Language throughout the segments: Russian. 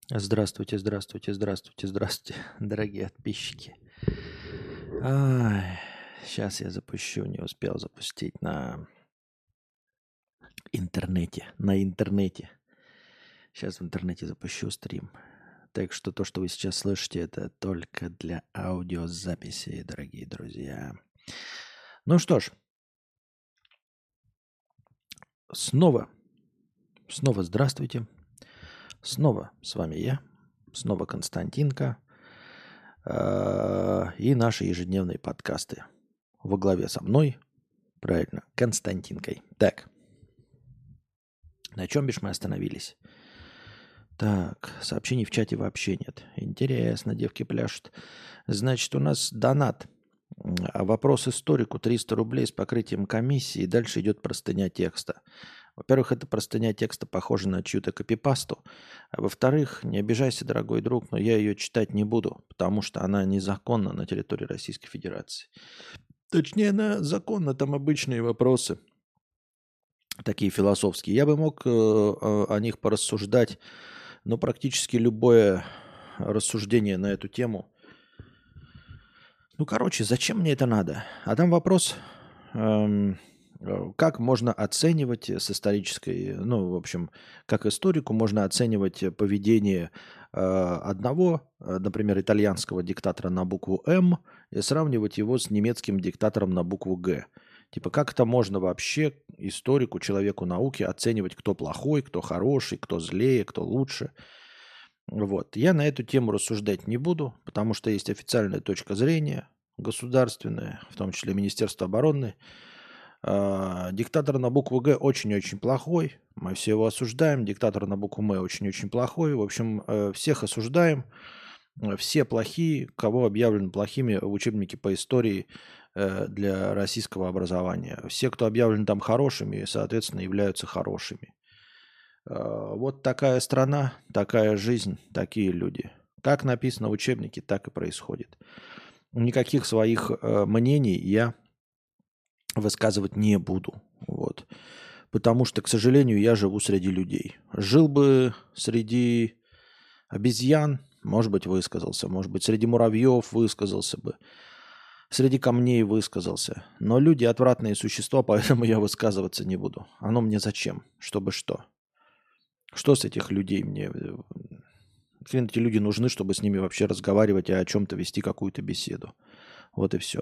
Здравствуйте, здравствуйте, здравствуйте, здравствуйте, дорогие подписчики. Сейчас я запущу, не успел запустить на интернете. На интернете. Сейчас в интернете запущу стрим. Так что то, что вы сейчас слышите, это только для аудиозаписи, дорогие друзья. Ну что ж, снова, снова здравствуйте. Снова с вами я, снова Константинка и наши ежедневные подкасты. Во главе со мной, правильно, Константинкой. Так, на чем бишь мы остановились? Так, сообщений в чате вообще нет. Интересно, девки пляшут. Значит, у нас донат. Вопрос историку 300 рублей с покрытием комиссии. Дальше идет простыня текста. Во-первых, эта простыня текста похожа на чью-то копипасту. А во-вторых, не обижайся, дорогой друг, но я ее читать не буду, потому что она незаконна на территории Российской Федерации. Точнее, она законна, там обычные вопросы, такие философские. Я бы мог о них порассуждать, но практически любое рассуждение на эту тему. Ну, короче, зачем мне это надо? А там вопрос, эм, как можно оценивать с исторической, ну, в общем, как историку можно оценивать поведение одного, например, итальянского диктатора на букву «М» и сравнивать его с немецким диктатором на букву «Г». Типа, как это можно вообще историку, человеку науки оценивать, кто плохой, кто хороший, кто злее, кто лучше? Вот. Я на эту тему рассуждать не буду, потому что есть официальная точка зрения, государственная, в том числе Министерство обороны. Диктатор на букву «Г» очень-очень плохой. Мы все его осуждаем. Диктатор на букву «М» очень-очень плохой. В общем, всех осуждаем. Все плохие, кого объявлены плохими в учебнике по истории для российского образования. Все, кто объявлен там хорошими, соответственно, являются хорошими. Вот такая страна, такая жизнь, такие люди. Как написано в учебнике, так и происходит. Никаких своих мнений я высказывать не буду. Вот. Потому что, к сожалению, я живу среди людей. Жил бы среди обезьян, может быть, высказался. Может быть, среди муравьев высказался бы. Среди камней высказался. Но люди отвратные существа, поэтому я высказываться не буду. Оно мне зачем? Чтобы что? Что с этих людей мне? Хрен эти люди нужны, чтобы с ними вообще разговаривать и о чем-то вести какую-то беседу. Вот и все.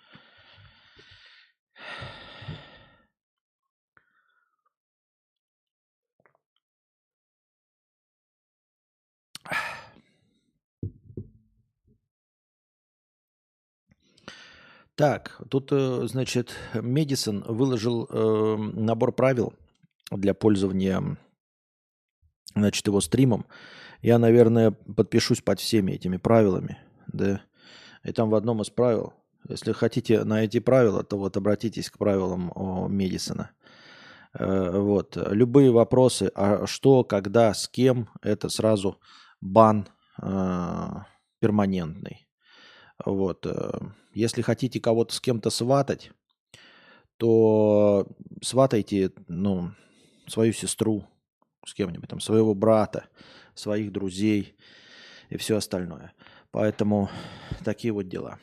Так, тут, значит, Медисон выложил набор правил для пользования, значит, его стримом. Я, наверное, подпишусь под всеми этими правилами, да. И там в одном из правил, если хотите найти правила, то вот обратитесь к правилам Медисона. Вот. Любые вопросы, а что, когда, с кем, это сразу бан перманентный. Вот. Если хотите кого-то с кем-то сватать, то сватайте, ну, свою сестру с кем-нибудь, там, своего брата, своих друзей и все остальное. Поэтому такие вот дела.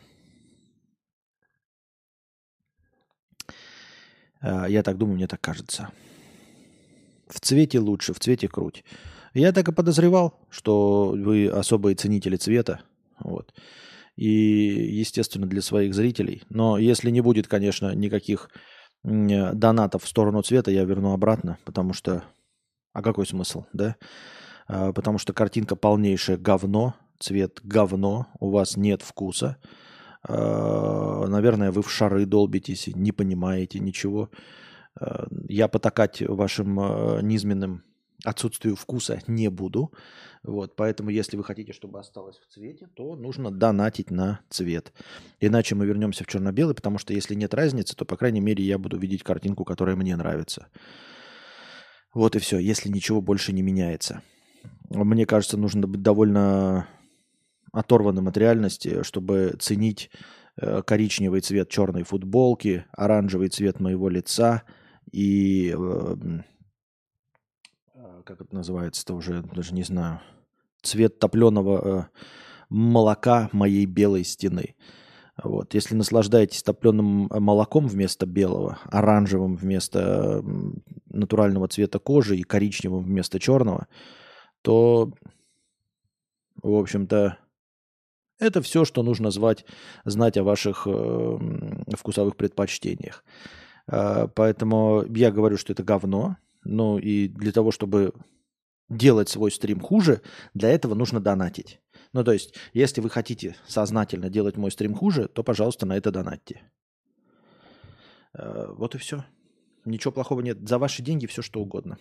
Я так думаю, мне так кажется. В цвете лучше, в цвете круть. Я так и подозревал, что вы особые ценители цвета. Вот. И, естественно, для своих зрителей. Но если не будет, конечно, никаких донатов в сторону цвета, я верну обратно, потому что... А какой смысл, да? Потому что картинка полнейшее говно, цвет говно, у вас нет вкуса. Наверное, вы в шары долбитесь, не понимаете ничего. Я потакать вашим низменным отсутствию вкуса не буду. Вот, поэтому, если вы хотите, чтобы осталось в цвете, то нужно донатить на цвет. Иначе мы вернемся в черно-белый, потому что если нет разницы, то, по крайней мере, я буду видеть картинку, которая мне нравится. Вот и все, если ничего больше не меняется. Мне кажется, нужно быть довольно оторванным от реальности, чтобы ценить коричневый цвет черной футболки, оранжевый цвет моего лица и как это называется-то уже, даже не знаю, цвет топленого молока моей белой стены. Вот. Если наслаждаетесь топленым молоком вместо белого, оранжевым вместо натурального цвета кожи и коричневым вместо черного, то, в общем-то, это все, что нужно знать о ваших вкусовых предпочтениях. Поэтому я говорю, что это говно. Ну и для того, чтобы делать свой стрим хуже, для этого нужно донатить. Ну, то есть, если вы хотите сознательно делать мой стрим хуже, то, пожалуйста, на это донатьте. Вот и все. Ничего плохого нет. За ваши деньги все, что угодно.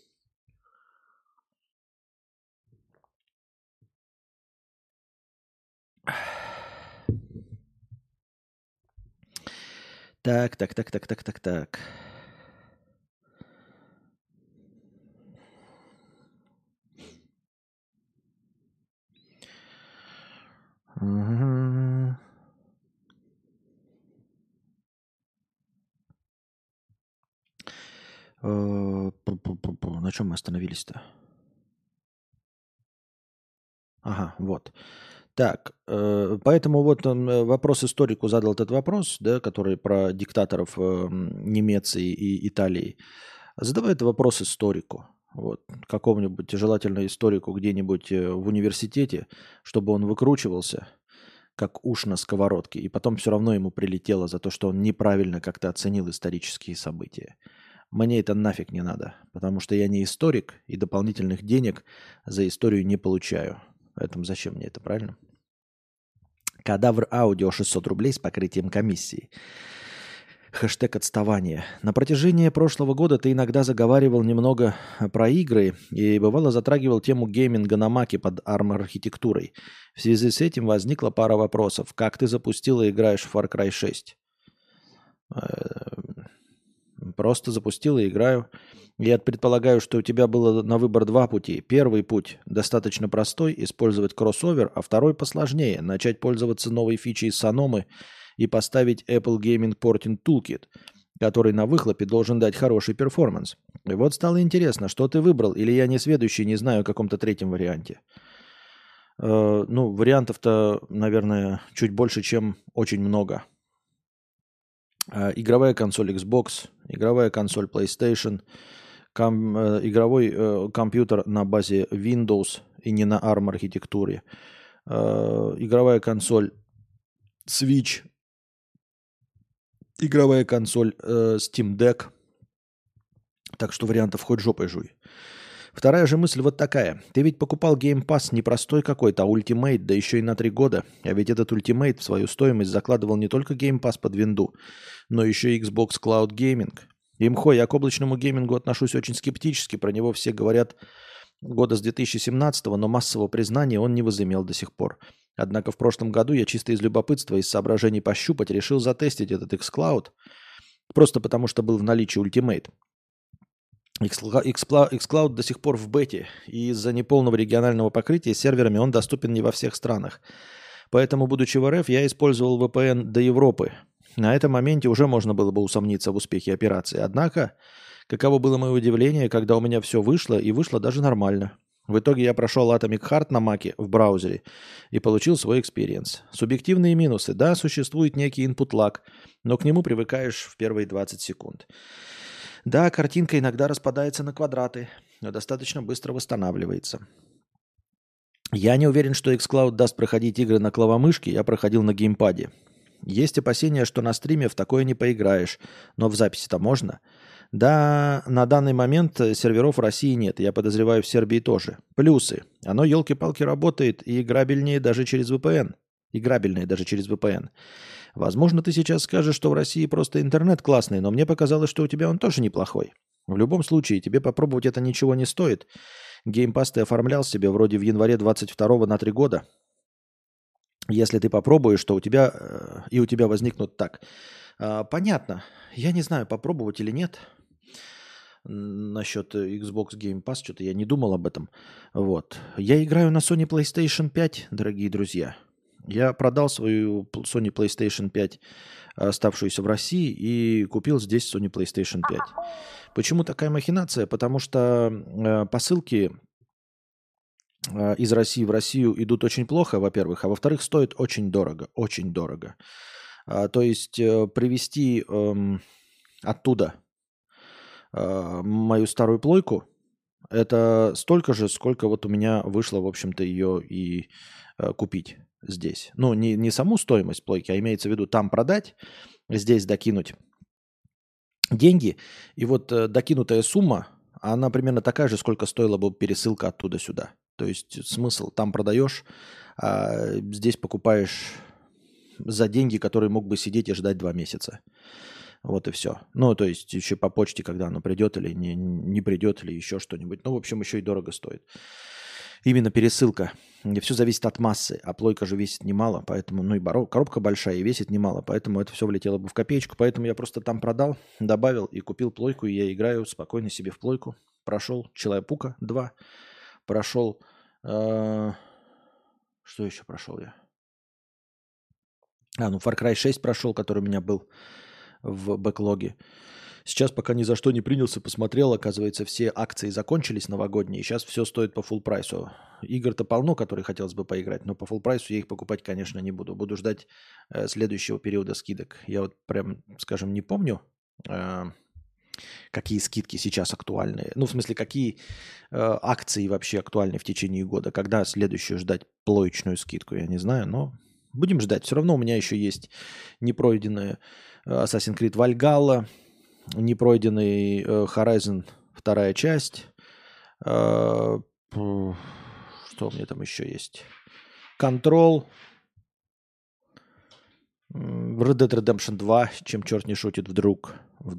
Так. Ага. На чем мы остановились-то? Ага, вот. Так, поэтому вот он, вопрос историку задал этот вопрос, да, который про диктаторов Немеции и Италии. Задавай этот вопрос историку. Вот, какому-нибудь, желательно историку где-нибудь в университете, чтобы он выкручивался, как уж на сковородке, и потом все равно ему прилетело за то, что он неправильно как-то оценил исторические события. Мне это нафиг не надо, потому что я не историк и дополнительных денег за историю не получаю. Поэтому зачем мне это, правильно? Кадавр аудио 600 рублей с покрытием комиссии. Хэштег отставание. На протяжении прошлого года ты иногда заговаривал немного про игры и бывало затрагивал тему гейминга на маке под ARM-архитектурой. В связи с этим возникла пара вопросов. Как ты запустил и играешь в Far Cry 6? Просто запустил и играю. Я предполагаю, что у тебя было на выбор два пути. Первый путь достаточно простой, использовать кроссовер, а второй посложнее, начать пользоваться новой фичей Sonoma и поставить Apple Gaming Porting Toolkit, который на выхлопе должен дать хороший перформанс. И вот стало интересно, что ты выбрал, или я несведущий, не знаю о каком-то третьем варианте. Вариантов-то, наверное, чуть больше, чем очень много. Игровая консоль Xbox, игровая консоль PlayStation, игровой компьютер на базе Windows и не на ARM архитектуре, игровая консоль Switch, игровая консоль Steam Deck. Так что вариантов хоть жопой жуй. Вторая же мысль вот такая. Ты ведь покупал Game Pass не простой какой-то, а Ultimate, да еще и на 3 года. А ведь этот Ultimate в свою стоимость закладывал не только Game Pass под винду, но еще и Xbox Cloud Gaming. Имхо, я к облачному геймингу отношусь очень скептически. Про него все говорят года с 2017, но массового признания он не возымел до сих пор. Однако в прошлом году я чисто из любопытства, из соображений пощупать, решил затестить этот xCloud, просто потому что был в наличии Ultimate. xCloud до сих пор в бете, и из-за неполного регионального покрытия серверами он доступен не во всех странах. Поэтому, будучи в РФ, я использовал VPN до Европы. На этом моменте уже можно было бы усомниться в успехе операции. Однако, каково было мое удивление, когда у меня все вышло, и вышло даже нормально. В итоге я прошел Atomic Heart на маке в браузере и получил свой экспириенс. Субъективные минусы. Да, существует некий input lag, но к нему привыкаешь в первые 20 секунд. Да, картинка иногда распадается на квадраты, но достаточно быстро восстанавливается. Я не уверен, что xCloud даст проходить игры на клавомышке, я проходил на геймпаде. Есть опасения, что на стриме в такое не поиграешь, но в записи-то можно. Да, на данный момент серверов в России нет, я подозреваю, в Сербии тоже. Плюсы. Оно, елки-палки, работает и играбельнее даже через VPN. Играбельнее даже через VPN. Возможно, ты сейчас скажешь, что в России просто интернет классный, но мне показалось, что у тебя он тоже неплохой. В любом случае, тебе попробовать это ничего не стоит. Геймпас ты оформлял себе вроде в январе 22-го на 3 года. Если ты попробуешь, то у тебя возникнут так. Понятно. Я не знаю, попробовать или нет. Насчет Xbox Game Pass, что-то я не думал об этом. Вот. Я играю на Sony PlayStation 5, дорогие друзья. Я продал свою Sony PlayStation 5, оставшуюся в России, и купил здесь Sony PlayStation 5. Почему такая махинация? Потому что посылки из России в Россию идут очень плохо, во-первых, а во-вторых, стоят очень дорого, очень дорого. То есть привезти оттуда мою старую плойку, это столько же, сколько вот у меня вышло, в общем-то, ее и купить здесь. Ну, не саму стоимость плойки, а имеется в виду там продать, здесь докинуть деньги. И вот докинутая сумма, она примерно такая же, сколько стоила бы пересылка оттуда сюда. То есть смысл, там продаешь, а здесь покупаешь за деньги, которые мог бы сидеть и ждать 2 месяца. Вот и все. Ну, то есть еще по почте, когда оно придет или не придет, или еще что-нибудь. Ну, в общем, еще и дорого стоит. Именно пересылка. Все зависит от массы, а плойка же весит немало, поэтому, ну и коробка большая и весит немало, поэтому это все влетело бы в копеечку. Поэтому я просто там продал, добавил и купил плойку, и я играю спокойно себе в плойку. Прошел Человека-паука 2, прошел... что еще прошел я? Ну Far Cry 6 прошел, который у меня был в бэклоге. Сейчас пока ни за что не принялся, посмотрел, оказывается, все акции закончились новогодние, и сейчас все стоит по full прайсу. Игр-то полно, которые хотелось бы поиграть, но по full прайсу я их покупать, конечно, не буду. Буду ждать следующего периода скидок. Я вот прям, скажем, не помню, какие скидки сейчас актуальны. Ну, в смысле, какие акции вообще актуальны в течение года. Когда следующую ждать плоечную скидку, я не знаю, но будем ждать. Все равно у меня еще есть непройденная Assassin's Creed Valhalla, непройденный Horizon 2 часть. Что у меня там еще есть? Control. Red Dead Redemption 2, чем черт не шутит, вдруг.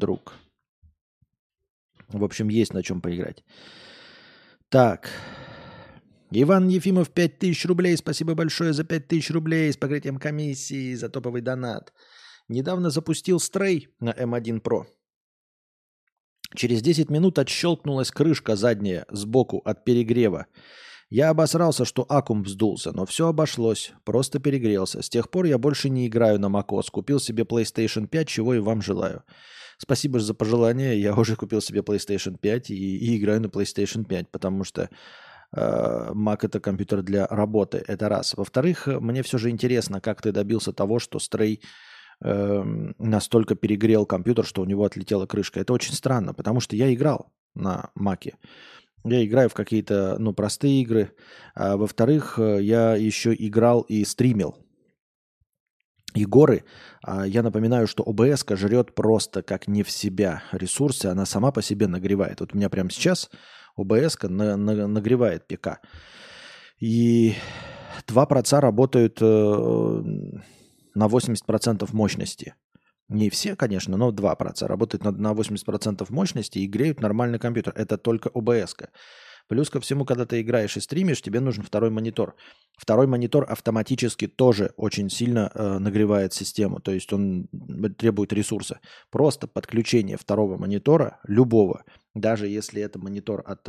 В общем, есть на чем поиграть. Так. Иван Ефимов, 5000 рублей. Спасибо большое за 5000 рублей с покрытием комиссии за топовый донат. Недавно запустил Stray на M1 Pro. Через 10 минут отщелкнулась крышка задняя сбоку от перегрева. Я обосрался, что аккум вздулся, но все обошлось, просто перегрелся. С тех пор я больше не играю на macOS. Купил себе PlayStation 5, чего и вам желаю. Спасибо за пожелание. Я уже купил себе PlayStation 5 и играю на PlayStation 5, потому что Mac это компьютер для работы. Это раз. Во-вторых, мне все же интересно, как ты добился того, что Stray настолько перегрел компьютер, что у него отлетела крышка. Это очень странно, потому что я играл на Маке. Я играю в какие-то, простые игры. А во-вторых, я еще играл и стримил. И горы, я напоминаю, что ОБС-ка жрет просто как не в себя ресурсы, она сама по себе нагревает. Вот у меня прямо сейчас ОБС-ка нагревает ПК. И 2 проца работают на 80% мощности. Не все, конечно, но 2 проца работают на 80% мощности и греют нормальный компьютер. Это только ОБС-ка. Плюс ко всему, когда ты играешь и стримишь, тебе нужен второй монитор. Второй монитор автоматически тоже очень сильно нагревает систему. То есть он требует ресурса. Просто подключение второго монитора, любого, даже если это монитор от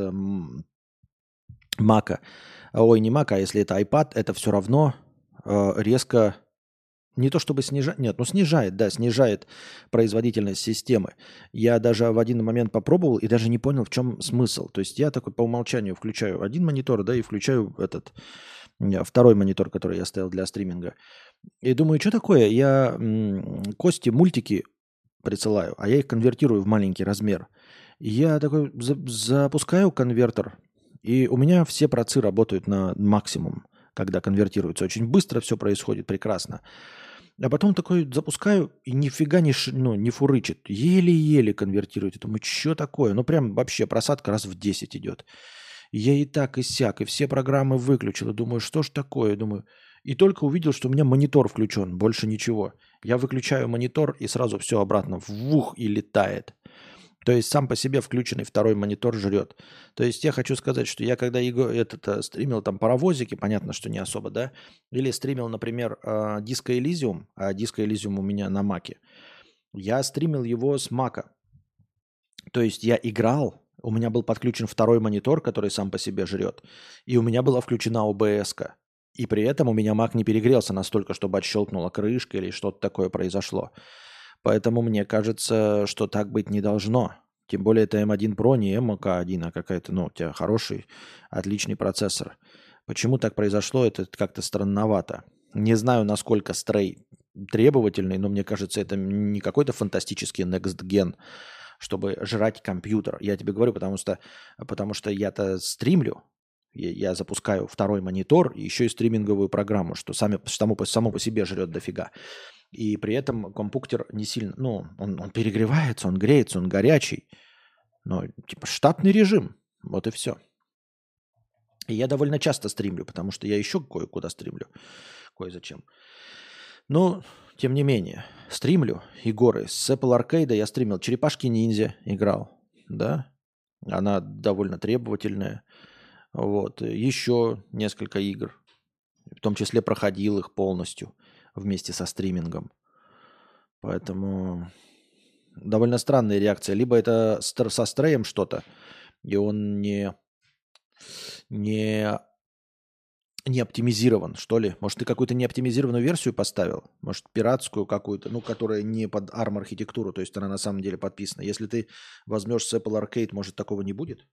Мака, не Мака, а если это iPad, это все равно резко... Не то чтобы снижает, нет, снижает производительность системы. Я даже в один момент попробовал и даже не понял, в чем смысл. То есть я такой по умолчанию включаю один монитор, и включаю второй монитор, который я ставил для стриминга. И думаю, что такое? Я Кости мультики присылаю, а я их конвертирую в маленький размер. И я такой запускаю конвертер, и у меня все процы работают на максимум, когда конвертируются. Очень быстро все происходит, прекрасно. А потом такой запускаю, и нифига не фурычит. Еле-еле конвертирует. Я думаю, что такое? Прям вообще просадка раз в 10 идет. Я и так, и сяк, и все программы выключил. И думаю, что ж такое? Думаю, и только увидел, что у меня монитор включен, больше ничего. Я выключаю монитор, и сразу все обратно вух и летает. То есть сам по себе включенный второй монитор жрет. То есть я хочу сказать, что я когда стримил там паровозики, понятно, что не особо, да, или стримил, например, Disco Elysium, а Disco Elysium у меня на Маке, я стримил его с Мака. То есть я играл, у меня был подключен второй монитор, который сам по себе жрет, и у меня была включена ОБС-ка. И при этом у меня Мак не перегрелся настолько, чтобы отщелкнула крышка или что-то такое произошло. Поэтому мне кажется, что так быть не должно. Тем более это M1 Pro, не MK1, а какая-то, у тебя хороший, отличный процессор. Почему так произошло, это как-то странновато. Не знаю, насколько Стрей требовательный, но мне кажется, это не какой-то фантастический next gen, чтобы жрать компьютер. Я тебе говорю, потому что я-то стримлю, я запускаю второй монитор и еще и стриминговую программу, что само по себе жрет дофига. И при этом компьютер не сильно, ну, он перегревается, он греется, он горячий. Но типа штатный режим, вот и все. И я довольно часто стримлю, потому что я еще кое-куда стримлю, кое-зачем. Но, тем не менее, стримлю игры. С Apple Arcade я стримил Черепашки Ниндзя, играл, да. Она довольно требовательная. Вот. Еще несколько игр. В том числе проходил их полностью вместе со стримингом. Поэтому довольно странная реакция. Либо это со Стреем что-то, и он не не оптимизирован, что ли? Может, ты какую-то неоптимизированную версию поставил? Может, пиратскую какую-то, ну, которая не под ARM-архитектуру, то есть она на самом деле подписана. Если ты возьмешь с Apple Arcade, может, такого не будет?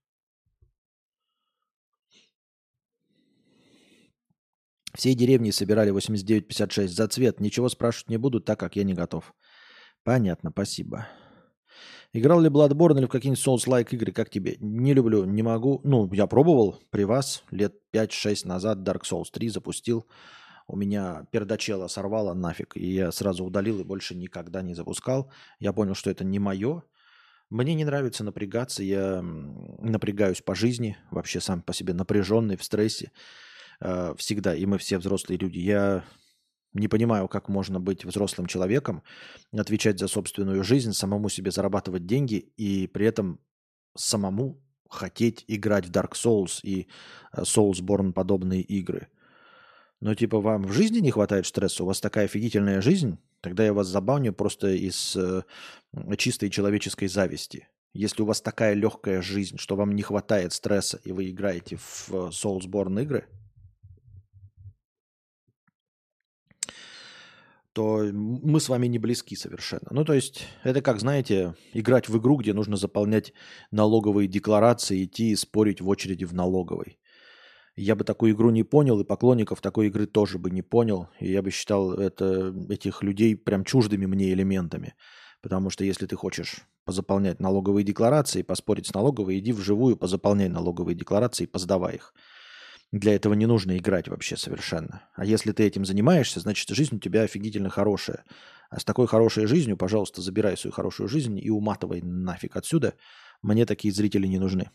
Всей деревни собирали 89,56 за цвет. Ничего спрашивать не буду, так как я не готов. Понятно, спасибо. Играл ли Bloodborne или в какие-нибудь Souls-like игры, как тебе? Не люблю, не могу. Ну, я пробовал при вас лет 5-6 назад Dark Souls 3 запустил. У меня пердачела сорвало нафиг, и я сразу удалил и больше никогда не запускал. Я понял, что это не мое. Мне не нравится напрягаться, я напрягаюсь по жизни, вообще сам по себе напряженный, в стрессе всегда, и мы все взрослые люди. Я не понимаю, как можно быть взрослым человеком, отвечать за собственную жизнь, самому себе зарабатывать деньги и при этом самому хотеть играть в Dark Souls и Soulsborne подобные игры. Но типа вам в жизни не хватает стресса, у вас такая офигительная жизнь, тогда я вас забаню просто из чистой человеческой зависти. Если у вас такая легкая жизнь, что вам не хватает стресса, и вы играете в Soulsborne игры, то мы с вами не близки совершенно. Ну, то есть, это как, знаете, играть в игру, где нужно заполнять налоговые декларации, идти и спорить в очереди в налоговой. Я бы такую игру не понял, и поклонников такой игры тоже бы не понял. И я бы считал этих людей прям чуждыми мне элементами. Потому что если ты хочешь позаполнять налоговые декларации, поспорить с налоговой, иди вживую, позаполняй налоговые декларации, поздавай их. Для этого не нужно играть вообще совершенно. А если ты этим занимаешься, значит, жизнь у тебя офигительно хорошая. А с такой хорошей жизнью, пожалуйста, забирай свою хорошую жизнь и уматывай нафиг отсюда. Мне такие зрители не нужны.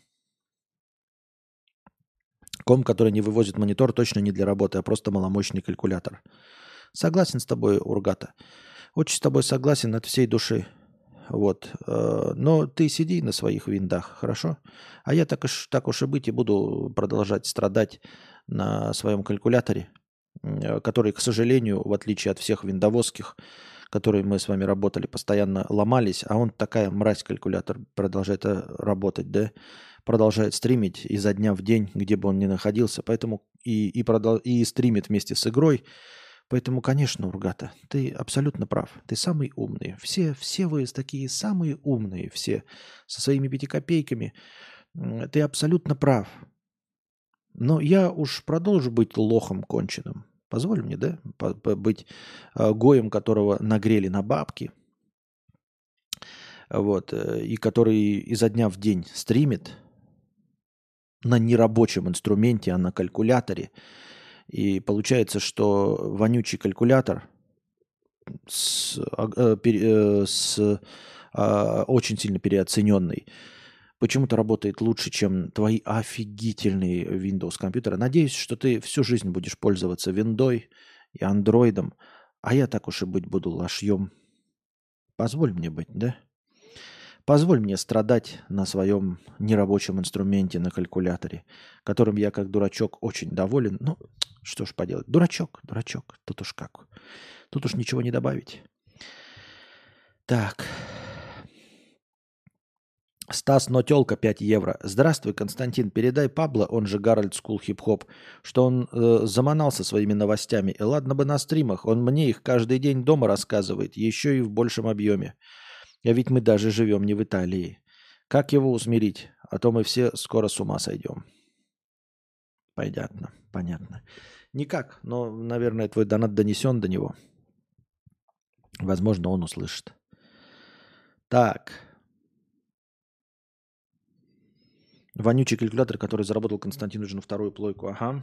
Комп, который не вывозит монитор, точно не для работы, а просто маломощный калькулятор. Согласен с тобой, Ургата. Очень с тобой согласен от всей души. Вот. Но ты сиди на своих виндах, хорошо? А я так уж и быть и буду продолжать страдать на своем калькуляторе, который, к сожалению, в отличие от всех виндовозских, которые мы с вами работали, постоянно ломались, а он такая мразь, калькулятор, продолжает работать, да, продолжает стримить изо дня в день, где бы он ни находился, поэтому и стримит вместе с игрой. Поэтому, конечно, Ургата, ты абсолютно прав. Ты самый умный. Все вы такие самые умные, все со своими 5 копейками. Ты абсолютно прав. Но я уж продолжу быть лохом конченым. Позволь мне, да, быть гоем, которого нагрели на бабки, вот, и который изо дня в день стримит на нерабочем инструменте, а на калькуляторе. И получается, что вонючий калькулятор очень сильно переоцененный почему-то работает лучше, чем твои офигительные Windows компьютеры. Надеюсь, что ты всю жизнь будешь пользоваться Windows и Android, а я так уж и быть буду лошьем. Позволь мне быть, да? Позволь мне страдать на своем нерабочем инструменте на калькуляторе, которым я как дурачок очень доволен. Ну, что ж поделать. Дурачок, дурачок. Тут уж как. Тут уж ничего не добавить. Так. Стас Нотелка 5 евро. Здравствуй, Константин. Передай Пабло, он же Гарольд Скул Хип Хоп, что он заманался своими новостями. И ладно бы на стримах, он мне их каждый день дома рассказывает, еще и в большем объеме. А ведь мы даже живем не в Италии. Как его усмирить? А то мы все скоро с ума сойдем. Понятно, понятно. Никак, но, наверное, твой донат донесен до него. Возможно, он услышит. Так. Вонючий калькулятор, который заработал Константину же на вторую плойку. Ага.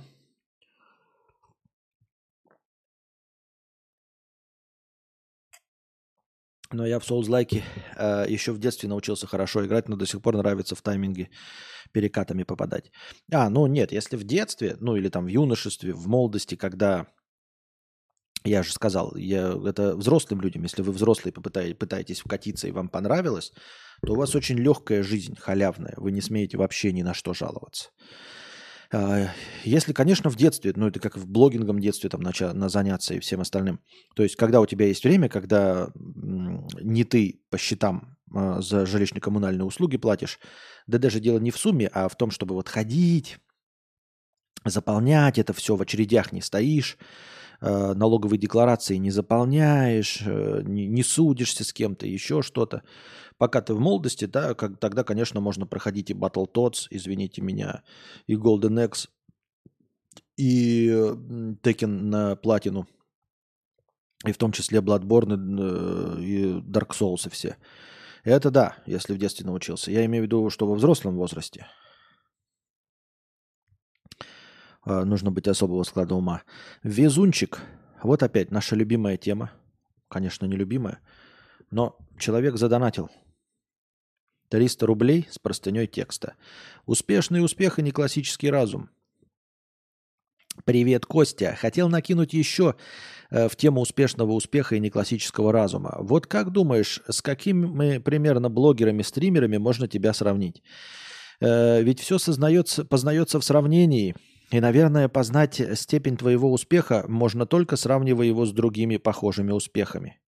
Но я в Souls-like еще в детстве научился хорошо играть, но до сих пор нравится в тайминге перекатами попадать. Ну нет, если в детстве, ну или там в юношестве, в молодости, когда, я же сказал, это взрослым людям, если вы взрослые пытаетесь вкатиться и вам понравилось, то у вас очень легкая жизнь, халявная, вы не смеете вообще ни на что жаловаться. Если, конечно, в детстве, ну это как в блогингом детстве там заняться и всем остальным. То есть, когда у тебя есть время, когда не ты по счетам за жилищно-коммунальные услуги платишь, да даже дело не в сумме, а в том, чтобы вот ходить, заполнять это все, в очередях не стоишь, налоговые декларации не заполняешь, не судишься с кем-то, еще что-то. Пока ты в молодости, да, тогда, конечно, можно проходить и Battletoads, извините меня, и Golden Axe, и Tekken на платину, и в том числе Bloodborne и Dark Souls и все. Это да, если в детстве научился. Я имею в виду, что во взрослом возрасте нужно быть особого склада ума. Везунчик. Вот опять наша любимая тема. Конечно, не любимая. Но человек задонатил 300 рублей с простыней текста. Успешный успех и не классический разум. Привет, Костя. Хотел накинуть еще в тему успешного успеха и неклассического разума. Вот как думаешь, с какими примерно блогерами, стримерами можно тебя сравнить? Ведь все познается в сравнении. И, наверное, познать степень твоего успеха можно только сравнивая его с другими похожими успехами.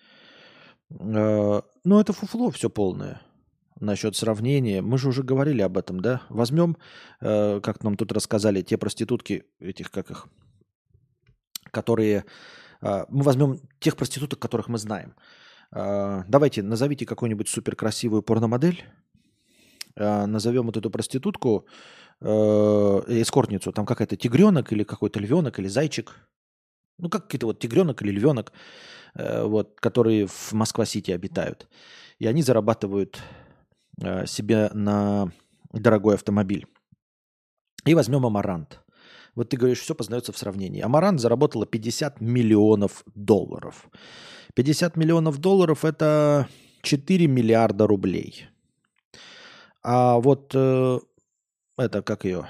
Ну, это фуфло все полное. Насчет сравнения. Мы же уже говорили об этом, да? Возьмем, как нам тут рассказали, те проститутки, этих, как их, которые... Мы возьмем тех проституток, которых мы знаем. Давайте, назовите какую-нибудь суперкрасивую порномодель. Назовем вот эту проститутку, эскортницу, там какая-то тигренок или какой-то львенок или зайчик. Ну, как какой-то вот тигренок или львенок, вот, которые в Москва-Сити обитают. И они зарабатывают себе на дорогой автомобиль. И возьмем Амарант. Вот ты говоришь, все познается в сравнении. Амарант заработала 50 миллионов долларов. 50 миллионов долларов – это 4 миллиарда рублей. А вот это как ее?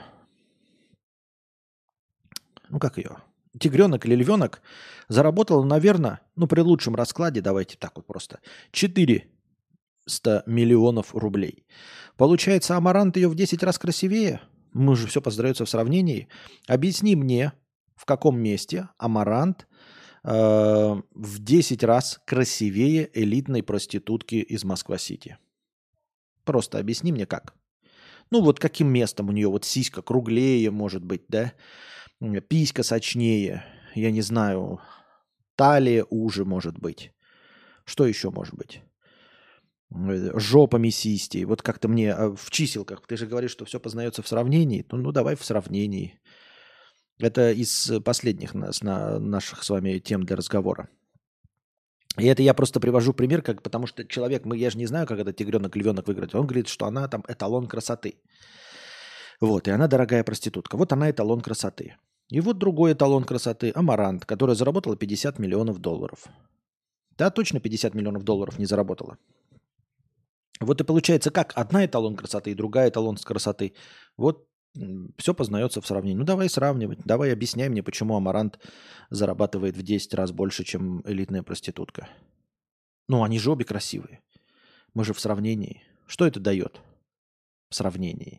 Ну, как ее? Тигренок или львенок заработала, наверное, ну, при лучшем раскладе, давайте так вот просто, 400 миллионов рублей. Получается, Амарант ее в 10 раз красивее? Мы же все познается в сравнении. Объясни мне, в каком месте Амарант в 10 раз красивее элитной проститутки из Москва-Сити. Просто объясни мне как. Ну вот каким местом у нее вот сиська круглее, может быть, да? Писька сочнее, я не знаю, талия уже может быть. Что еще может быть? Жопа мясистей. Вот как-то мне в чиселках, ты же говоришь, что все познается в сравнении. Ну давай в сравнении. Это из последних наших с вами тем для разговора. И это я просто привожу пример, потому что человек, я же не знаю, как этот тигренок-львенок выиграть. Он говорит, что она там эталон красоты. Вот, и она дорогая проститутка. Вот она эталон красоты. И вот другой эталон красоты – Амарант, которая заработала 50 миллионов долларов. Да, точно 50 миллионов долларов не заработала. Вот и получается, как одна эталон красоты и другая эталон красоты. Вот все познается в сравнении. Ну, давай сравнивать. Давай объясняй мне, почему Амарант зарабатывает в 10 раз больше, чем элитная проститутка. Ну, они же обе красивые. Мы же в сравнении. Что это дает в сравнении?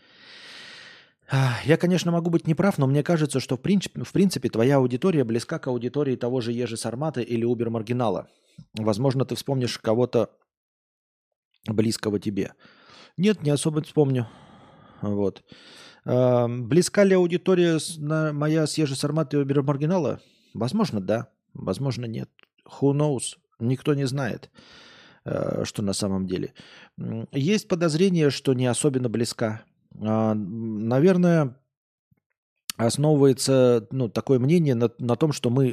Я, конечно, могу быть неправ, но мне кажется, что в принципе твоя аудитория близка к аудитории того же Ежи Сармата или Убер Маргинала. Возможно, ты вспомнишь кого-то близкого тебе. Нет, не особо вспомню. Вот. Близка ли аудитория моя с Ежи Сармата и Убер Маргинала? Возможно, да. Возможно, нет. Who knows? Никто не знает, что на самом деле. Есть подозрение, что не особенно близка. Наверное, основывается такое мнение на том, что мы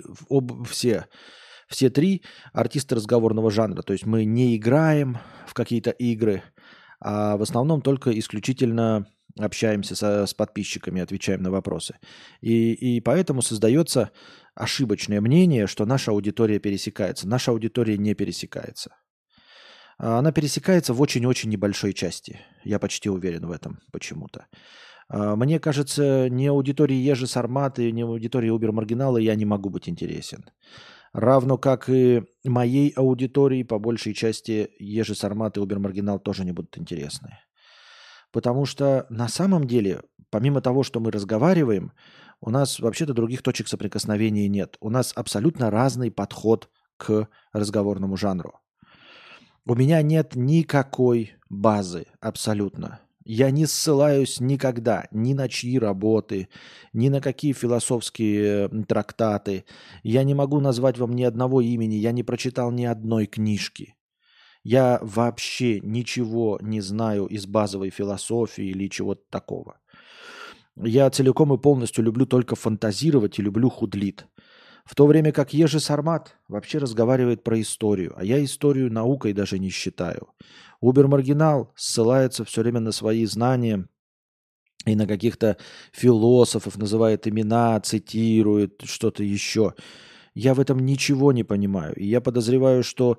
все три артисты разговорного жанра. То есть мы не играем в какие-то игры, а в основном только исключительно общаемся с подписчиками, отвечаем на вопросы. И поэтому создается ошибочное мнение, что наша аудитория пересекается. Наша аудитория не пересекается. Она пересекается в очень-очень небольшой части. Я почти уверен в этом почему-то. Мне кажется, не аудитории Ежи Сарматы, не аудитории Убер Маргинала я не могу быть интересен. Равно как и моей аудитории, по большей части, Ежи Сармат и Убер Маргинал тоже не будут интересны. Потому что на самом деле, помимо того, что мы разговариваем, у нас вообще-то других точек соприкосновения нет. У нас абсолютно разный подход к разговорному жанру. У меня нет никакой базы абсолютно. Я не ссылаюсь никогда ни на чьи работы, ни на какие философские трактаты. Я не могу назвать вам ни одного имени, я не прочитал ни одной книжки. Я вообще ничего не знаю из базовой философии или чего-то такого. Я целиком и полностью люблю только фантазировать и люблю худлит. В то время как Ежи Сармат вообще разговаривает про историю, а я историю наукой даже не считаю. Убер Маргинал ссылается все время на свои знания и на каких-то философов, называет имена, цитирует что-то еще. Я в этом ничего не понимаю. И я подозреваю, что...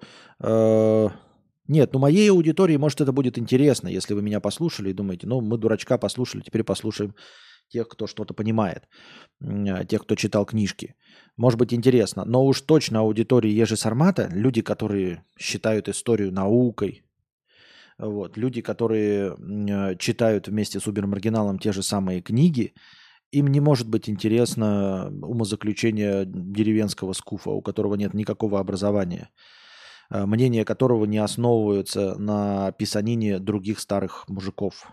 Нет, моей аудитории, может, это будет интересно, если вы меня послушали и думаете, мы дурачка послушали, теперь послушаем тех, кто что-то понимает, тех, кто читал книжки. Может быть, интересно. Но уж точно аудитории Ежи Сармата, люди, которые считают историю наукой, люди, которые читают вместе с Убер Маргиналом те же самые книги, им не может быть интересно умозаключение деревенского скуфа, у которого нет никакого образования, мнение которого не основывается на писанине других старых мужиков.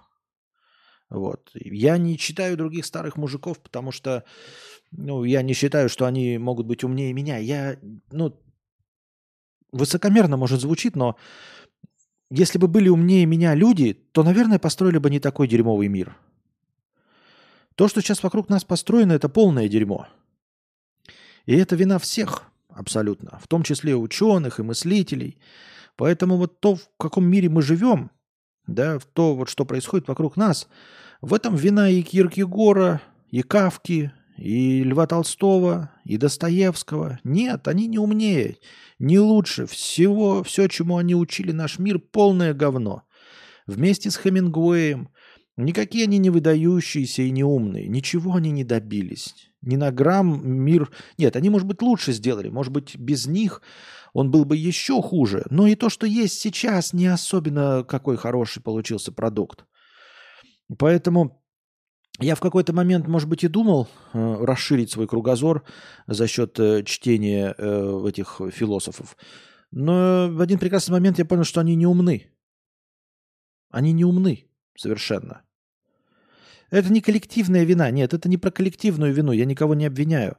Я не читаю других старых мужиков, потому что я не считаю, что они могут быть умнее меня. Высокомерно, может, звучит, но если бы были умнее меня люди, то, наверное, построили бы не такой дерьмовый мир. То, что сейчас вокруг нас построено, это полное дерьмо. И это вина всех абсолютно, в том числе ученых и мыслителей. Поэтому то, в каком мире мы живем, в то, что происходит вокруг нас, в этом вина и Киркегора, и Кафки, и Льва Толстого, и Достоевского. Нет, они не умнее, не лучше. Все, чему они учили наш мир, полное говно. Вместе с Хемингуэем. Никакие они не выдающиеся и не умные. Ничего они не добились. Ни на грамм мир... Нет, они, может быть, лучше сделали. Может быть, без них он был бы еще хуже. Но и то, что есть сейчас, не особенно какой хороший получился продукт. Поэтому я в какой-то момент, может быть, и думал расширить свой кругозор за счет чтения этих философов. Но в один прекрасный момент я понял, что они не умны. Они не умны совершенно. Это не коллективная вина. Нет, это не про коллективную вину. Я никого не обвиняю.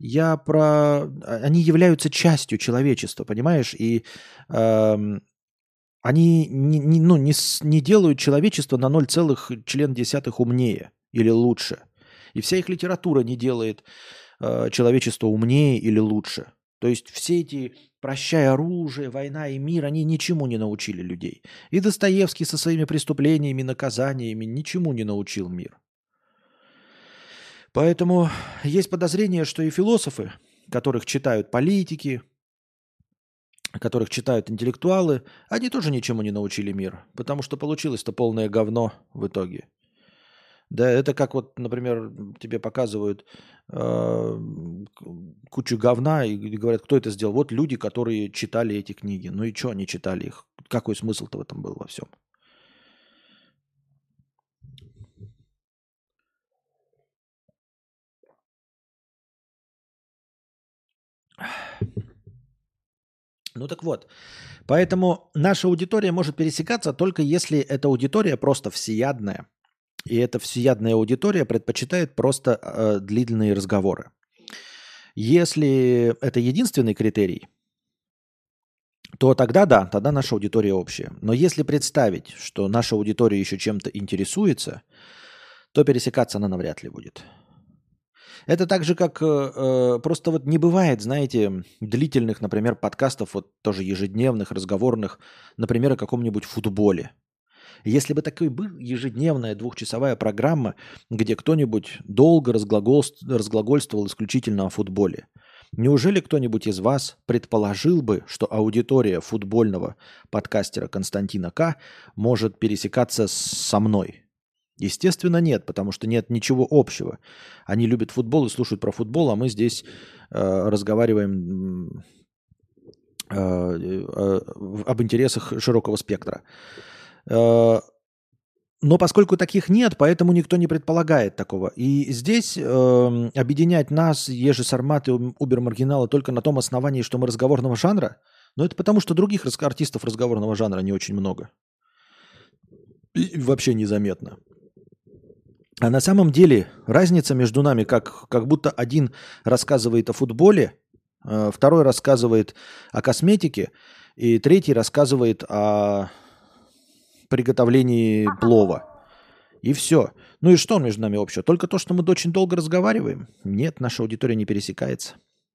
Они являются частью человечества, понимаешь? И они не делают человечество на 0,1 умнее или лучше. И вся их литература не делает человечество умнее или лучше. То есть все эти «Прощай оружие», «Война и мир», они ничему не научили людей. И Достоевский со своими преступлениями, наказаниями ничему не научил мир. Поэтому есть подозрение, что и философы, которых читают политики, которых читают интеллектуалы, они тоже ничему не научили мир, потому что получилось-то полное говно в итоге. Да, это как например, тебе показывают кучу говна и говорят, кто это сделал. Вот люди, которые читали эти книги. Ну и что они читали их? Какой смысл-то в этом был во всем? Так вот, поэтому наша аудитория может пересекаться только если эта аудитория просто всеядная. И эта всеядная аудитория предпочитает просто длительные разговоры. Если это единственный критерий, то тогда да, тогда наша аудитория общая. Но если представить, что наша аудитория еще чем-то интересуется, то пересекаться она навряд ли будет. Это так же, как просто вот не бывает, знаете, длительных, например, подкастов, вот тоже ежедневных, разговорных, например, о каком-нибудь футболе. Если бы такой был ежедневная двухчасовая программа, где кто-нибудь долго разглагольствовал исключительно о футболе, неужели кто-нибудь из вас предположил бы, что аудитория футбольного подкастера Константина К. может пересекаться со мной? Естественно, нет, потому что нет ничего общего. Они любят футбол и слушают про футбол, а мы здесь разговариваем об интересах широкого спектра. Но поскольку таких нет, поэтому никто не предполагает такого. И здесь объединять нас, Ежи Сарматы, Убер-маргиналы только на том основании, что мы разговорного жанра, но это потому, что других артистов разговорного жанра не очень много. И вообще незаметно. А на самом деле разница между нами, как будто один рассказывает о футболе, второй рассказывает о косметике, и третий рассказывает о приготовлении плова. И все. Ну и что между нами общего? Только то, что мы очень долго разговариваем? Нет, наша аудитория не пересекается.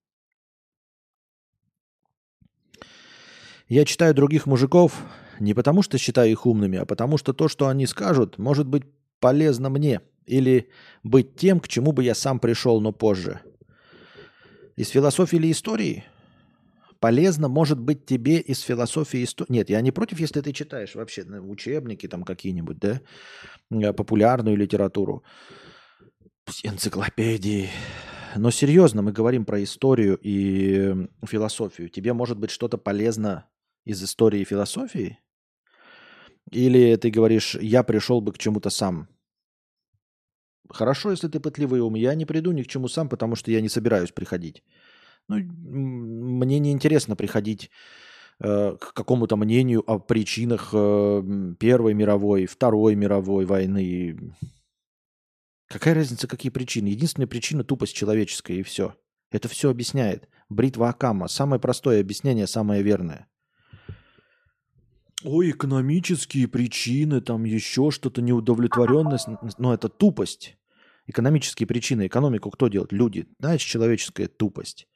Я читаю других мужиков не потому, что считаю их умными, а потому что то, что они скажут, может быть полезно мне или быть тем, к чему бы я сам пришел, но позже. Из философии или истории? Полезно может быть тебе из философии и истории. Нет, я не против, если ты читаешь вообще учебники там какие-нибудь, да, популярную литературу, энциклопедии. Но серьезно, мы говорим про историю и философию. Тебе может быть что-то полезно из истории и философии? Или ты говоришь, я пришел бы к чему-то сам? Хорошо, если ты пытливый ум. Я не приду ни к чему сам, потому что я не собираюсь приходить. Ну, мне не интересно приходить к какому-то мнению о причинах Первой мировой, Второй мировой войны. Какая разница, какие причины? Единственная причина – тупость человеческая, и все. Это все объясняет. Бритва Акама. Самое простое объяснение, самое верное. Ой, экономические причины, там еще что-то, неудовлетворенность. Но это тупость. Экономические причины. Экономику кто делает? Люди. Знаешь, человеческая тупость.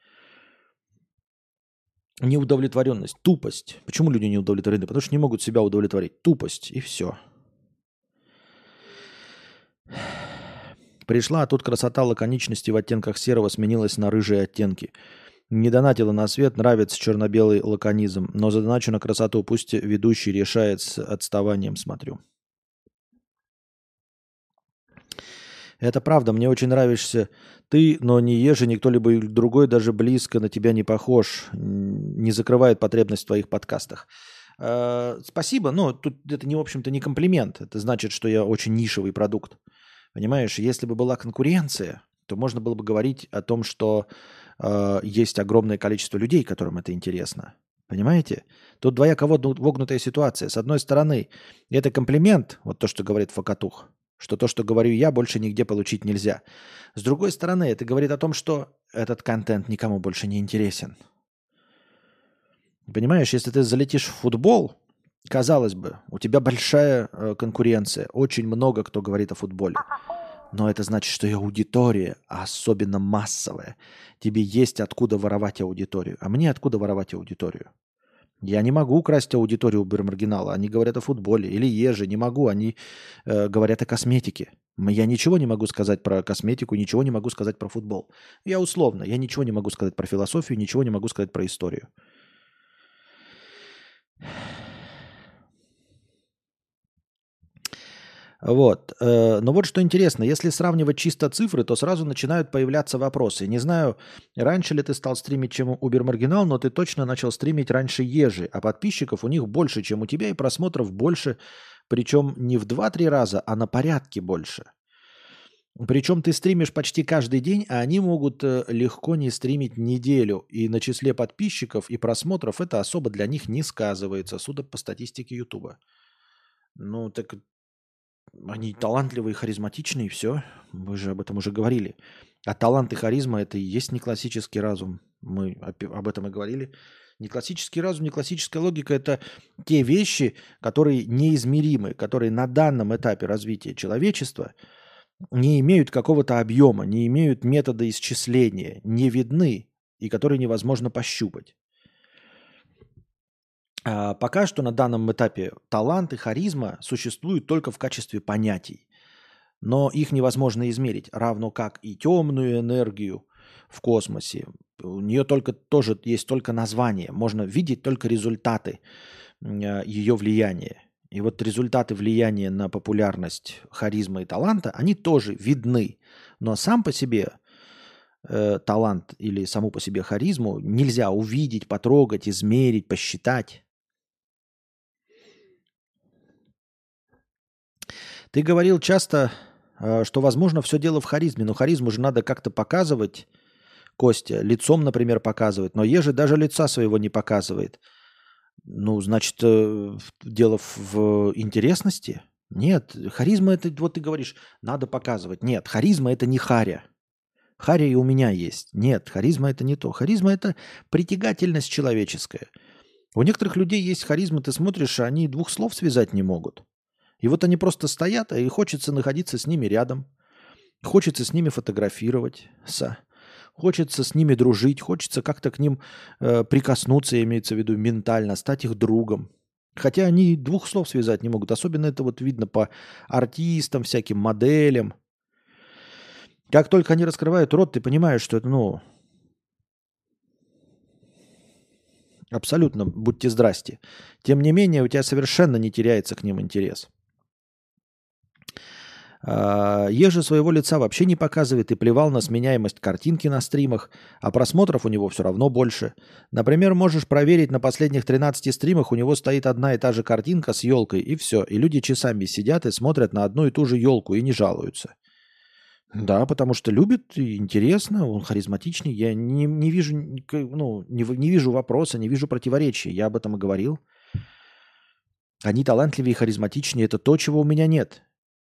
Неудовлетворенность, тупость. Почему люди не удовлетворены? Потому что не могут себя удовлетворить. Тупость, и все. Пришла, а тут красота лаконичности в оттенках серого сменилась на рыжие оттенки. Не донатила на свет, нравится черно-белый лаконизм, но задоначу на красоту, пусть ведущий решает с отставанием, смотрю. Это правда, мне очень нравишься ты, но не Ежи, никто-либо другой даже близко на тебя не похож, не закрывает потребность в твоих подкастах. Спасибо, но тут это, не, в общем-то, не комплимент. Это значит, что я очень нишевый продукт. Понимаешь, если бы была конкуренция, то можно было бы говорить о том, что есть огромное количество людей, которым это интересно. Понимаете? Тут двояко вогнутая ситуация. С одной стороны, это комплимент, вот то, что говорит Фокатух, что то, что говорю я, больше нигде получить нельзя. С другой стороны, это говорит о том, что этот контент никому больше не интересен. Понимаешь, если ты залетишь в футбол, казалось бы, у тебя большая конкуренция, очень много кто говорит о футболе. Но это значит, что и аудитория, особенно массовая, тебе есть откуда воровать аудиторию. А мне откуда воровать аудиторию? Я не могу украсть аудиторию Убер-маргинала. Они говорят о футболе. Или Ежи, не могу. Они говорят о косметике. Я ничего не могу сказать про косметику, ничего не могу сказать про футбол. Я условно. Я ничего не могу сказать про философию, ничего не могу сказать про историю. Вот. Но вот что интересно, если сравнивать чисто цифры, то сразу начинают появляться вопросы. Не знаю, раньше ли ты стал стримить, чем Убер-маргинал, но ты точно начал стримить раньше Ежи, а подписчиков у них больше, чем у тебя, и просмотров больше, причем не в 2-3 раза, а на порядке больше. Причем ты стримишь почти каждый день, а они могут легко не стримить неделю. И на числе подписчиков и просмотров это особо для них не сказывается, судя по статистике Ютуба. Ну, так они талантливые, харизматичные, и все. Мы же об этом уже говорили. А талант и харизма – это и есть не классический разум. Мы об этом и говорили. Не классический разум, не классическая логика – это те вещи, которые неизмеримы, которые на данном этапе развития человечества не имеют какого-то объема, не имеют метода исчисления, не видны и которые невозможно пощупать. Пока что на данном этапе талант и харизма существуют только в качестве понятий, но их невозможно измерить, равно как и темную энергию в космосе. У нее только тоже есть только название, можно видеть только результаты ее влияния. И вот результаты влияния на популярность харизма и таланта, они тоже видны, но сам по себе талант или саму по себе харизму нельзя увидеть, потрогать, измерить, посчитать. Ты говорил часто, что, возможно, все дело в харизме, но харизму же надо как-то показывать, Костя, лицом, например, показывать, но Ежи даже лица своего не показывает. Ну, значит, дело в интересности? Нет, харизма это, вот ты говоришь, надо показывать. Нет, харизма это не харя. Харя и у меня есть. Нет, харизма это не то. Харизма это притягательность человеческая. У некоторых людей есть харизма, ты смотришь, они двух слов связать не могут. И вот они просто стоят, и хочется находиться с ними рядом. Хочется с ними фотографироваться. Хочется с ними дружить. Хочется как-то к ним прикоснуться, имеется в виду ментально, стать их другом. Хотя они двух слов связать не могут. Особенно это вот видно по артистам, всяким моделям. Как только они раскрывают рот, ты понимаешь, что это, ну, абсолютно будьте здрасте. Тем не менее, у тебя совершенно не теряется к ним интерес. Еже своего лица вообще не показывает и плевал на сменяемость картинки на стримах, а просмотров у него все равно больше. Например, можешь проверить, на последних 13 стримах у него стоит одна и та же картинка с елкой, и все. И люди часами сидят и смотрят на одну и ту же елку и не жалуются. Да, потому что любят, и интересно, он харизматичный. Я не вижу, ну, не вижу вопроса, не вижу противоречия. Я об этом и говорил. Они талантливее и харизматичнее. Это то, чего у меня нет.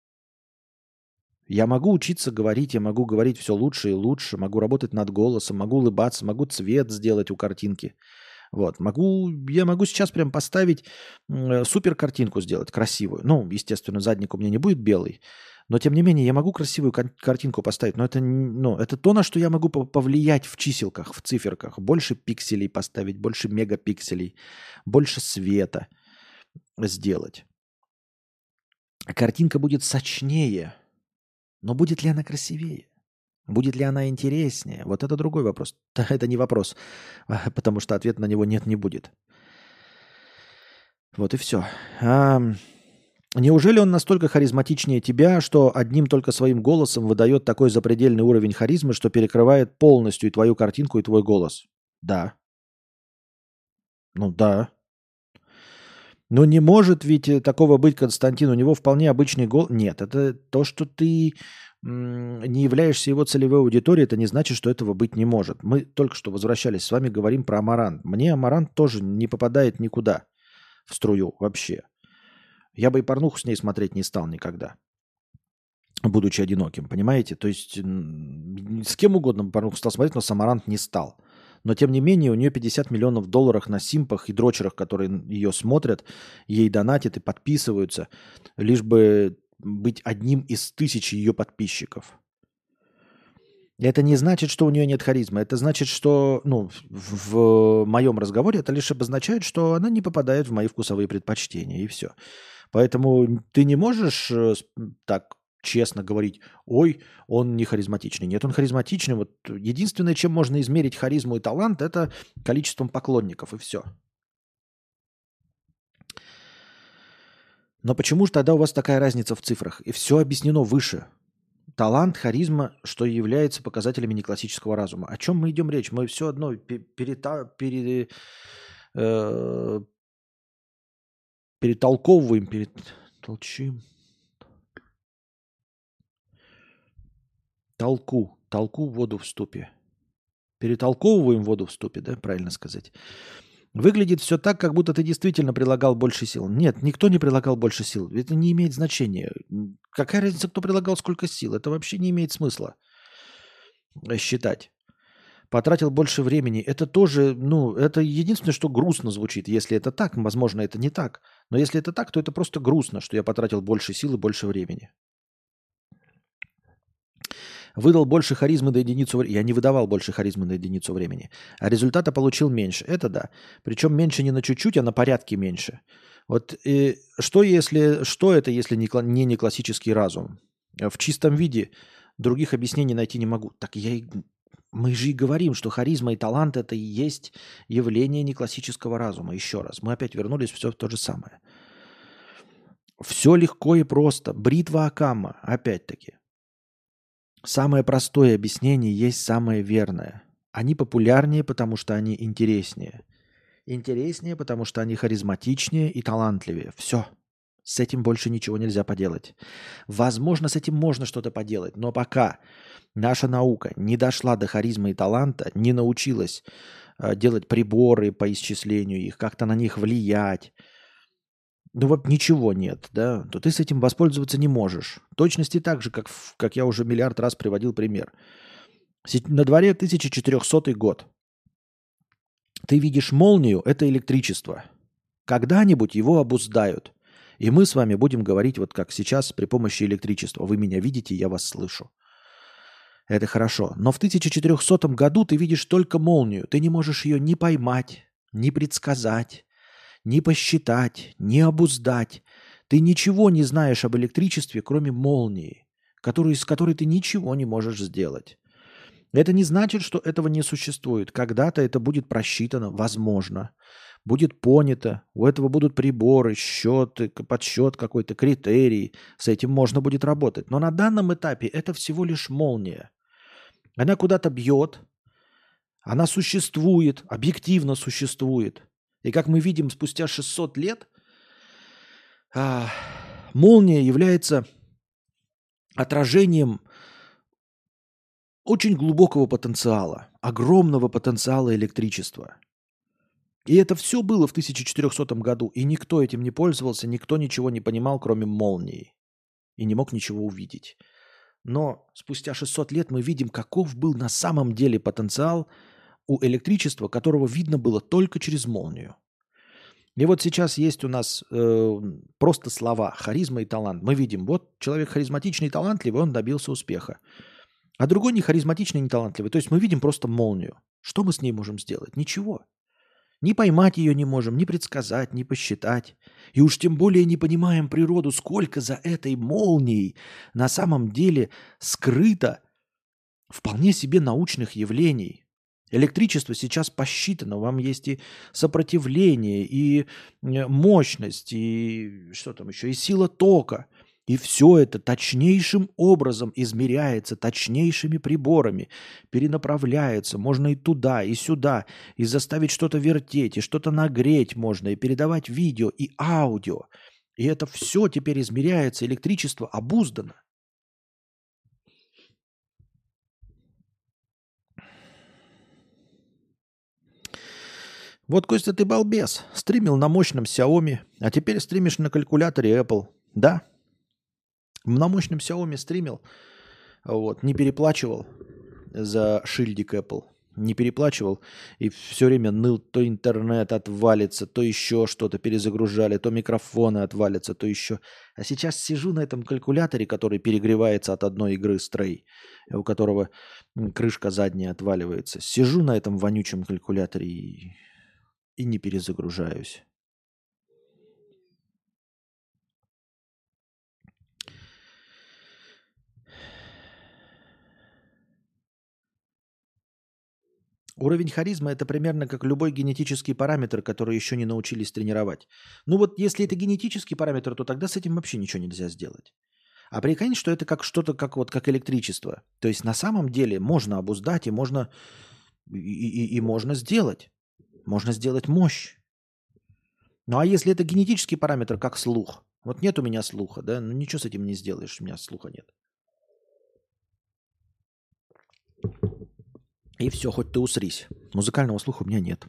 Я могу учиться говорить, я могу говорить все лучше и лучше, могу работать над голосом, могу улыбаться, могу цвет сделать у картинки. Вот, я могу сейчас прям поставить супер картинку сделать, красивую. Ну, естественно, задник у меня не будет белый, но тем не менее я могу красивую картинку поставить. Но это, ну, это то, на что я могу повлиять в чиселках, в циферках. Больше пикселей поставить, больше мегапикселей, больше света сделать. А картинка будет сочнее. Но будет ли она красивее? Будет ли она интереснее? Вот это другой вопрос. Это не вопрос, потому что ответа на него нет, не будет. Вот и все. Неужели он настолько харизматичнее тебя, что одним только своим голосом выдает такой запредельный уровень харизмы, что перекрывает полностью и твою картинку, и твой голос? Да. Ну да. Но не может ведь такого быть, Константин. У него вполне обычный голос. Нет, это то, что ты не являешься его целевой аудиторией, это не значит, что этого быть не может. Мы только что возвращались, с вами говорим про Амарант. Мне Амарант тоже не попадает никуда в струю вообще. Я бы и порнуху с ней смотреть не стал никогда, будучи одиноким, понимаете? То есть с кем угодно бы порнуху стал смотреть, но с Амарант не стал. Но, тем не менее, у нее 50 миллионов долларов на симпах и дрочерах, которые ее смотрят, ей донатят и подписываются, лишь бы быть одним из тысячи ее подписчиков. Это не значит, что у нее нет харизмы. Это значит, что, ну, в моем разговоре это лишь обозначает, что она не попадает в мои вкусовые предпочтения, и все. Поэтому ты не можешь так честно говорить, ой, он не харизматичный. Нет, он харизматичный. Вот единственное, чем можно измерить харизму и талант, это количеством поклонников, и все. Но почему же тогда у вас такая разница в цифрах? И все объяснено выше. Талант, харизма, что является показателями неклассического разума. О чем мы идем речь? Мы все одно перетолковываем, толчим. Толку воду в ступе. Перетолковываем воду в ступе, да, правильно сказать. Выглядит все так, как будто ты действительно прилагал больше сил. Нет, никто не прилагал больше сил. Это не имеет значения. Какая разница, кто прилагал сколько сил? Это вообще не имеет смысла считать. Потратил больше времени. Это тоже, ну, это единственное, что грустно звучит. Если это так, возможно, это не так. Но если это так, то это просто грустно, что я потратил больше сил и больше времени. Выдал больше харизмы на единицу времени. Я не выдавал больше харизмы на единицу времени. А результата получил меньше. Это да. Причем меньше не на чуть-чуть, а на порядке меньше. Вот что это, если не классический разум? В чистом виде других объяснений найти не могу. Мы же и говорим, что харизма и талант это и есть явление неклассического разума. Еще раз. Мы опять вернулись все в то же самое. Все легко и просто. Бритва Акама, опять-таки. Самое простое объяснение есть самое верное. Они популярнее, потому что они интереснее. Интереснее, потому что они харизматичнее и талантливее. Все. С этим больше ничего нельзя поделать. Возможно, с этим можно что-то поделать, но пока наша наука не дошла до харизмы и таланта, не научилась делать приборы по исчислению их, как-то на них влиять, ну вот ничего нет, да, то ты с этим воспользоваться не можешь. В точности так же, как я уже миллиард раз приводил пример. На дворе 1400 год. Ты видишь молнию – это электричество. Когда-нибудь его обуздают. И мы с вами будем говорить вот как сейчас при помощи электричества. Вы меня видите, я вас слышу. Это хорошо. Но в 1400 году ты видишь только молнию. Ты не можешь ее ни поймать, ни предсказать, ни посчитать, ни обуздать. Ты ничего не знаешь об электричестве, кроме молнии, с которой ты ничего не можешь сделать. Это не значит, что этого не существует. Когда-то это будет просчитано, возможно, будет понято. У этого будут приборы, счеты, подсчет какой-то, критерий. С этим можно будет работать. Но на данном этапе это всего лишь молния. Она куда-то бьет, она существует, объективно существует. И как мы видим, спустя 600 лет молния является отражением очень глубокого потенциала, огромного потенциала электричества. И это все было в 1400 году, и никто этим не пользовался, никто ничего не понимал, кроме молнии, и не мог ничего увидеть. Но спустя 600 лет мы видим, каков был на самом деле потенциал у электричества, которого видно было только через молнию. И вот сейчас есть у нас просто слова «харизма» и «талант». Мы видим, вот человек харизматичный и талантливый, он добился успеха. А другой не харизматичный и не талантливый. То есть мы видим просто молнию. Что мы с ней можем сделать? Ничего. Ни поймать ее не можем, ни предсказать, ни посчитать. И уж тем более не понимаем природу, сколько за этой молнией на самом деле скрыто вполне себе научных явлений. Электричество сейчас посчитано, вам есть и сопротивление, и мощность, и что там еще, и сила тока. И все это точнейшим образом измеряется, точнейшими приборами, перенаправляется. Можно и туда, и сюда, и заставить что-то вертеть, и что-то нагреть можно, и передавать видео, и аудио. И это все теперь измеряется, электричество обуздано. Вот, Костя, ты балбес. Стримил на мощном Xiaomi, а теперь стримишь на калькуляторе Apple. Да? На мощном Xiaomi стримил, вот, не переплачивал за шильдик Apple. Не переплачивал и все время ныл, то интернет отвалится, то еще что-то перезагружали, то микрофоны отвалятся, то еще. А сейчас сижу на этом калькуляторе, который перегревается от одной игры Stray, у которого крышка задняя отваливается. Сижу на этом вонючем калькуляторе и не перезагружаюсь. Уровень харизма – это примерно как любой генетический параметр, который еще не научились тренировать. Ну вот если это генетический параметр, то тогда с этим вообще ничего нельзя сделать. А прикинь, что это как что-то, как электричество. То есть на самом деле можно обуздать и можно, и можно сделать. Можно сделать мощь. Ну а если это генетический параметр, как слух. Вот нет у меня слуха, да? Ну ничего с этим не сделаешь, у меня слуха нет. И все, хоть ты усрись. Музыкального слуха у меня нет.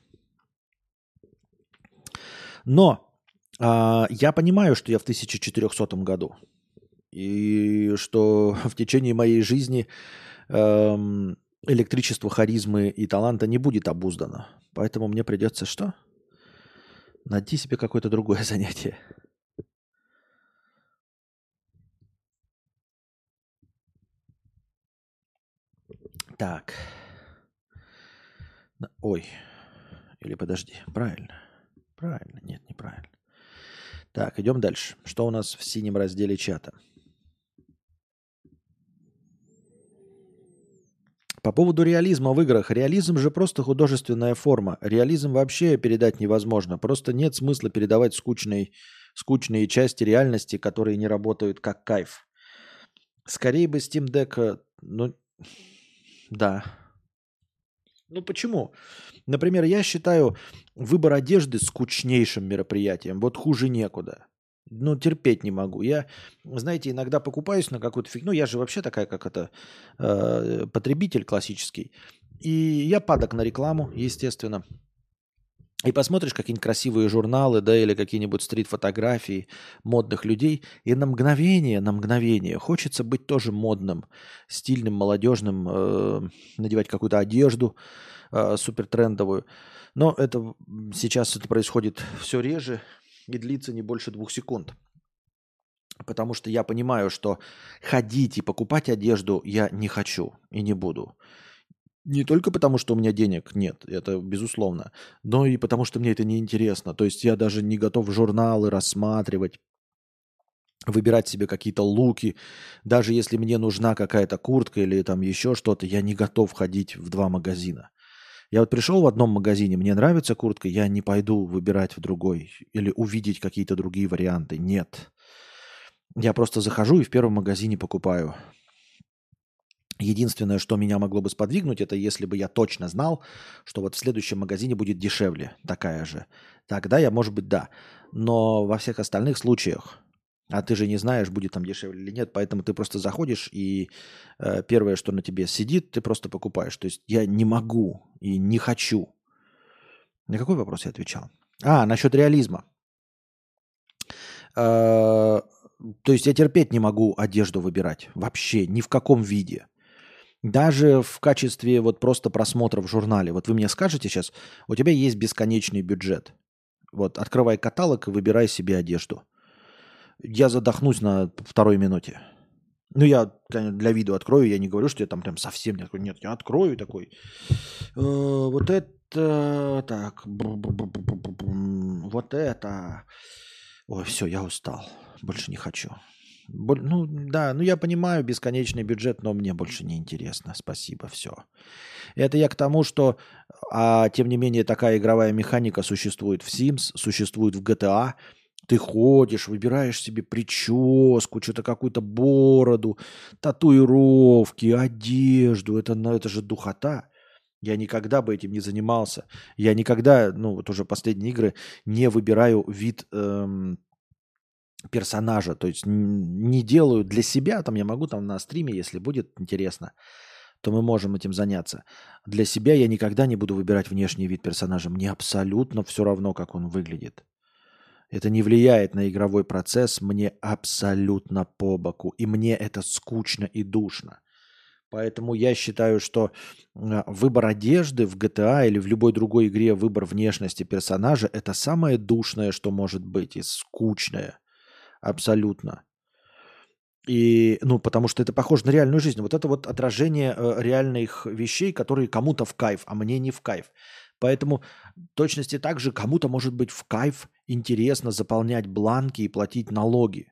Но я понимаю, что я в 1400 году. И что в течение моей жизни электричество харизмы и таланта не будет обуздано. Поэтому мне придется что? Найти себе какое-то другое занятие. Так. Ой. Или подожди. Правильно. Правильно. Нет, неправильно. Так, идем дальше. Что у нас в синем разделе чата? По поводу реализма в играх. Реализм же просто художественная форма. Реализм вообще передать невозможно. Просто нет смысла передавать скучные части реальности, которые не работают как кайф. Скорее бы Steam Deck, ну, да. Ну почему? Например, я считаю выбор одежды скучнейшим мероприятием. Вот хуже некуда. Ну, терпеть не могу. Я, знаете, иногда покупаюсь на какую-то фигню. Я же вообще такая, как это, потребитель классический. И я падок на рекламу, естественно. И посмотришь какие-нибудь красивые журналы, да, или какие-нибудь стрит-фотографии модных людей, и на мгновение хочется быть тоже модным, стильным, молодежным, надевать какую-то одежду супер трендовую. Но сейчас это происходит все реже и длится не больше 2 секунд. Потому что я понимаю, что ходить и покупать одежду я не хочу и не буду. Не только потому, что у меня денег нет, это безусловно, но и потому, что мне это неинтересно. То есть я даже не готов журналы рассматривать, выбирать себе какие-то луки. Даже если мне нужна какая-то куртка или там еще что-то, я не готов ходить в 2 магазина. Я вот пришел в одном магазине, мне нравится куртка, я не пойду выбирать в другой или увидеть какие-то другие варианты. Нет. Я просто захожу и в первом магазине покупаю. Единственное, что меня могло бы сподвигнуть, это если бы я точно знал, что вот в следующем магазине будет дешевле такая же. Тогда я, может быть, да. Но во всех остальных случаях, а ты же не знаешь, будет там дешевле или нет, поэтому ты просто заходишь и первое, что на тебе сидит, ты просто покупаешь. То есть я не могу и не хочу. На какой вопрос я отвечал? Насчет реализма. То есть я терпеть не могу одежду выбирать. Вообще, ни в каком виде. Даже в качестве вот просто просмотра в журнале. Вот вы мне скажете сейчас, у тебя есть бесконечный бюджет. Вот открывай каталог и выбирай себе одежду. Я задохнусь на 2 минуте. Ну, я конечно, для виду открою, я не говорю, что я там прям совсем не открою. Нет, я открою такой. Вот это... Так. Вот это... Ой, все, я устал. Больше не хочу. Ну, да, ну я понимаю, бесконечный бюджет, но мне больше не интересно. Спасибо, все. Это я к тому, что, тем не менее, такая игровая механика существует в Sims, существует в GTA. Ты ходишь, выбираешь себе прическу, что-то какую-то бороду, татуировки, одежду. Это же духота. Я никогда бы этим не занимался. Я никогда, ну вот уже последние игры, не выбираю вид персонажа. То есть не делаю для себя. Там я могу там на стриме, если будет интересно, то мы можем этим заняться. Для себя я никогда не буду выбирать внешний вид персонажа. Мне абсолютно все равно, как он выглядит. Это не влияет на игровой процесс. Мне абсолютно по боку. И мне это скучно и душно. Поэтому я считаю, что выбор одежды в GTA или в любой другой игре, выбор внешности персонажа – это самое душное, что может быть, и скучное. Абсолютно. И, ну, потому что это похоже на реальную жизнь. Вот это вот отражение реальных вещей, которые кому-то в кайф, а мне не в кайф. Поэтому в точности так же кому-то может быть в кайф интересно заполнять бланки и платить налоги.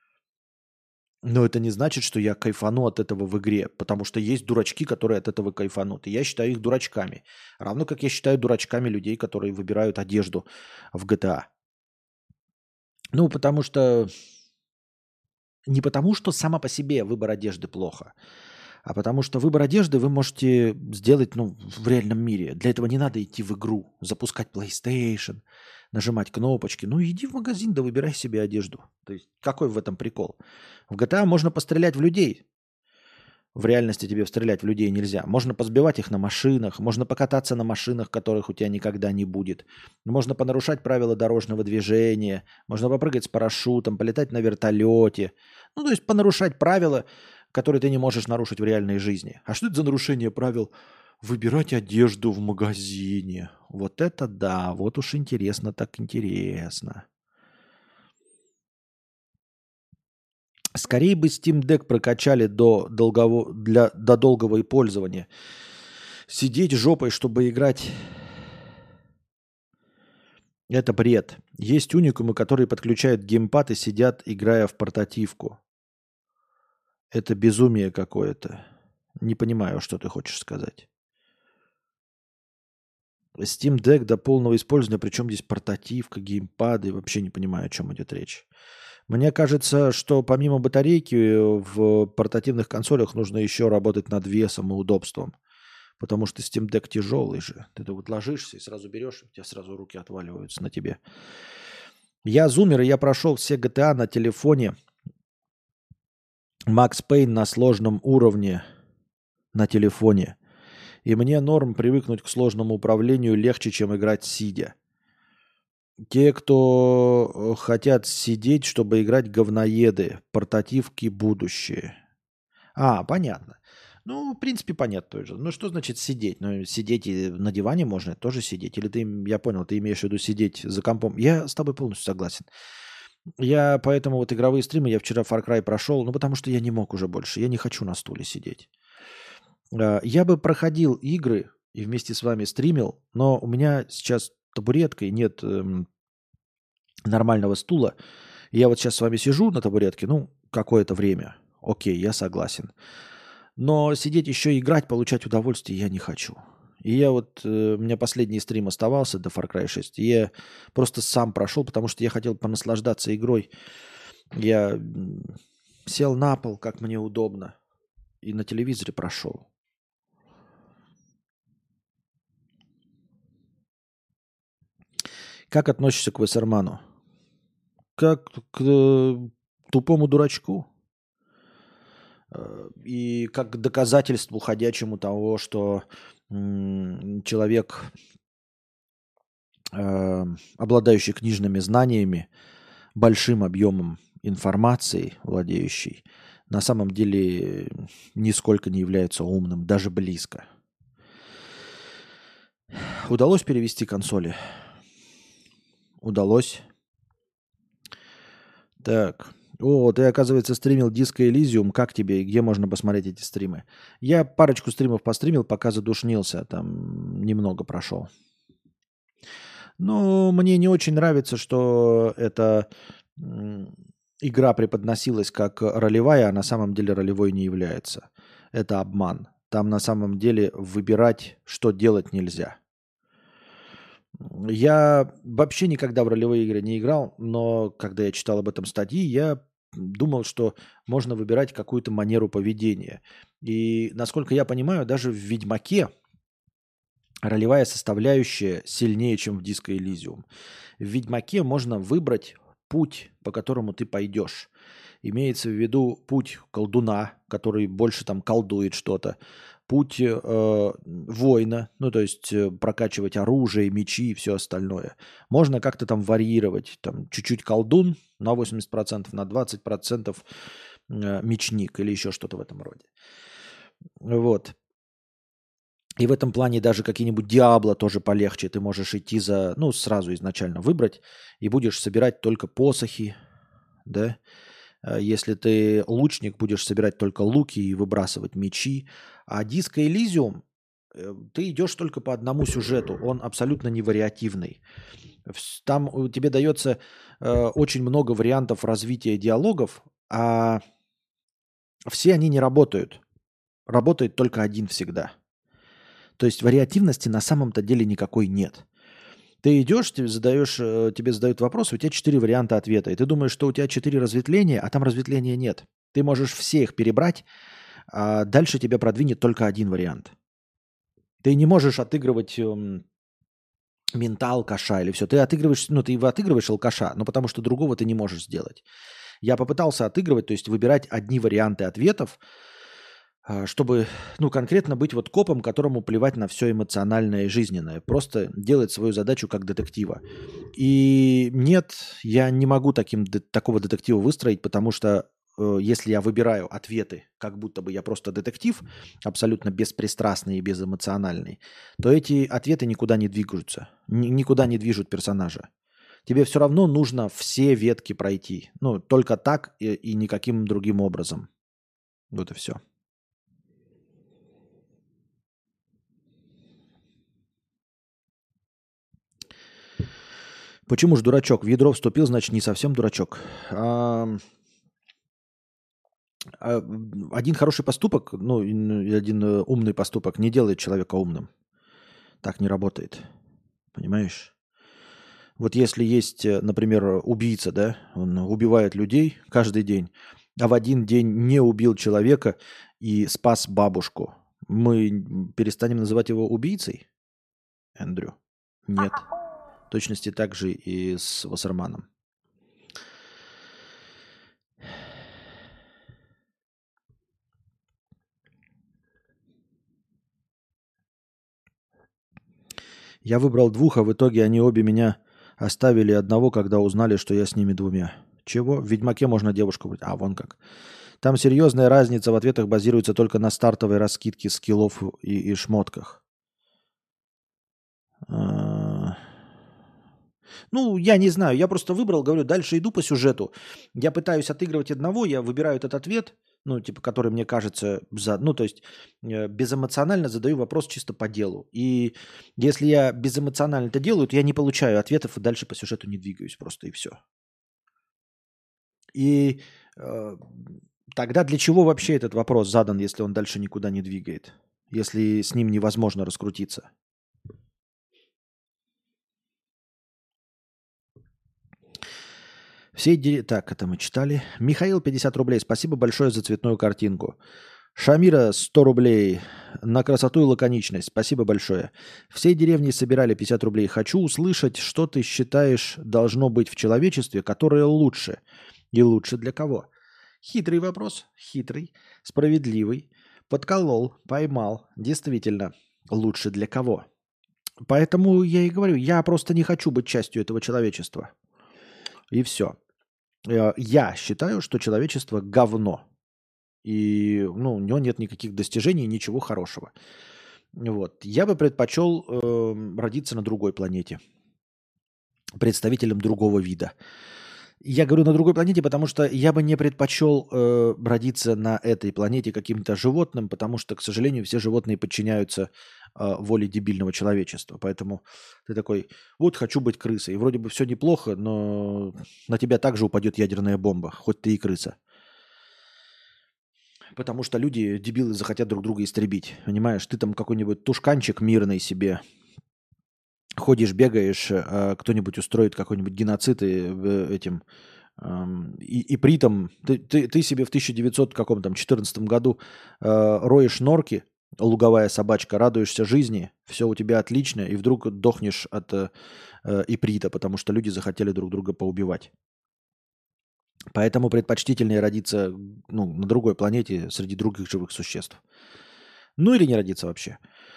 Но это не значит, что я кайфану от этого в игре, потому что есть дурачки, которые от этого кайфанут. И я считаю их дурачками. Равно как я считаю дурачками людей, которые выбирают одежду в GTA. Ну, потому что... Не потому, что сама по себе выбор одежды плохо, а потому что выбор одежды вы можете сделать в реальном мире. Для этого не надо идти в игру, запускать PlayStation, нажимать кнопочки. Ну иди в магазин, да выбирай себе одежду. То есть какой в этом прикол? В GTA можно пострелять в людей. В реальности тебе стрелять в людей нельзя. Можно позбивать их на машинах, можно покататься на машинах, которых у тебя никогда не будет. Можно понарушать правила дорожного движения, можно попрыгать с парашютом, полетать на вертолете. Ну, то есть понарушать правила, которые ты не можешь нарушить в реальной жизни. А что это за нарушение правил? Выбирать одежду в магазине. Вот это да, вот уж интересно, так интересно. Скорее бы Steam Deck прокачали до долгого и пользования. Сидеть жопой, чтобы играть, это бред. Есть уникумы, которые подключают геймпад и сидят, играя в портативку. Это безумие какое-то. Не понимаю, что ты хочешь сказать. Steam Deck до полного использования, причем здесь портативка, геймпады, вообще не понимаю, о чем идет речь. Мне кажется, что помимо батарейки в портативных консолях нужно еще работать над весом и удобством. Потому что Steam Deck тяжелый же. Ты вот ложишься и сразу берешь, и у тебя сразу руки отваливаются на тебе. Я зумер, и я прошел все GTA на телефоне. Max Payne на сложном уровне на телефоне. И мне норм привыкнуть к сложному управлению легче, чем играть сидя. Те, кто хотят сидеть, чтобы играть говноеды, портативки будущее. Понятно. Ну, в принципе, понятно тоже. Ну, что значит сидеть? Ну, сидеть и на диване можно тоже сидеть. Или ты, я понял, ты имеешь в виду сидеть за компом. Я с тобой полностью согласен. Я поэтому вот игровые стримы, я вчера Far Cry прошел, ну, потому что я не мог уже больше. Я не хочу на стуле сидеть. Я бы проходил игры и вместе с вами стримил, но у меня сейчас табуретка и нет нормального стула. Я вот сейчас с вами сижу на табуретке, ну, какое-то время. Окей, я согласен. Но сидеть еще и играть, получать удовольствие я не хочу. И я вот, у меня последний стрим оставался до Far Cry 6, и я просто сам прошел, потому что я хотел понаслаждаться игрой. Я сел на пол, как мне удобно, и на телевизоре прошел. Как относишься к Вассерману? Как к тупому дурачку? И как к доказательству ходячему того, что человек, обладающий книжными знаниями, большим объемом информации, владеющий, на самом деле нисколько не является умным, даже близко. Удалось перевести консоли? Удалось. Так. О, ты, оказывается, стримил Disco Elysium. Как тебе и где можно посмотреть эти стримы? Я парочку стримов постримил, пока задушнился. Там немного прошел. Но мне не очень нравится, что эта игра преподносилась как ролевая, а на самом деле ролевой не является. Это обман. Там на самом деле выбирать, что делать, нельзя. Я вообще никогда в ролевые игры не играл, но когда я читал об этом статьи, я думал, что можно выбирать какую-то манеру поведения. И, насколько я понимаю, даже в «Ведьмаке» ролевая составляющая сильнее, чем в Disco Elysium. В «Ведьмаке» можно выбрать путь, по которому ты пойдешь. Имеется в виду путь колдуна, который больше там колдует что-то, путь воина, ну то есть прокачивать оружие, мечи и все остальное. Можно как-то там варьировать, там чуть-чуть колдун на 80%, на 20% мечник или еще что-то в этом роде. Вот. И в этом плане даже какие-нибудь Диабло тоже полегче. Ты можешь идти за, ну сразу изначально выбрать и будешь собирать только посохи, да. Если ты лучник, будешь собирать только луки и выбрасывать мечи. А Disco Elysium, ты идешь только по одному сюжету. Он абсолютно не вариативный. Там тебе дается очень много вариантов развития диалогов, а все они не работают. Работает только один всегда. То есть вариативности на самом-то деле никакой нет. Ты идешь, тебе задают вопрос, у тебя 4 варианта ответа. И ты думаешь, что у тебя 4 разветвления, а там разветвления нет. Ты можешь все их перебрать, а дальше тебя продвинет только один вариант. Ты не можешь отыгрывать мента, алкаша или все. Ты отыгрываешь алкаша, но потому что другого ты не можешь сделать. Я попытался отыгрывать, то есть выбирать одни варианты ответов, чтобы, конкретно быть вот копом, которому плевать на все эмоциональное и жизненное. Просто делать свою задачу как детектива. И нет, я не могу такого детектива выстроить, потому что если я выбираю ответы, как будто бы я просто детектив, абсолютно беспристрастный и безэмоциональный, то эти ответы никуда не двигаются, никуда не движут персонажа. Тебе все равно нужно все ветки пройти. Ну, только так и никаким другим образом. Вот и все. Почему же дурачок? В ядро вступил, значит, не совсем дурачок. Один хороший поступок, ну, и один умный поступок не делает человека умным. Так не работает. Понимаешь? Вот если есть, например, убийца, да, он убивает людей каждый день, а в один день не убил человека и спас бабушку, мы перестанем называть его убийцей, Эндрю? Нет. В точности так же и с Вассерманом. Я выбрал двух, а в итоге они обе меня оставили одного, когда узнали, что я с ними двумя. Чего? В Ведьмаке можно девушку быть. А, вон как. Там серьезная разница в ответах базируется только на стартовой раскидке скиллов и шмотках. Ну, я не знаю, я просто выбрал, говорю, дальше иду по сюжету. Я пытаюсь отыгрывать одного, я выбираю этот ответ, ну, типа, который мне кажется, ну, то есть безэмоционально задаю вопрос чисто по делу. И если я безэмоционально это делаю, то я не получаю ответов и дальше по сюжету не двигаюсь просто, и все. И тогда для чего вообще этот вопрос задан, если он дальше никуда не двигает? Если с ним невозможно раскрутиться? Так, это мы читали. Михаил, 50 рублей. Спасибо большое за цветную картинку. Шамира, 100 рублей. На красоту и лаконичность. Спасибо большое. Всей деревни собирали 50 рублей. Хочу услышать, что ты считаешь должно быть в человечестве, которое лучше. И лучше для кого? Хитрый вопрос. Хитрый. Справедливый. Подколол. Поймал. Действительно. Лучше для кого? Поэтому я и говорю, я просто не хочу быть частью этого человечества. И все. Я считаю, что человечество говно. И ну, у него нет никаких достижений, ничего хорошего. Вот. Я бы предпочел родиться на другой планете. Представителем другого вида. Я говорю на другой планете, потому что я бы не предпочел родиться на этой планете каким-то животным, потому что, к сожалению, все животные подчиняются воле дебильного человечества. Поэтому ты такой, вот хочу быть крысой. И вроде бы все неплохо, но на тебя также упадет ядерная бомба, хоть ты и крыса. Потому что люди, дебилы, захотят друг друга истребить. Понимаешь, ты там какой-нибудь тушканчик мирный себе ходишь, бегаешь, кто-нибудь устроит какой-нибудь геноцид этим ипритом. Ты себе в 1914 году роешь норки, луговая собачка, радуешься жизни, все у тебя отлично, и вдруг дохнешь от иприта, потому что люди захотели друг друга поубивать. Поэтому предпочтительнее родиться на другой планете среди других живых существ. Ну или не родиться вообще.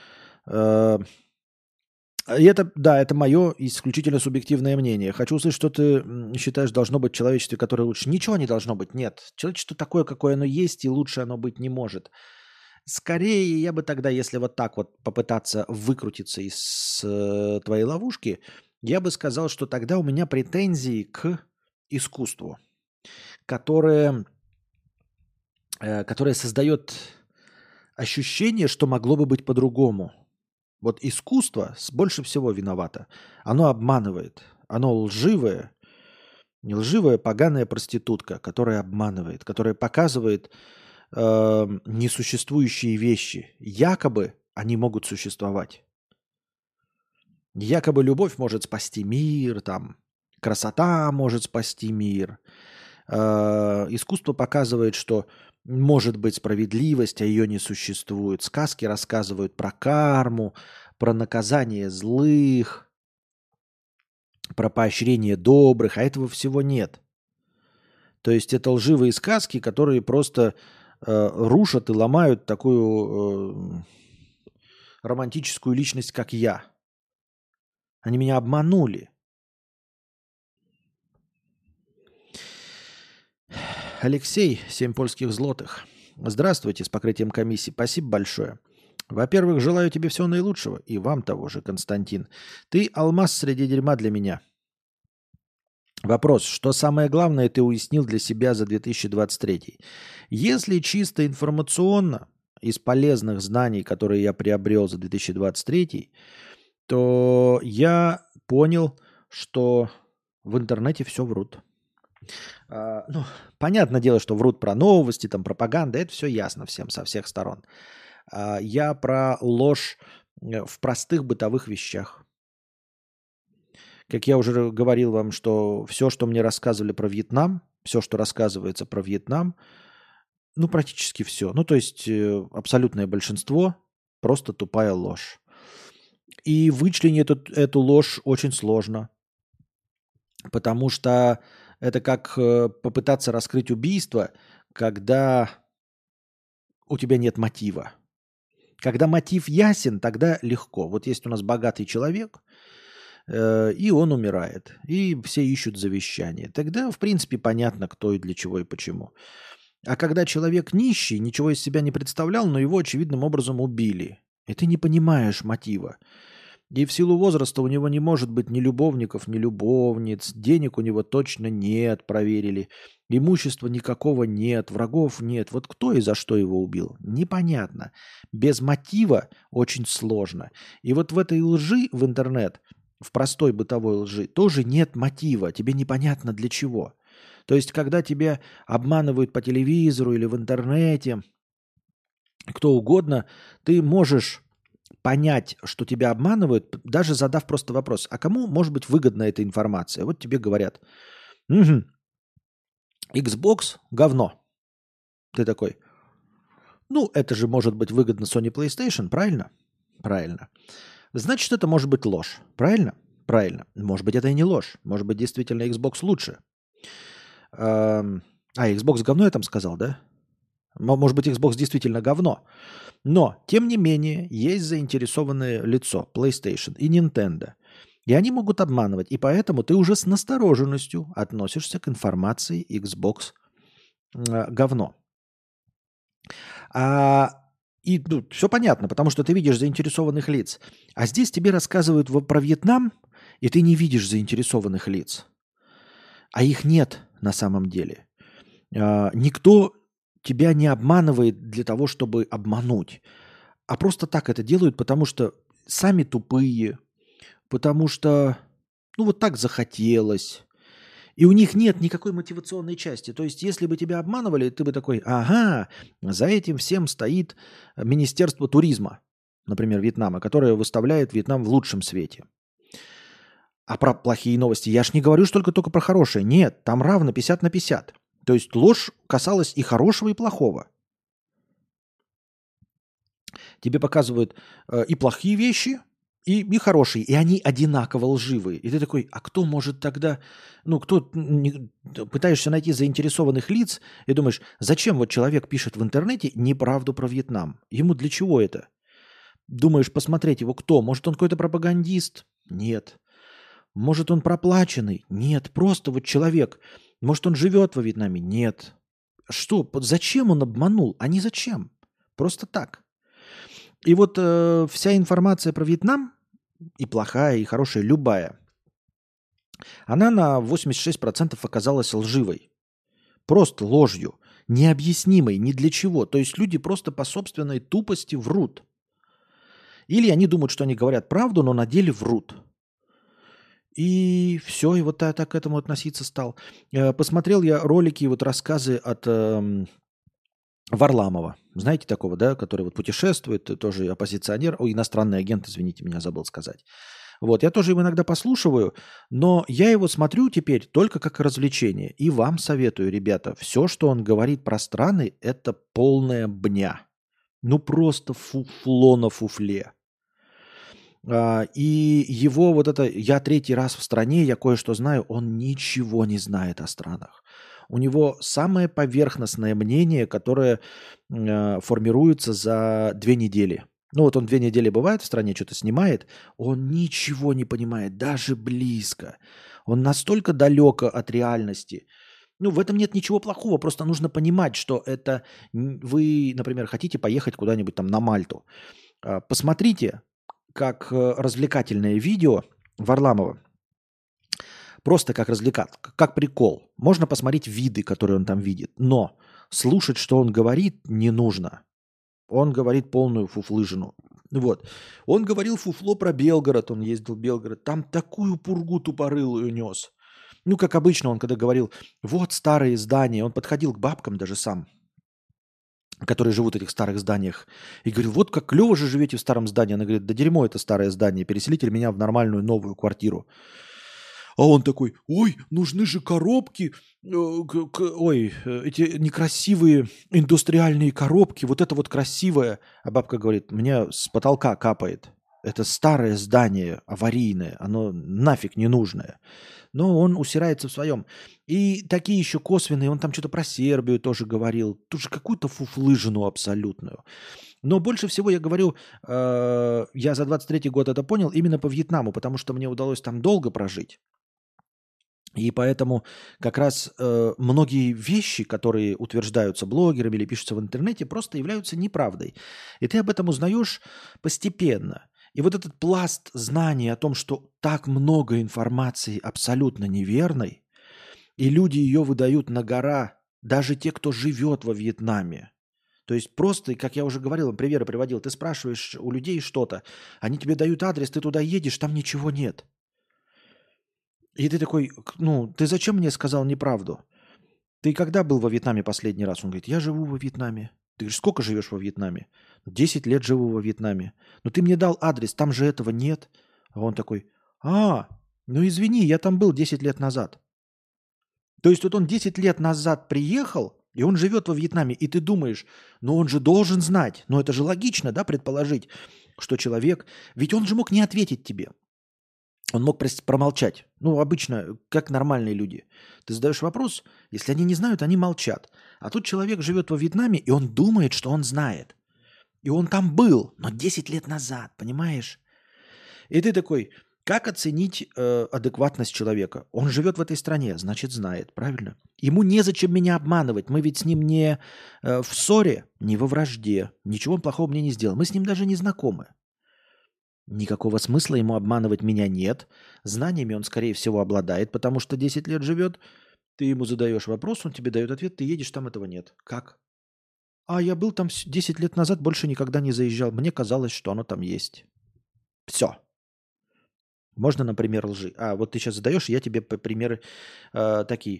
И это, да, это мое исключительно субъективное мнение. Хочу услышать, что ты считаешь должно быть в человечестве, которое лучше. Ничего не должно быть, нет. Человечество такое, какое оно есть, и лучше оно быть не может. Скорее, я бы тогда, если вот так вот попытаться выкрутиться из твоей ловушки, я бы сказал, что тогда у меня претензии к искусству, которое создает ощущение, что могло бы быть по-другому. Вот искусство больше всего виновато. Оно обманывает. Оно лживое. Не лживая, поганая проститутка, которая обманывает, которая показывает несуществующие вещи. Якобы они могут существовать. Якобы любовь может спасти мир, там, красота может спасти мир. Искусство показывает, что может быть справедливость, а ее не существует. Сказки рассказывают про карму, про наказание злых, про поощрение добрых, а этого всего нет. То есть это лживые сказки, которые просто рушат и ломают такую романтическую личность, как я. Они меня обманули. Алексей, 7 польских злотых. Здравствуйте, с покрытием комиссии. Спасибо большое. Во-первых, желаю тебе всего наилучшего. И вам того же, Константин. Ты алмаз среди дерьма для меня. Вопрос, что самое главное ты уяснил для себя за 2023? Если чисто информационно, из полезных знаний, которые я приобрел за 2023, то я понял, что в интернете все врут. Ну, понятное дело, что врут про новости, там, пропаганда, это все ясно всем со всех сторон. Я про ложь в простых бытовых вещах. Как я уже говорил вам, что все, что мне рассказывали про Вьетнам, все, что рассказывается про Вьетнам, ну, практически все. Ну, то есть абсолютное большинство просто тупая ложь. И вычленить эту ложь очень сложно, потому что это как попытаться раскрыть убийство, когда у тебя нет мотива. Когда мотив ясен, тогда легко. Вот есть у нас богатый человек, и он умирает, и все ищут завещание. Тогда, в принципе, понятно, кто и для чего и почему. А когда человек нищий, ничего из себя не представлял, но его очевидным образом убили, и ты не понимаешь мотива. И в силу возраста у него не может быть ни любовников, ни любовниц, денег у него точно нет, проверили, имущества никакого нет, врагов нет. Вот кто и за что его убил? Непонятно. Без мотива очень сложно. И вот в этой лжи в интернет, в простой бытовой лжи, тоже нет мотива, тебе непонятно для чего. То есть, когда тебя обманывают по телевизору или в интернете, кто угодно, ты можешь понять, что тебя обманывают, даже задав просто вопрос, а кому может быть выгодна эта информация? Вот тебе говорят, угу, Xbox говно. Ты такой, ну, это же может быть выгодно Sony PlayStation, правильно? Правильно. Значит, это может быть ложь, правильно? Правильно. Может быть, это и не ложь. Может быть, действительно Xbox лучше. Xbox говно я там сказал, да? Может быть, Xbox действительно говно. Но, тем не менее, есть заинтересованное лицо PlayStation и Nintendo. И они могут обманывать. И поэтому ты уже с настороженностью относишься к информации Xbox говно. И все понятно, потому что ты видишь заинтересованных лиц. А здесь тебе рассказывают про Вьетнам, и ты не видишь заинтересованных лиц. А их нет на самом деле. Никто тебя не обманывает для того, чтобы обмануть. А просто так это делают, потому что сами тупые, потому что, ну, вот так захотелось. И у них нет никакой мотивационной части. То есть, если бы тебя обманывали, ты бы такой, ага, за этим всем стоит Министерство туризма, например, Вьетнама, которое выставляет Вьетнам в лучшем свете. А про плохие новости я ж не говорю, что только про хорошие. Нет, там равно 50 на 50. То есть ложь касалась и хорошего, и плохого. Тебе показывают и плохие вещи, и хорошие, и они одинаково лживые. И ты такой, а кто может тогда, пытаешься найти заинтересованных лиц и думаешь, зачем вот человек пишет в интернете неправду про Вьетнам? Ему для чего это? Думаешь, посмотреть его кто? Может, он какой-то пропагандист? Нет. Может, он проплаченный? Нет. Просто вот человек. Может, он живет во Вьетнаме? Нет. Что? Зачем он обманул? А не зачем. Просто так. И вот вся информация про Вьетнам, и плохая, и хорошая, любая, она на 86% оказалась лживой. Просто ложью. Необъяснимой, ни для чего. То есть люди просто по собственной тупости врут. Или они думают, что они говорят правду, но на деле врут. И все, и вот я так к этому относиться стал. Посмотрел я ролики, вот рассказы от Варламова. Знаете такого, да, который вот путешествует, тоже оппозиционер, иностранный агент, извините, меня забыл сказать. Вот, я тоже его иногда послушиваю, но я его смотрю теперь только как развлечение. И вам советую, ребята, все, что он говорит про страны, это полная бня. Ну просто фуфло на фуфле. И его вот это «я третий раз в стране, я кое-что знаю», он ничего не знает о странах. У него самое поверхностное мнение, которое формируется за 2 недели. Ну вот он 2 недели бывает в стране, что-то снимает, он ничего не понимает, даже близко. Он настолько далек от реальности. Ну, в этом нет ничего плохого, просто нужно понимать, что это вы, например, хотите поехать куда-нибудь там на Мальту. Посмотрите, как развлекательное видео Варламова Просто как развлекат, как прикол. Можно посмотреть виды, которые он там видит, но слушать, что он говорит, не нужно. Он говорит полную фуфлыжину. Вот. Он говорил фуфло про Белгород, он ездил в Белгород. Там такую пургу тупорылую нес. Ну, как обычно, он когда говорил, вот старые здания, он подходил к бабкам даже сам, которые живут в этих старых зданиях, и говорил, вот как клево же живете в старом здании. Она говорит, да дерьмо это старое здание, переселите меня в нормальную новую квартиру. А он такой, ой, нужны же коробки, эти некрасивые индустриальные коробки, вот это вот красивое. А бабка говорит, мне с потолка капает. Это старое здание, аварийное, оно нафиг не нужное. Но он усирается в своем. И такие еще косвенные, он там что-то про Сербию тоже говорил, тоже какую-то фуфлыжину абсолютную. Но больше всего я говорю, я за 23-й год это понял именно по Вьетнаму, потому что мне удалось там долго прожить. И поэтому как раз многие вещи, которые утверждаются блогерами или пишутся в интернете, просто являются неправдой. И ты об этом узнаешь постепенно. И вот этот пласт знаний о том, что так много информации абсолютно неверной, и люди ее выдают на гора, даже те, кто живет во Вьетнаме. То есть просто, как я уже говорил, примеры приводил, ты спрашиваешь у людей что-то, они тебе дают адрес, ты туда едешь, там ничего нет. И ты такой, ну, ты зачем мне сказал неправду? Ты когда был во Вьетнаме последний раз? Он говорит, я живу во Вьетнаме. Ты говоришь, сколько живешь во Вьетнаме? 10 лет живу во Вьетнаме. Но ты мне дал адрес, там же этого нет. А он такой, ну извини, я там был 10 лет назад. То есть вот он 10 лет назад приехал, и он живет во Вьетнаме, и ты думаешь, ну он же должен знать. Ну это же логично, да, предположить, что человек... Ведь он же мог не ответить тебе. Он мог промолчать. Ну, обычно, как нормальные люди. Ты задаешь вопрос, если они не знают, они молчат. А тут человек живет во Вьетнаме, и он думает, что он знает. И он там был, но 10 лет назад, понимаешь? И ты такой, как оценить адекватность человека? Он живет в этой стране, значит, знает, правильно? Ему незачем меня обманывать. Мы ведь с ним не в ссоре, не во вражде. Ничего он плохого мне не сделал. Мы с ним даже не знакомы. Никакого смысла ему обманывать меня нет. Знаниями он, скорее всего, обладает, потому что 10 лет живет. Ты ему задаешь вопрос, он тебе дает ответ, ты едешь, там этого нет. Как? А я был там 10 лет назад, больше никогда не заезжал. Мне казалось, что оно там есть. Все. Можно, например, лжи. Вот ты сейчас задаешь, я тебе примеры такие.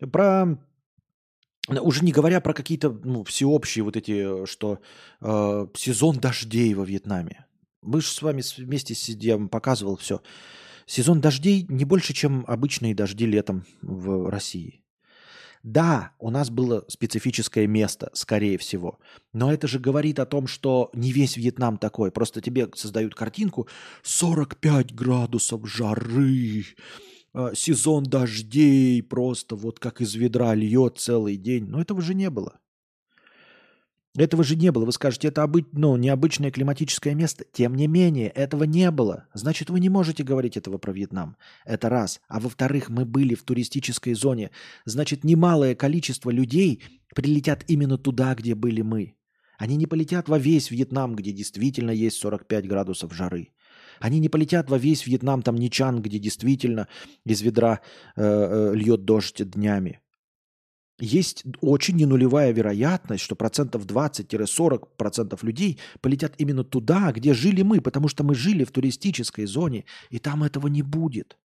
Уже не говоря про какие-то всеобщие вот эти, что сезон дождей во Вьетнаме. Мы же с вами вместе я вам показывал все. Сезон дождей не больше, чем обычные дожди летом в России. Да, у нас было специфическое место, скорее всего. Но это же говорит о том, что не весь Вьетнам такой. Просто тебе создают картинку 45 градусов жары, сезон дождей, просто вот как из ведра льет целый день. Но этого же не было. Этого же не было. Вы скажете, это необычное климатическое место. Тем не менее, этого не было. Значит, вы не можете говорить этого про Вьетнам. Это раз. А во-вторых, мы были в туристической зоне. Значит, немалое количество людей прилетят именно туда, где были мы. Они не полетят во весь Вьетнам, где действительно есть 45 градусов жары. Они не полетят во весь Вьетнам, там Ничан, где действительно из ведра льет дождь днями. Есть очень ненулевая вероятность, что 20-40% людей полетят именно туда, где жили мы, потому что мы жили в туристической зоне, и там этого не будет.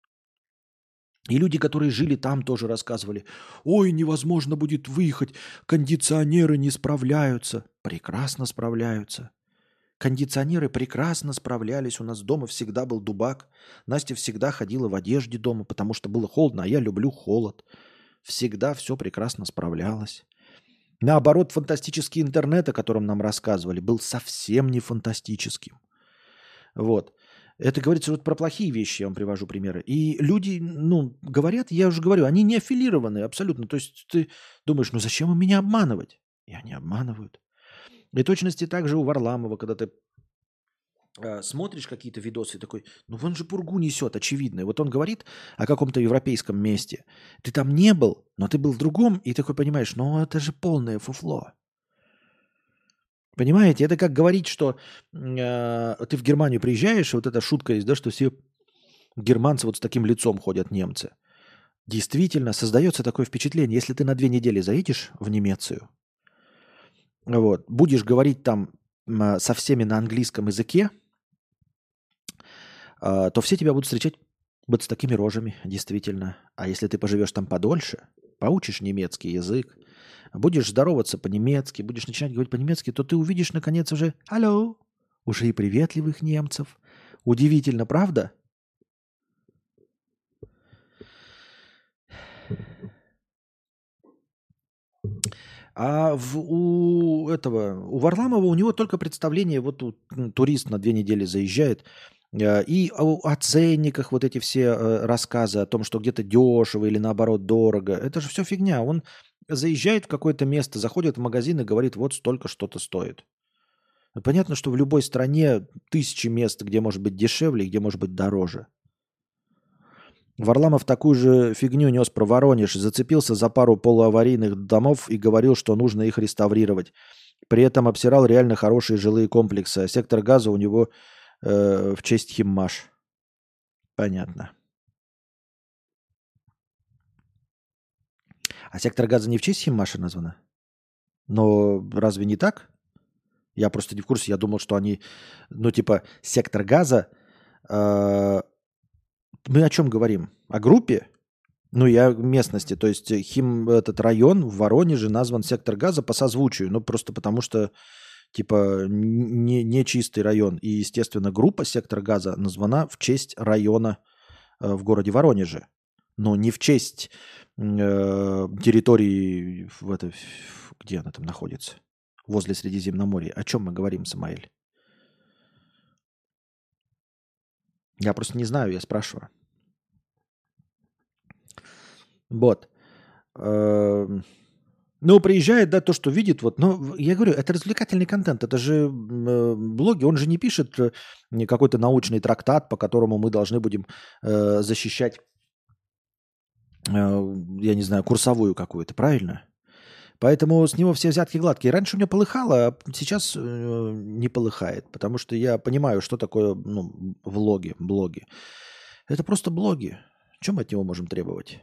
И люди, которые жили там, тоже рассказывали, ой, невозможно будет выехать, кондиционеры не справляются. Прекрасно справляются. Кондиционеры прекрасно справлялись, у нас дома всегда был дубак. Настя всегда ходила в одежде дома, потому что было холодно, а я люблю холод. Всегда все прекрасно справлялось. Наоборот, фантастический интернет, о котором нам рассказывали, был совсем не фантастическим. Вот. Это говорится вот про плохие вещи, я вам привожу примеры. И люди, говорят, я уже говорю, они не аффилированы абсолютно. То есть ты думаешь, зачем им меня обманывать? И они обманывают. И точности также у Варламова, когда ты смотришь какие-то видосы и такой, он же пургу несет, очевидно. И вот он говорит о каком-то европейском месте. Ты там не был, но ты был в другом, и такой понимаешь, это же полное фуфло. Понимаете, это как говорить, что ты в Германию приезжаешь, и вот эта шутка есть, да, что все германцы вот с таким лицом ходят, немцы. действительно создается такое впечатление, если ты на 2 недели заедешь в Немецию, вот, будешь говорить там со всеми на английском языке, то все тебя будут встречать вот с такими рожами, действительно. А если ты поживешь там подольше, поучишь немецкий язык, будешь здороваться по-немецки, будешь начинать говорить по-немецки, то ты увидишь, наконец, уже «Алло!» уже и приветливых немцев. Удивительно, правда? А у Варламова у него только представление, вот турист на 2 недели заезжает, и о ценниках вот эти все рассказы о том, что где-то дешево или наоборот дорого, это же все фигня. Он заезжает в какое-то место, заходит в магазин и говорит, вот столько что-то стоит. Понятно, что в любой стране тысячи мест, где может быть дешевле, где может быть дороже. Варламов такую же фигню нес про Воронеж, зацепился за пару полуаварийных домов и говорил, что нужно их реставрировать. При этом обсирал реально хорошие жилые комплексы, а сектор газа у него в честь Химмаш. Понятно. А сектор газа не в честь Химмаша названо? Но разве не так? Я просто не в курсе. Я думал, что они, ну типа, сектор газа. Мы о чем говорим? О группе? Ну, и о местности. То есть этот район в Воронеже назван сектор газа по созвучию. Ну, просто потому что, типа, не чистый район. И, естественно, группа сектор газа названа в честь района в городе Воронеже. Но не в честь территории, где она там находится, возле Средиземноморья. О чем мы говорим, Самаэль? Я просто не знаю, я спрашиваю. Вот. Ну, приезжает, да, то, что видит, вот, но я говорю, это развлекательный контент, это же блоги, он же не пишет какой-то научный трактат, по которому мы должны будем защищать, я не знаю, курсовую какую-то, правильно? Поэтому с него все взятки гладкие. Раньше у меня полыхало, а сейчас не полыхает, потому что я понимаю, что такое блоги. Это просто блоги. Чем мы от него можем требовать?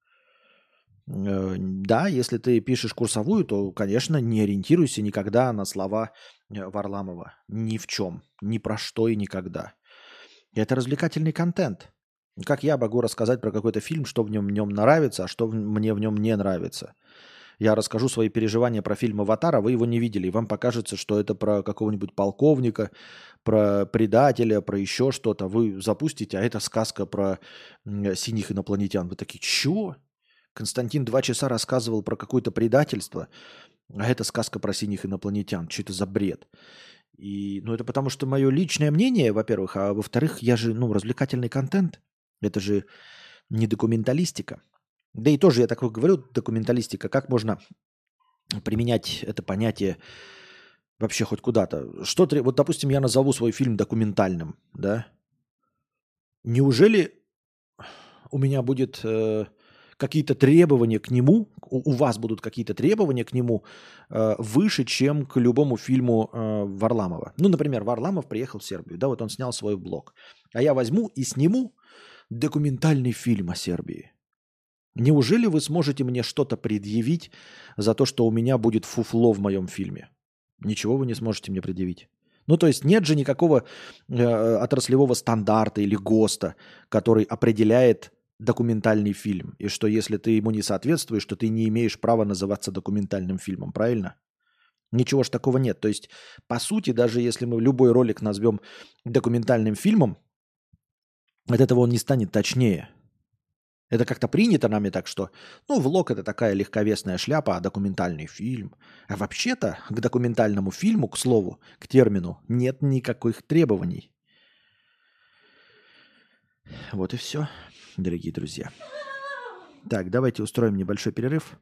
Да, если ты пишешь курсовую, то, конечно, не ориентируйся никогда на слова Варламова. Ни в чем, ни про что и никогда. Это развлекательный контент. Как я могу рассказать про какой-то фильм, что в нем нравится, а что мне в нем не нравится? Я расскажу свои переживания про фильм «Аватар», а вы его не видели, и вам покажется, что это про какого-нибудь полковника, про предателя, про еще что-то. Вы запустите, а это сказка про синих инопланетян. Вы такие, чего? Константин 2 часа рассказывал про какое-то предательство, а это сказка про синих инопланетян. Что это за бред? И, это потому что мое личное мнение, во-первых, а во-вторых, я же, развлекательный контент. Это же не документалистика. Да и тоже я такое говорю, документалистика. Как можно применять это понятие вообще хоть куда-то? Вот, допустим, я назову свой фильм документальным, да? Неужели у меня будет какие-то требования к нему, у вас будут какие-то требования к нему выше, чем к любому фильму Варламова? Ну, например, Варламов приехал в Сербию, да, вот он снял свой блог. А я возьму и сниму документальный фильм о Сербии. Неужели вы сможете мне что-то предъявить за то, что у меня будет фуфло в моем фильме? Ничего вы не сможете мне предъявить. Ну, то есть нет же никакого отраслевого стандарта или ГОСТа, который определяет документальный фильм. И что если ты ему не соответствуешь, то ты не имеешь права называться документальным фильмом, правильно? Ничего ж такого нет. То есть, по сути, даже если мы любой ролик назовем документальным фильмом, от этого он не станет точнее. Это как-то принято нами так, что, влог – это такая легковесная шляпа, а документальный фильм. А вообще-то к документальному фильму, к слову, к термину, нет никаких требований. Вот и все, дорогие друзья. Так, давайте устроим небольшой перерыв.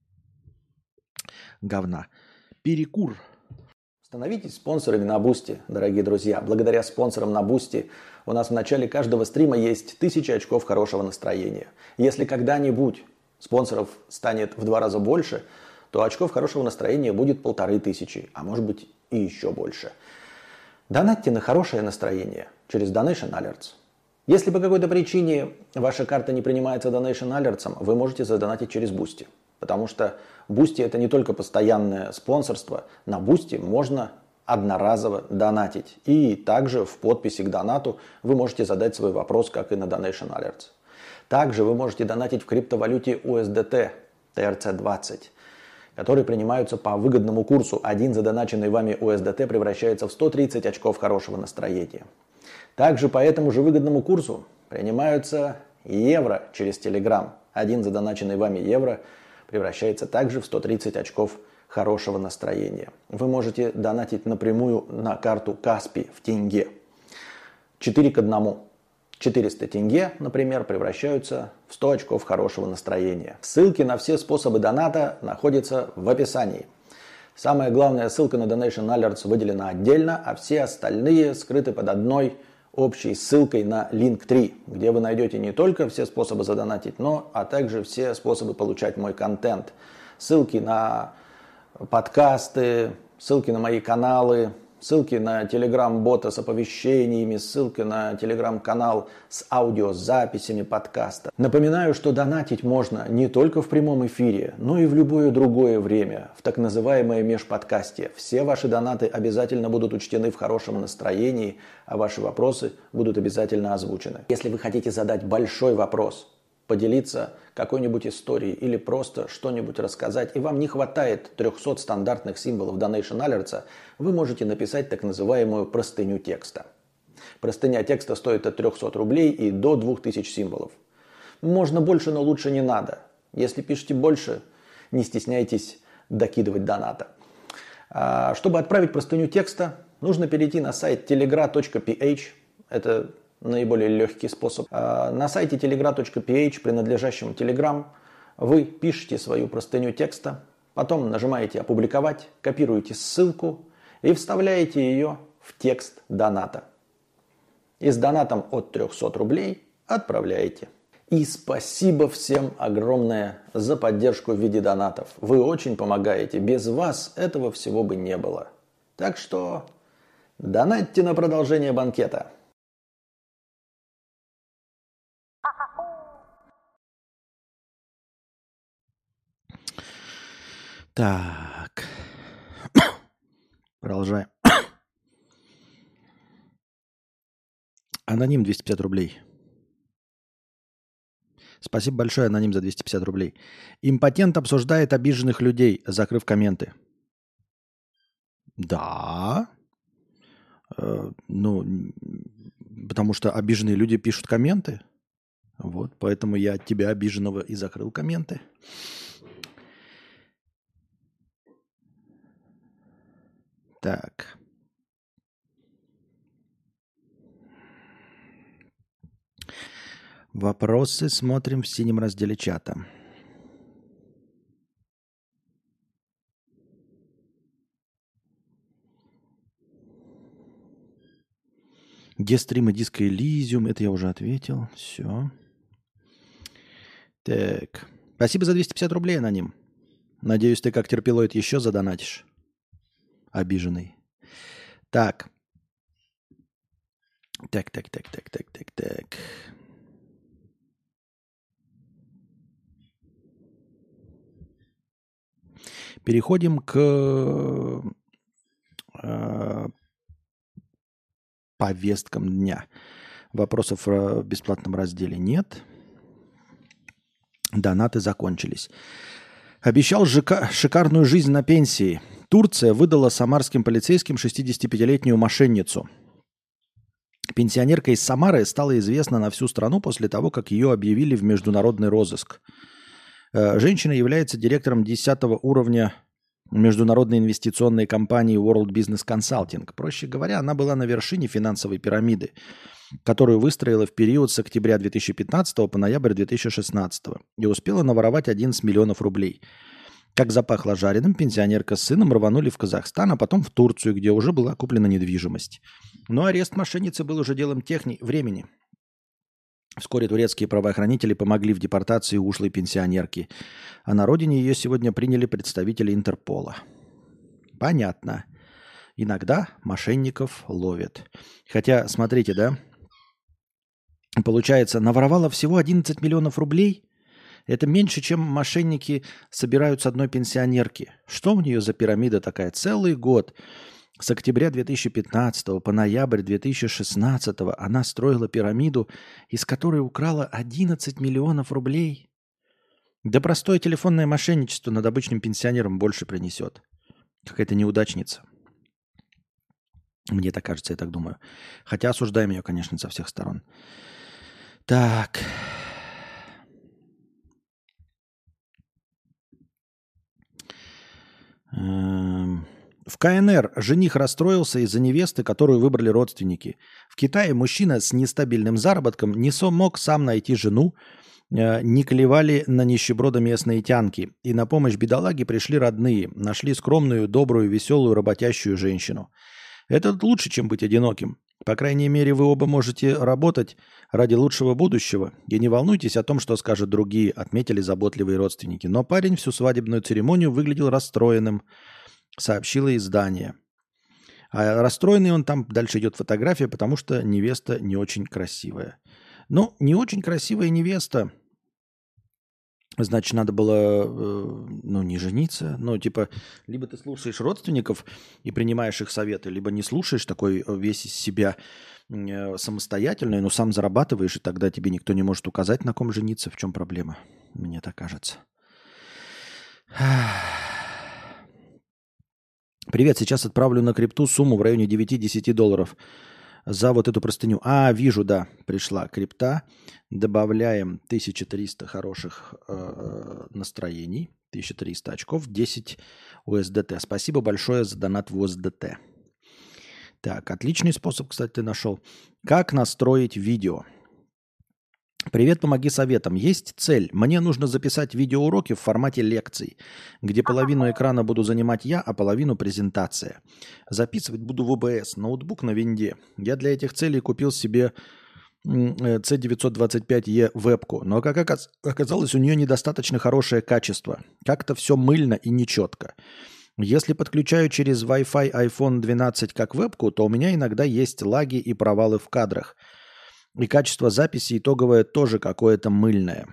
Говна. Перекур. Становитесь спонсорами на Бусти, дорогие друзья. Благодаря спонсорам на Бусти у нас в начале каждого стрима есть 1000 очков хорошего настроения. Если когда-нибудь спонсоров станет в 2 раза больше, то очков хорошего настроения будет 1500, а может быть и еще больше. Донатьте на хорошее настроение через Donation Alerts. Если по какой-то причине ваша карта не принимается Donation Alerts, вы можете задонатить через Boosty. Потому что Boosty это не только постоянное спонсорство. На Boosty можно одноразово донатить. И также в подписи к донату вы можете задать свой вопрос, как и на Donation Alerts. Также вы можете донатить в криптовалюте USDT TRC20, которые принимаются по выгодному курсу. Один задоначенный вами USDT превращается в 130 очков хорошего настроения. Также по этому же выгодному курсу принимаются евро через Telegram. Один задоначенный вами евро превращается также в 130 очков хорошего настроения. Вы можете донатить напрямую на карту Каспи в тенге. 4 к 1. 400 тенге, например, превращаются в 100 очков хорошего настроения. Ссылки на все способы доната находятся в описании. Самая главная ссылка на Donation Alerts выделена отдельно, а все остальные скрыты под одной общей ссылкой на Linktree, где вы найдете не только все способы задонатить, но а также все способы получать мой контент. Ссылки на подкасты, ссылки на мои каналы, ссылки на телеграм-бота с оповещениями, ссылки на телеграм-канал с аудиозаписями подкаста. Напоминаю, что донатить можно не только в прямом эфире, но и в любое другое время, в так называемое межподкасте. Все ваши донаты обязательно будут учтены в хорошем настроении, а ваши вопросы будут обязательно озвучены. Если вы хотите задать большой вопрос, поделиться какой-нибудь историей или просто что-нибудь рассказать, и вам не хватает 300 стандартных символов Donation Alerts, вы можете написать так называемую простыню текста. Простыня текста стоит от 300 рублей и до 2000 символов. Можно больше, но лучше не надо. Если пишете больше, не стесняйтесь докидывать доната. Чтобы отправить простыню текста, нужно перейти на сайт telegra.ph. Это наиболее легкий способ. На сайте telegra.ph, принадлежащем Telegram, вы пишете свою простыню текста, потом нажимаете «Опубликовать», копируете ссылку и вставляете ее в текст доната. И с донатом от 300 рублей отправляете. И спасибо всем огромное за поддержку в виде донатов. Вы очень помогаете. Без вас этого всего бы не было. Так что донатьте на продолжение банкета. Так. Продолжаем. Аноним 250 рублей. Спасибо большое, Аноним, за 250 рублей. Импотент обсуждает обиженных людей, закрыв комменты. Да. Потому что обиженные люди пишут комменты. Вот, поэтому я от тебя обиженного и закрыл комменты. Так. Вопросы смотрим в синем разделе чата. Где стримы Disco Elysium? Это я уже ответил. Все. Так. Спасибо за 250 рублей, Аноним. Надеюсь, ты как терпилоид еще задонатишь. Обиженный. Так. Так. Переходим к повесткам дня. Вопросов в бесплатном разделе нет. Донаты закончились. Обещал шикарную жизнь на пенсии. Турция выдала самарским полицейским 65-летнюю мошенницу. Пенсионерка из Самары стала известна на всю страну после того, как ее объявили в международный розыск. Женщина является директором 10-го уровня международной инвестиционной компании World Business Consulting. Проще говоря, она была на вершине финансовой пирамиды, которую выстроила в период с октября 2015 по ноябрь 2016 и успела наворовать 11 миллионов рублей. Как запахло жареным, пенсионерка с сыном рванули в Казахстан, а потом в Турцию, где уже была куплена недвижимость. Но арест мошенницы был уже делом времени. Вскоре турецкие правоохранители помогли в депортации ушлой пенсионерки, а на родине ее сегодня приняли представители Интерпола. Понятно. Иногда мошенников ловят. Хотя, смотрите, да, Получается, наворовала всего 11 миллионов рублей. Это меньше, чем мошенники собирают с одной пенсионерки. Что у нее за пирамида такая? Целый год, с октября 2015 по ноябрь 2016 она строила пирамиду, из которой украла 11 миллионов рублей. Да простое телефонное мошенничество над обычным пенсионером больше принесет. Какая-то неудачница. Мне так кажется, я так думаю. Хотя осуждаем ее, конечно, со всех сторон. Так. В КНР жених расстроился из-за невесты, которую выбрали родственники. В Китае мужчина с нестабильным заработком не мог сам найти жену, не клевали на нищеброда местные тянки. И на помощь бедолаге пришли родные. Нашли скромную, добрую, веселую, работящую женщину. Это лучше, чем быть одиноким. По крайней мере, вы оба можете работать ради лучшего будущего. И не волнуйтесь о том, что скажут другие, отметили заботливые родственники. Но парень всю свадебную церемонию выглядел расстроенным, сообщило издание. А расстроенный он, там дальше идет фотография, потому что невеста не очень красивая. Ну, не очень красивая невеста. Значит, надо было, не жениться. Ну, типа, либо ты слушаешь родственников и принимаешь их советы, либо не слушаешь, такой весь из себя самостоятельный, но сам зарабатываешь, и тогда тебе никто не может указать, на ком жениться. В чем проблема? Мне так кажется. Привет, сейчас отправлю на крипту сумму в районе 9-10 долларов за вот эту простыню. Вижу, да, пришла крипта. Добавляем 1300 хороших настроений, 1300 очков, 10 USDT. Спасибо большое за донат в USDT. Так, отличный способ, кстати, ты нашел. Как настроить видео? Привет, помоги советом. Есть цель. Мне нужно записать видеоуроки в формате лекций, где половину экрана буду занимать я, а половину презентация. Записывать буду в OBS, ноутбук на винде. Я для этих целей купил себе C925E вебку, но, как оказалось, у нее недостаточно хорошее качество. Как-то все мыльно и нечетко. Если подключаю через Wi-Fi iPhone 12 как вебку, то у меня иногда есть лаги и провалы в кадрах. И качество записи итоговое тоже какое-то мыльное.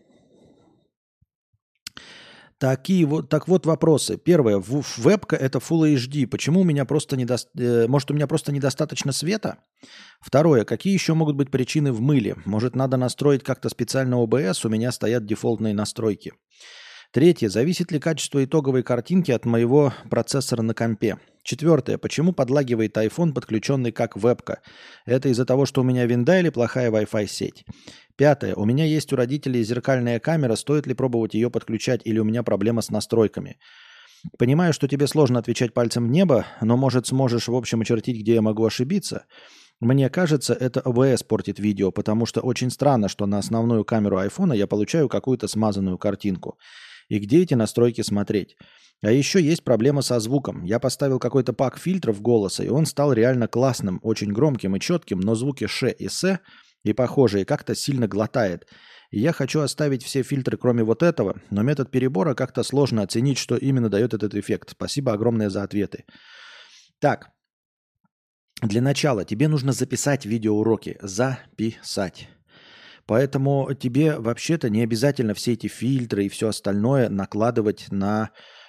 Так вот вопросы. Первое. Вебка это Full HD. Почему у меня просто может, у меня просто недостаточно света? Второе. Какие еще могут быть причины в мыле? Может, надо настроить как-то специально OBS? У меня стоят дефолтные настройки. Третье. Зависит ли качество итоговой картинки от моего процессора на компе? Четвертое. Почему подлагивает iPhone, подключенный как вебка? Это из-за того, что у меня винда или плохая Wi-Fi сеть? Пятое. У меня есть у родителей зеркальная камера. Стоит ли пробовать ее подключать или у меня проблема с настройками? Понимаю, что тебе сложно отвечать пальцем в небо, но, может, сможешь в общем очертить, где я могу ошибиться? Мне кажется, это OBS портит видео, потому что очень странно, что на основную камеру iPhone я получаю какую-то смазанную картинку. И где эти настройки смотреть? А еще есть проблема со звуком. Я поставил какой-то пак фильтров голоса, и он стал реально классным, очень громким и четким, но звуки ш и с и похожие как-то сильно глотает. И я хочу оставить все фильтры, кроме вот этого, но метод перебора как-то сложно оценить, что именно дает этот эффект. Спасибо огромное за ответы. Так, для начала тебе нужно записать видеоуроки. Записать. Поэтому тебе вообще-то не обязательно все эти фильтры и все остальное накладывать на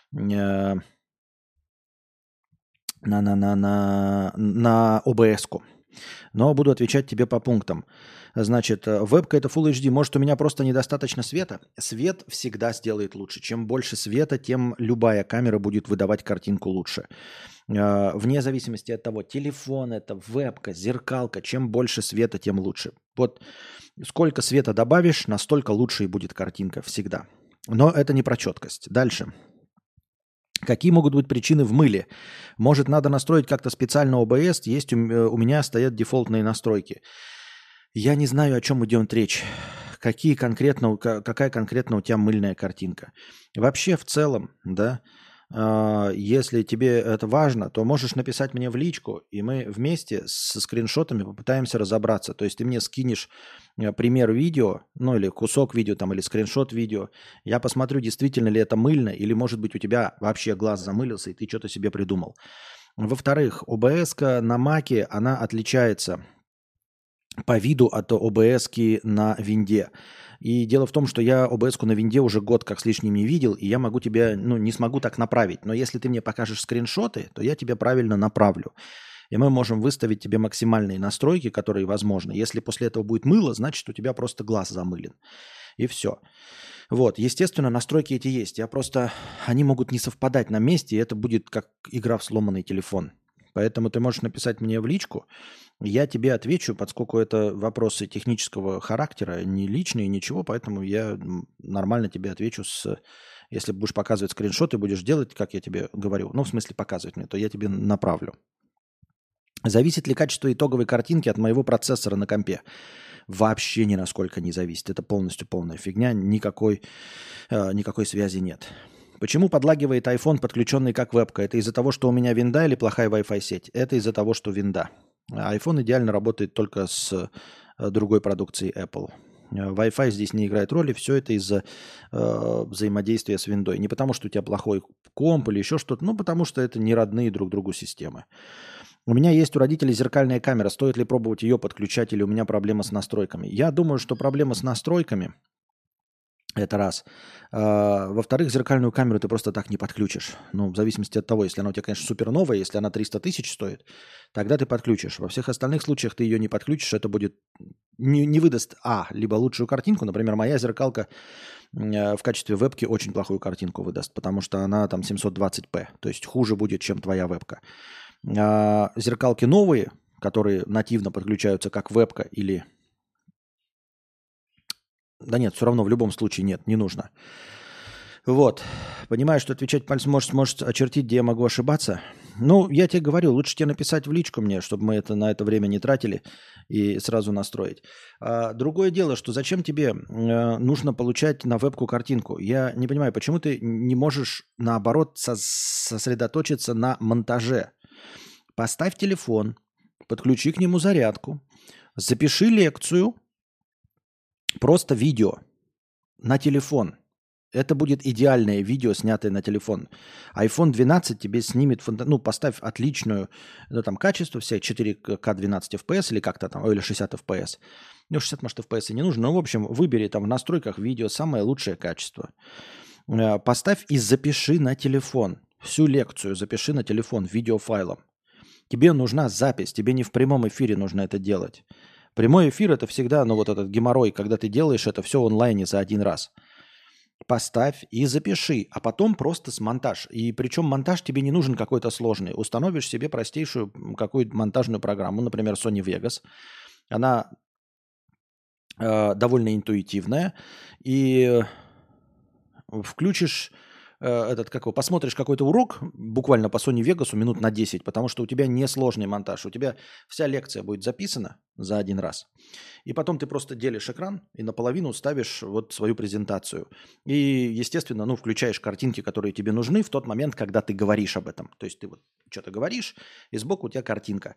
OBS-ку. Но буду отвечать тебе по пунктам. Значит, вебка это Full HD. Может, у меня просто недостаточно света? Свет всегда сделает лучше. Чем больше света, тем любая камера будет выдавать картинку лучше. Вне зависимости от того, телефон это, вебка, зеркалка. Чем больше света, тем лучше. Вот сколько света добавишь, настолько лучше и будет картинка всегда. Но это не про четкость. Дальше. Какие могут быть причины в мыле? Может, надо настроить как-то специально OBS? Есть у меня стоят дефолтные настройки. Я не знаю, о чем идет речь. Какая конкретно у тебя мыльная картинка? Вообще, в целом, да, если тебе это важно, то можешь написать мне в личку, и мы вместе со скриншотами попытаемся разобраться. То есть ты мне скинешь пример видео, ну или кусок видео там, или скриншот видео. Я посмотрю, действительно ли это мыльно, или, может быть, у тебя вообще глаз замылился, и ты что-то себе придумал. Во-вторых, OBS на Маке, она отличается по виду от OBS на винде. И дело в том, что я OBS-ку на винде уже год как с лишним не видел, и я могу тебя, не смогу так направить. Но если ты мне покажешь скриншоты, то я тебя правильно направлю. И мы можем выставить тебе максимальные настройки, которые возможны. Если после этого будет мыло, значит, у тебя просто глаз замылен. И все. Вот, естественно, настройки эти есть. Они могут не совпадать на месте, и это будет как игра в сломанный телефон. Поэтому ты можешь написать мне в личку, я тебе отвечу, поскольку это вопросы технического характера, не личные, ничего, поэтому я нормально тебе отвечу если будешь показывать скриншоты, будешь делать, как я тебе говорю, в смысле показывать мне, то я тебе направлю. Зависит ли качество итоговой картинки от моего процессора на компе? Вообще ни насколько не зависит. Это полностью полная фигня, никакой связи нет. Почему подлагивает iPhone, подключенный как вебка? Это из-за того, что у меня винда или плохая Wi-Fi сеть? Это из-за того, что винда. iPhone идеально работает только с другой продукцией Apple. Wi-Fi здесь не играет роли, все это из-за взаимодействия с виндой. Не потому, что у тебя плохой комп или еще что-то, потому что это не родные друг другу системы. У меня есть у родителей зеркальная камера. Стоит ли пробовать ее подключать или у меня проблема с настройками? Я думаю, что проблема с настройками – это раз. Во-вторых, зеркальную камеру ты просто так не подключишь. В зависимости от того, если она у тебя, конечно, супер новая, если она 300 тысяч стоит, тогда ты подключишь. Во всех остальных случаях ты ее не подключишь, это будет не выдаст либо лучшую картинку. Например, моя зеркалка в качестве вебки очень плохую картинку выдаст, потому что она там 720p, то есть хуже будет, чем твоя вебка. Зеркалки новые, которые нативно подключаются как вебка или... Да нет, все равно в любом случае нет, не нужно. Вот. Понимаю, что отвечать пальцем может очертить, где я могу ошибаться. Я тебе говорю, лучше тебе написать в личку мне, чтобы мы на это время не тратили и сразу настроить. Другое дело, что зачем тебе нужно получать на вебку картинку? Я не понимаю, почему ты не можешь, наоборот, сосредоточиться на монтаже? Поставь телефон, подключи к нему зарядку, запиши лекцию, просто видео на телефон. Это будет идеальное видео, снятое на телефон. iPhone 12 тебе снимет, поставь отличную, качество, все 4К 12 FPS или как-то там, или 60 FPS. 60, может, FPS и не нужно, в общем, выбери там в настройках видео самое лучшее качество. Поставь и запиши на телефон. Всю лекцию запиши на телефон видеофайлом. Тебе нужна запись, тебе не в прямом эфире нужно это делать. Прямой эфир – это всегда, этот геморрой, когда ты делаешь это все онлайне за один раз. Поставь и запиши, а потом просто смонтаж. И причем монтаж тебе не нужен какой-то сложный. Установишь себе простейшую какую-то монтажную программу, например, Sony Vegas. Она довольно интуитивная. И включишь... посмотришь какой-то урок буквально по Sony Vegas минут на 10, потому что у тебя несложный монтаж. У тебя вся лекция будет записана за один раз. И потом ты просто делишь экран и наполовину ставишь свою презентацию. И, естественно, включаешь картинки, которые тебе нужны в тот момент, когда ты говоришь об этом. То есть ты что-то говоришь, и сбоку у тебя картинка.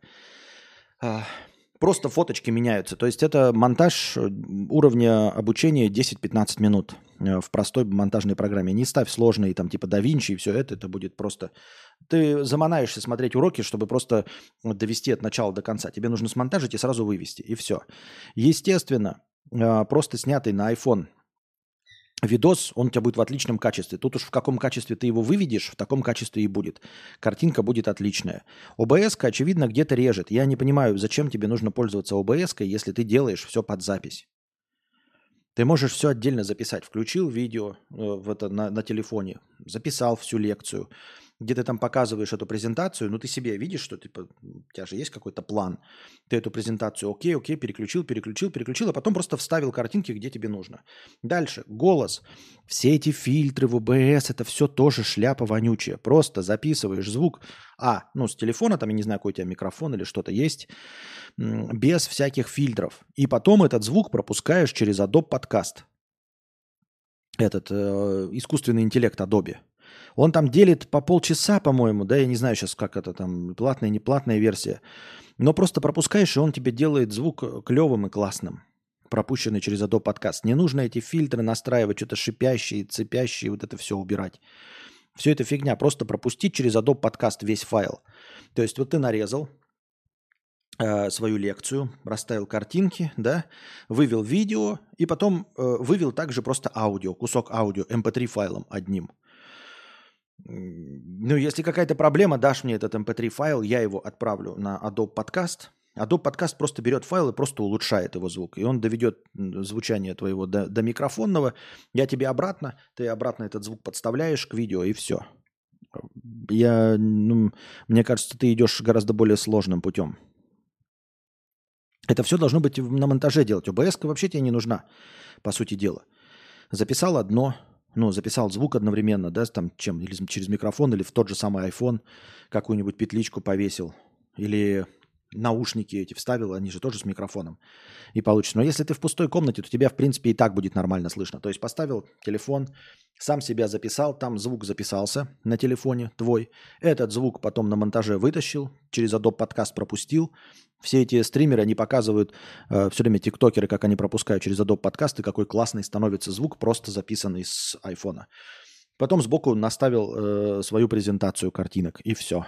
Просто фоточки меняются. То есть это монтаж уровня обучения 10-15 минут в простой монтажной программе. Не ставь сложные, типа DaVinci и все это. Это будет просто... Ты заманаешься смотреть уроки, чтобы просто довести от начала до конца. Тебе нужно смонтажить и сразу вывести. И все. Естественно, просто снятый на iPhone видос, он у тебя будет в отличном качестве. Тут уж в каком качестве ты его выведешь, в таком качестве и будет. Картинка будет отличная. OBS-ка, очевидно, где-то режет. Я не понимаю, зачем тебе нужно пользоваться OBS-кой, если ты делаешь все под запись. Ты можешь все отдельно записать. Включил видео на телефоне, записал всю лекцию. Где ты там показываешь эту презентацию, ты себе видишь, что у тебя же есть какой-то план. Ты эту презентацию окей, переключил, а потом просто вставил картинки, где тебе нужно. Дальше, голос. Все эти фильтры в OBS, это все тоже шляпа вонючая. Просто записываешь звук, с телефона, я не знаю, какой у тебя микрофон или что-то есть, без всяких фильтров. И потом этот звук пропускаешь через Adobe Podcast. Искусственный интеллект Adobe. Он там делит по полчаса, по-моему, да, я не знаю сейчас, как это там, платная, неплатная версия. Но просто пропускаешь, и он тебе делает звук клевым и классным, пропущенный через Adobe Podcast. Не нужно эти фильтры настраивать, что-то шипящие, цепящие, это все убирать. Все это фигня, просто пропустить через Adobe Podcast весь файл. То есть ты нарезал, свою лекцию, расставил картинки, да, вывел видео и потом вывел также просто аудио, кусок аудио, MP3 файлом одним. Ну, если какая-то проблема, дашь мне этот MP3 файл, я его отправлю на Adobe Podcast. Adobe Podcast просто берет файл и просто улучшает его звук. И он доведет звучание твоего до микрофонного. Я тебе обратно, ты обратно этот звук подставляешь к видео, и все. Мне кажется, ты идешь гораздо более сложным путем. Это все должно быть на монтаже делать. ОБС вообще тебе не нужна, по сути дела. Записал одно, записал звук одновременно, да, там или через микрофон, или в тот же самый iPhone какую-нибудь петличку повесил, или наушники эти вставил, они же тоже с микрофоном, и получится. Но если ты в пустой комнате, то тебя, в принципе, и так будет нормально слышно. То есть поставил телефон, сам себя записал, там звук записался на телефоне твой, этот звук потом на монтаже вытащил, через Adobe Podcast пропустил. Все эти стримеры, они показывают все время тиктокеры, как они пропускают через Adobe Podcast, и какой классный становится звук, просто записанный с айфона. Потом сбоку наставил свою презентацию картинок, и все.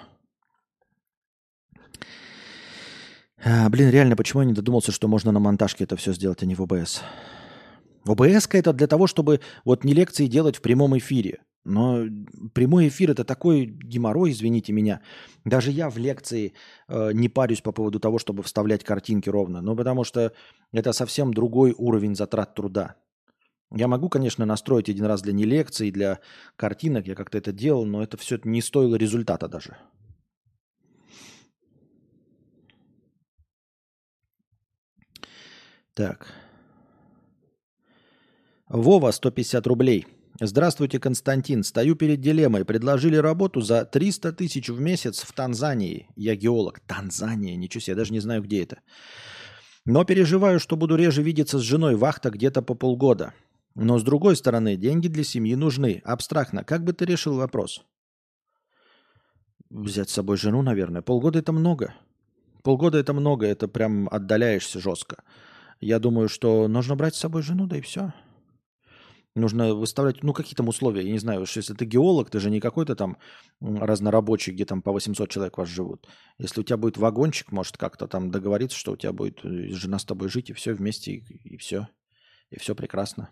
Реально, почему я не додумался, что можно на монтажке это все сделать, а не в OBS? OBS это для того, чтобы вот не лекции делать в прямом эфире. Но прямой эфир – это такой геморрой, извините меня. Даже я в лекции не парюсь по поводу того, чтобы вставлять картинки ровно. Ну, потому что это совсем другой уровень затрат труда. Я могу, конечно, настроить один раз для не лекций, для картинок. Я как-то это делал, но это все не стоило результата даже. Так. Вова, 150 рублей. Здравствуйте, Константин. Стою перед дилеммой. Предложили работу за 300 тысяч в месяц в Танзании. Я геолог. Танзания, ничего себе, я даже не знаю, где это. Но переживаю, что буду реже видеться с женой. Вахта где-то по полгода. Но с другой стороны, деньги для семьи нужны. Абстрактно. Как бы ты решил вопрос? Взять с собой жену, наверное. Полгода это много. Полгода это много. Это прям отдаляешься жестко. Я думаю, что нужно брать с собой жену, да и все. Нужно выставлять, какие там условия. Я не знаю, что если ты геолог, ты же не какой-то там разнорабочий, где там по 800 человек у вас живут. Если у тебя будет вагончик, может как-то там договориться, что у тебя будет жена с тобой жить, и все вместе, и все. И все прекрасно.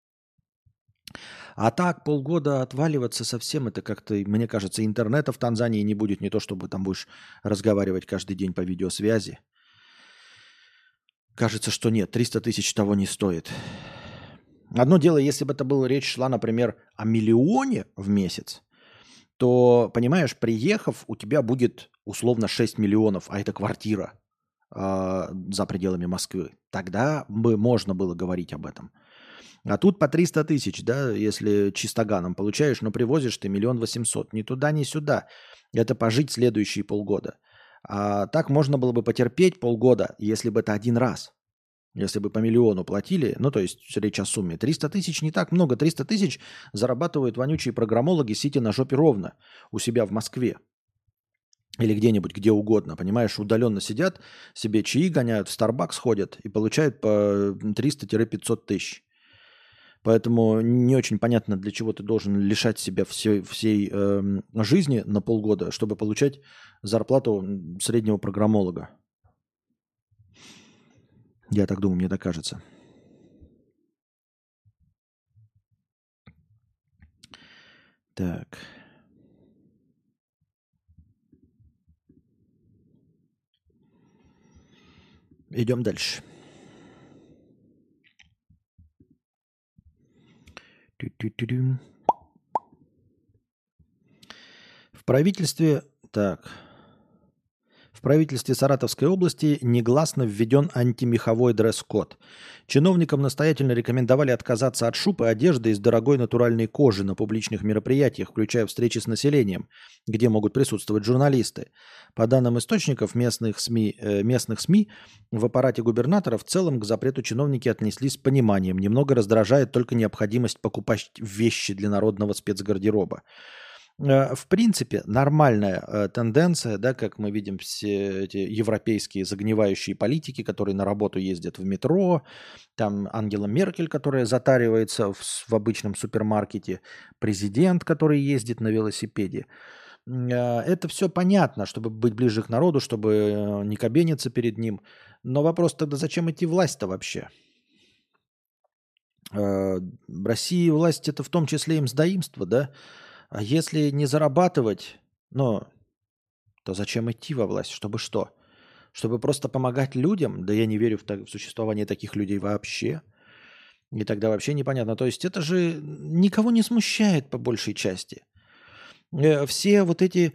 А так полгода отваливаться совсем, это как-то, мне кажется, интернета в Танзании не будет. Не то, чтобы там будешь разговаривать каждый день по видеосвязи. Кажется, что нет, 300 тысяч того не стоит. Одно дело, если бы это была речь шла, например, о миллионе в месяц, то, понимаешь, приехав, у тебя будет условно 6 миллионов, а это квартира за пределами Москвы. Тогда бы можно было говорить об этом. А тут по 300 тысяч, да, если чистоганом получаешь, но привозишь ты 1 800 000. Ни туда, ни сюда. Это пожить следующие полгода. А так можно было бы потерпеть полгода, если бы это один раз. Если бы по миллиону платили, то есть речь о сумме. 300 тысяч не так много. 300 тысяч зарабатывают вонючие программологи, сидя на жопе ровно у себя в Москве. Или где-нибудь, где угодно. Понимаешь, удаленно сидят, себе чаи гоняют, в Starbucks ходят и получают по 300-500 тысяч. Поэтому не очень понятно, для чего ты должен лишать себя всей жизни на полгода, чтобы получать зарплату среднего программолога. Я так думаю, мне так кажется. Так. Идем дальше. В правительстве... Так... В правительстве Саратовской области негласно введен антимеховой дресс-код. Чиновникам настоятельно рекомендовали отказаться от шуб и одежды из дорогой натуральной кожи на публичных мероприятиях, включая встречи с населением, где могут присутствовать журналисты. По данным источников местных СМИ, в аппарате губернатора в целом к запрету чиновники отнеслись с пониманием. Немного раздражает только необходимость покупать вещи для народного спецгардероба. В принципе, нормальная тенденция, да, как мы видим все эти европейские загнивающие политики, которые на работу ездят в метро, там Ангела Меркель, которая затаривается в обычном супермаркете, президент, который ездит на велосипеде. Это все понятно, чтобы быть ближе к народу, чтобы не кабениться перед ним. Но вопрос тогда, зачем идти власть-то вообще? В России власть это в том числе и мздоимство, да? А если не зарабатывать, ну, то зачем идти во власть? Чтобы что? Чтобы просто помогать людям? Да я не верю в существование таких людей вообще. И тогда вообще непонятно. То есть это же никого не смущает по большей части. Все вот эти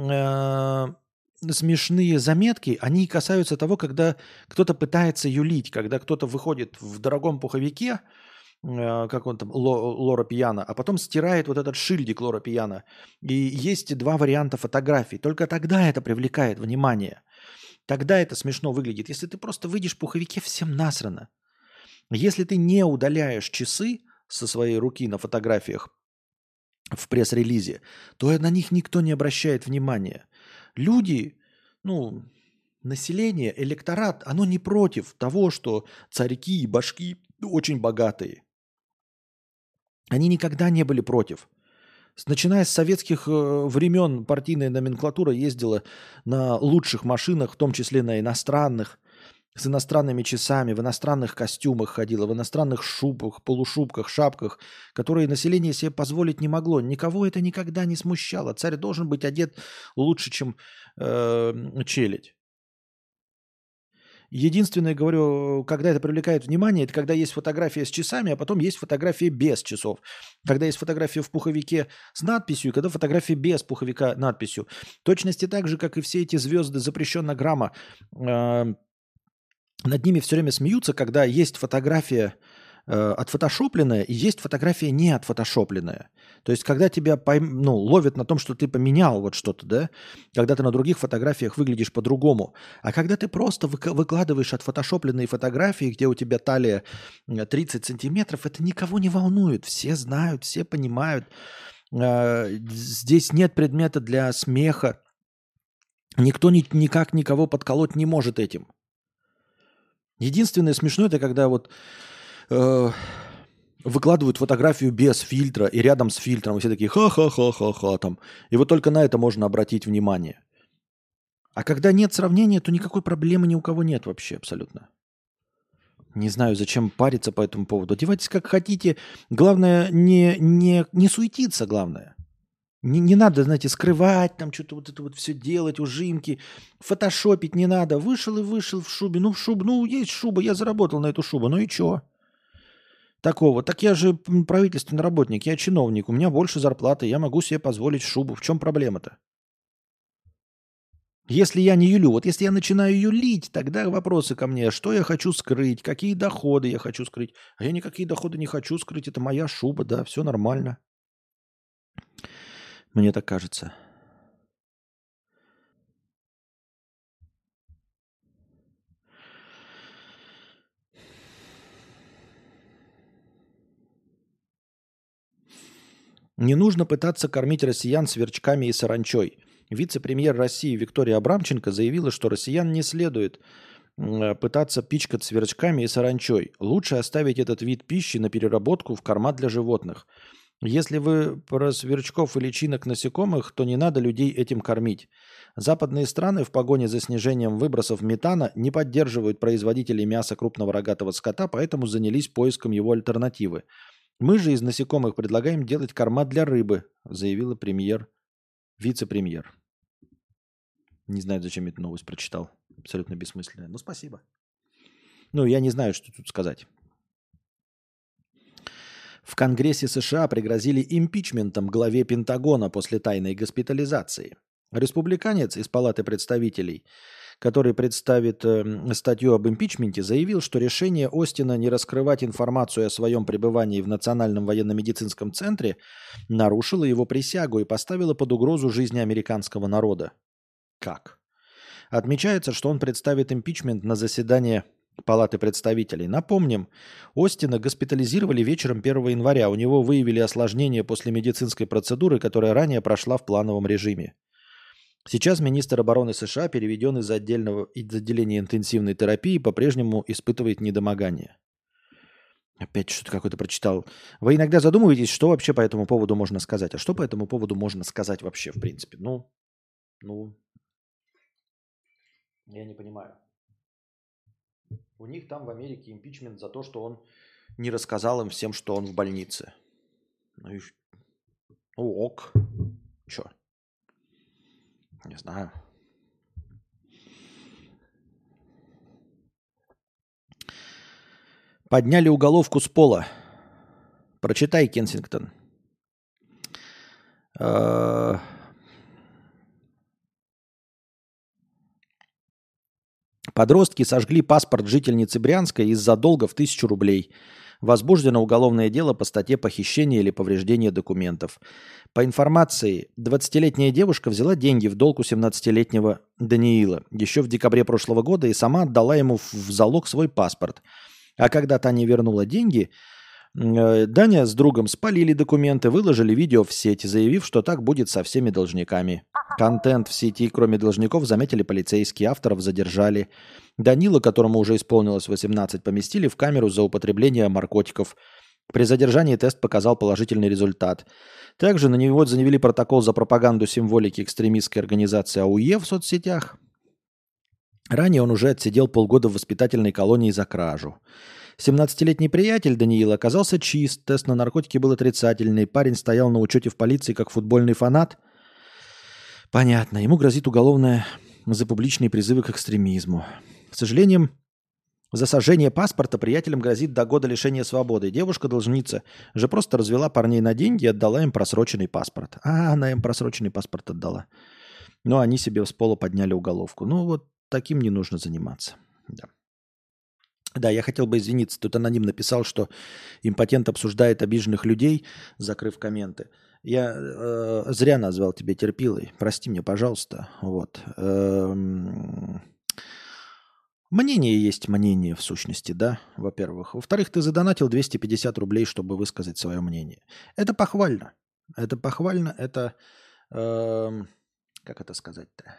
смешные заметки, они касаются того, когда кто-то пытается юлить, когда кто-то выходит в дорогом пуховике, как он там, Лора Пьяна, а потом стирает вот этот шильдик Лора Пьяна. И есть два варианта фотографий. Только тогда это привлекает внимание. Тогда это смешно выглядит. Если ты просто выйдешь в пуховике, всем насрано. Если ты не удаляешь часы со своей руки на фотографиях в пресс-релизе, то на них никто не обращает внимания. Люди, ну, население, электорат, оно не против того, что царьки и башки очень богатые. Они никогда не были против. Начиная с советских времен партийная номенклатура ездила на лучших машинах, в том числе на иностранных, с иностранными часами, в иностранных костюмах ходила, в иностранных шубах, полушубках, шапках, которые население себе позволить не могло. Никого это никогда не смущало. Царь должен быть одет лучше, чем челядь. Единственное, говорю, когда это привлекает внимание, это когда есть фотография с часами, а потом есть фотография без часов. Когда есть фотография в пуховике с надписью, и когда фотография без пуховика надписью. В точности так же, как и все эти звезды запрещеннограмма, над ними все время смеются, когда есть фотография отфотошопленная и есть фотография не отфотошопленная. То есть, когда тебя ловят на том, что ты поменял вот что-то, да, когда ты на других фотографиях выглядишь по-другому. А когда ты просто выкладываешь отфотошопленные фотографии, где у тебя талия 30 сантиметров, это никого не волнует. Все знают, все понимают. Здесь нет предмета для смеха. Никто никак никого подколоть не может этим. Единственное смешное, это когда вот выкладывают фотографию без фильтра и рядом с фильтром, и все такие ха-ха-ха-ха-ха там. И вот только на это можно обратить внимание. А когда нет сравнения, то никакой проблемы ни у кого нет вообще абсолютно. Не знаю, зачем париться по этому поводу. Одевайтесь как хотите. Главное, не суетиться, главное. Не надо, знаете, скрывать, там что-то вот это вот все делать, ужимки, фотошопить не надо. Вышел и вышел в шубе. Ну, в шубу, ну, есть шуба, я заработал на эту шубу. Ну и что? Такого. Так я же правительственный работник, я чиновник, у меня больше зарплаты, я могу себе позволить шубу. В чем проблема-то? Если я не юлю, вот если я начинаю юлить, тогда вопросы ко мне, что я хочу скрыть, какие доходы я хочу скрыть. А я никакие доходы не хочу скрыть, это моя шуба, да, все нормально. Мне так кажется. Не нужно пытаться кормить россиян сверчками и саранчой. Вице-премьер России Виктория Абрамченко заявила, что россиян не следует пытаться пичкать сверчками и саранчой. Лучше оставить этот вид пищи на переработку в корма для животных. Если вы про сверчков и личинок насекомых, то не надо людей этим кормить. Западные страны в погоне за снижением выбросов метана не поддерживают производителей мяса крупного рогатого скота, поэтому занялись поиском его альтернативы. Мы же из насекомых предлагаем делать корма для рыбы, заявила вице-премьер. Не знаю, зачем я эту новость прочитал. Абсолютно бессмысленная. Но спасибо. Ну, я не знаю, что тут сказать. В Конгрессе США пригрозили импичментом главе Пентагона после тайной госпитализации. Республиканец из Палаты представителей, который представит статью об импичменте, заявил, что решение Остина не раскрывать информацию о своем пребывании в Национальном военно-медицинском центре нарушило его присягу и поставило под угрозу жизни американского народа. Как? Отмечается, что он представит импичмент на заседание Палаты представителей. Напомним, Остина госпитализировали вечером 1 января. У него выявили осложнение после медицинской процедуры, которая ранее прошла в плановом режиме. Сейчас министр обороны США переведен из отделения интенсивной терапии и по-прежнему испытывает недомогание. Опять что-то какое-то прочитал. Вы иногда задумываетесь, что вообще по этому поводу можно сказать? А что по этому поводу можно сказать вообще, в принципе? Ну, я не понимаю. У них там в Америке импичмент за то, что он не рассказал им всем, что он в больнице. Ну, ок. Чё? Не знаю. Подняли уголовку с пола. Прочитай, Кенсингтон. Подростки сожгли паспорт жительницы Брянска из-за долга в 1000 рублей. Возбуждено уголовное дело по статье «Похищение или повреждение документов». По информации, 20-летняя девушка взяла деньги в долг у 17-летнего Даниила еще в декабре прошлого года и сама отдала ему в залог свой паспорт. А когда та не вернула деньги, Даня с другом спалили документы, выложили видео в сеть, заявив, что так будет со всеми должниками. Контент в сети, кроме должников, заметили полицейские, авторов задержали. Данила, которому уже исполнилось 18, поместили в камеру за употребление наркотиков. При задержании тест показал положительный результат. Также на него завели протокол за пропаганду символики экстремистской организации АУЕ в соцсетях. Ранее он уже отсидел полгода в воспитательной колонии за кражу. 17-летний приятель Даниила оказался чист, тест на наркотики был отрицательный, парень стоял на учете в полиции как футбольный фанат. Понятно, ему грозит уголовное за публичные призывы к экстремизму. К сожалению, за сожжение паспорта приятелям грозит до года лишения свободы. Девушка-должница же просто развела парней на деньги и отдала им просроченный паспорт. Она им просроченный паспорт отдала. Но они себе с пола подняли уголовку. Ну вот таким не нужно заниматься. Да, я хотел бы извиниться. Тут аноним написал, что импотент обсуждает обиженных людей, закрыв комменты. Я зря назвал тебя терпилой. Прости меня, пожалуйста. Вот. Мнение есть мнение, в сущности, да, во-первых. Во-вторых, ты задонатил 250 рублей, чтобы высказать свое мнение. Это похвально. Это похвально, это... как это сказать-то?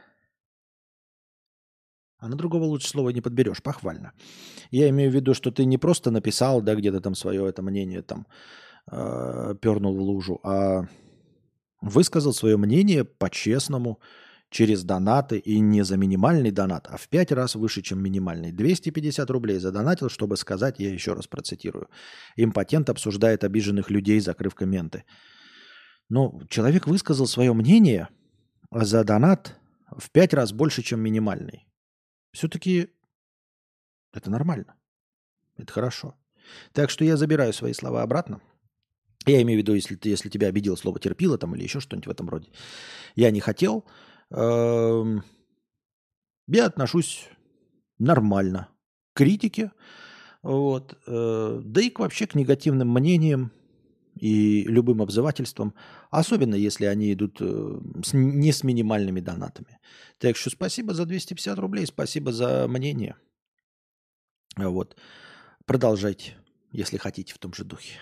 А на другого лучше слова не подберешь. Похвально. Я имею в виду, что ты не просто написал, да, где-то там свое это мнение там пернул в лужу, а высказал свое мнение по-честному, через донаты, и не за минимальный донат, а в 5 раз выше, чем минимальный. 250 рублей задонатил, чтобы сказать, я еще раз процитирую, импотент обсуждает обиженных людей, закрыв комменты. Ну, человек высказал свое мнение за донат в 5 раз больше, чем минимальный. Все-таки это нормально. Это хорошо. Так что я забираю свои слова обратно. Я имею в виду, если тебя обидело слово терпило там, или еще что-нибудь в этом роде. Я не хотел. Я отношусь нормально к критике. Вот. Да и вообще к негативным мнениям и любым обзывательствам. Особенно, если они идут не с минимальными донатами. Так что спасибо за 250 рублей. Спасибо за мнение. Вот. Продолжайте, если хотите, в том же духе.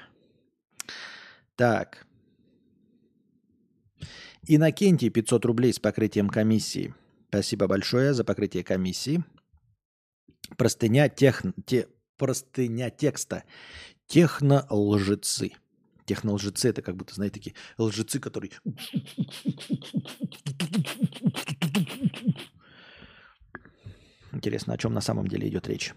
Так. Иннокентий, 500 рублей с покрытием комиссии. Спасибо большое за покрытие комиссии. Простыня текста. Технолжецы. Технолжецы — это как будто, знаете, такие лжецы, которые... Интересно, о чем на самом деле идет речь.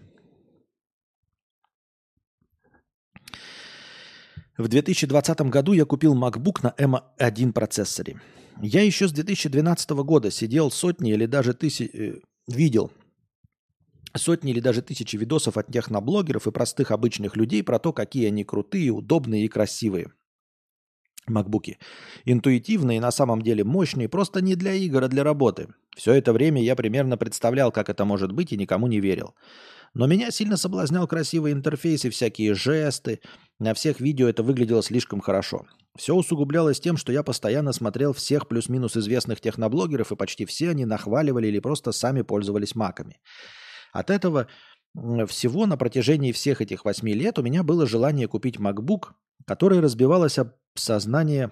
В 2020 году я купил MacBook на M1 процессоре. Я еще с 2012 года сидел сотни или даже видел сотни или даже тысячи видосов от техноблогеров и простых обычных людей про то, какие они крутые, удобные и красивые. MacBook'и. Интуитивные, на самом деле мощные, просто не для игр, а для работы. Все это время я примерно представлял, как это может быть, и никому не верил. Но меня сильно соблазнял красивый интерфейс и всякие жесты. На всех видео это выглядело слишком хорошо. Все усугублялось тем, что я постоянно смотрел всех плюс-минус известных техноблогеров, и почти все они нахваливали или просто сами пользовались маками. От этого всего на протяжении всех этих 8 лет у меня было желание купить MacBook, которое разбивалось об осознание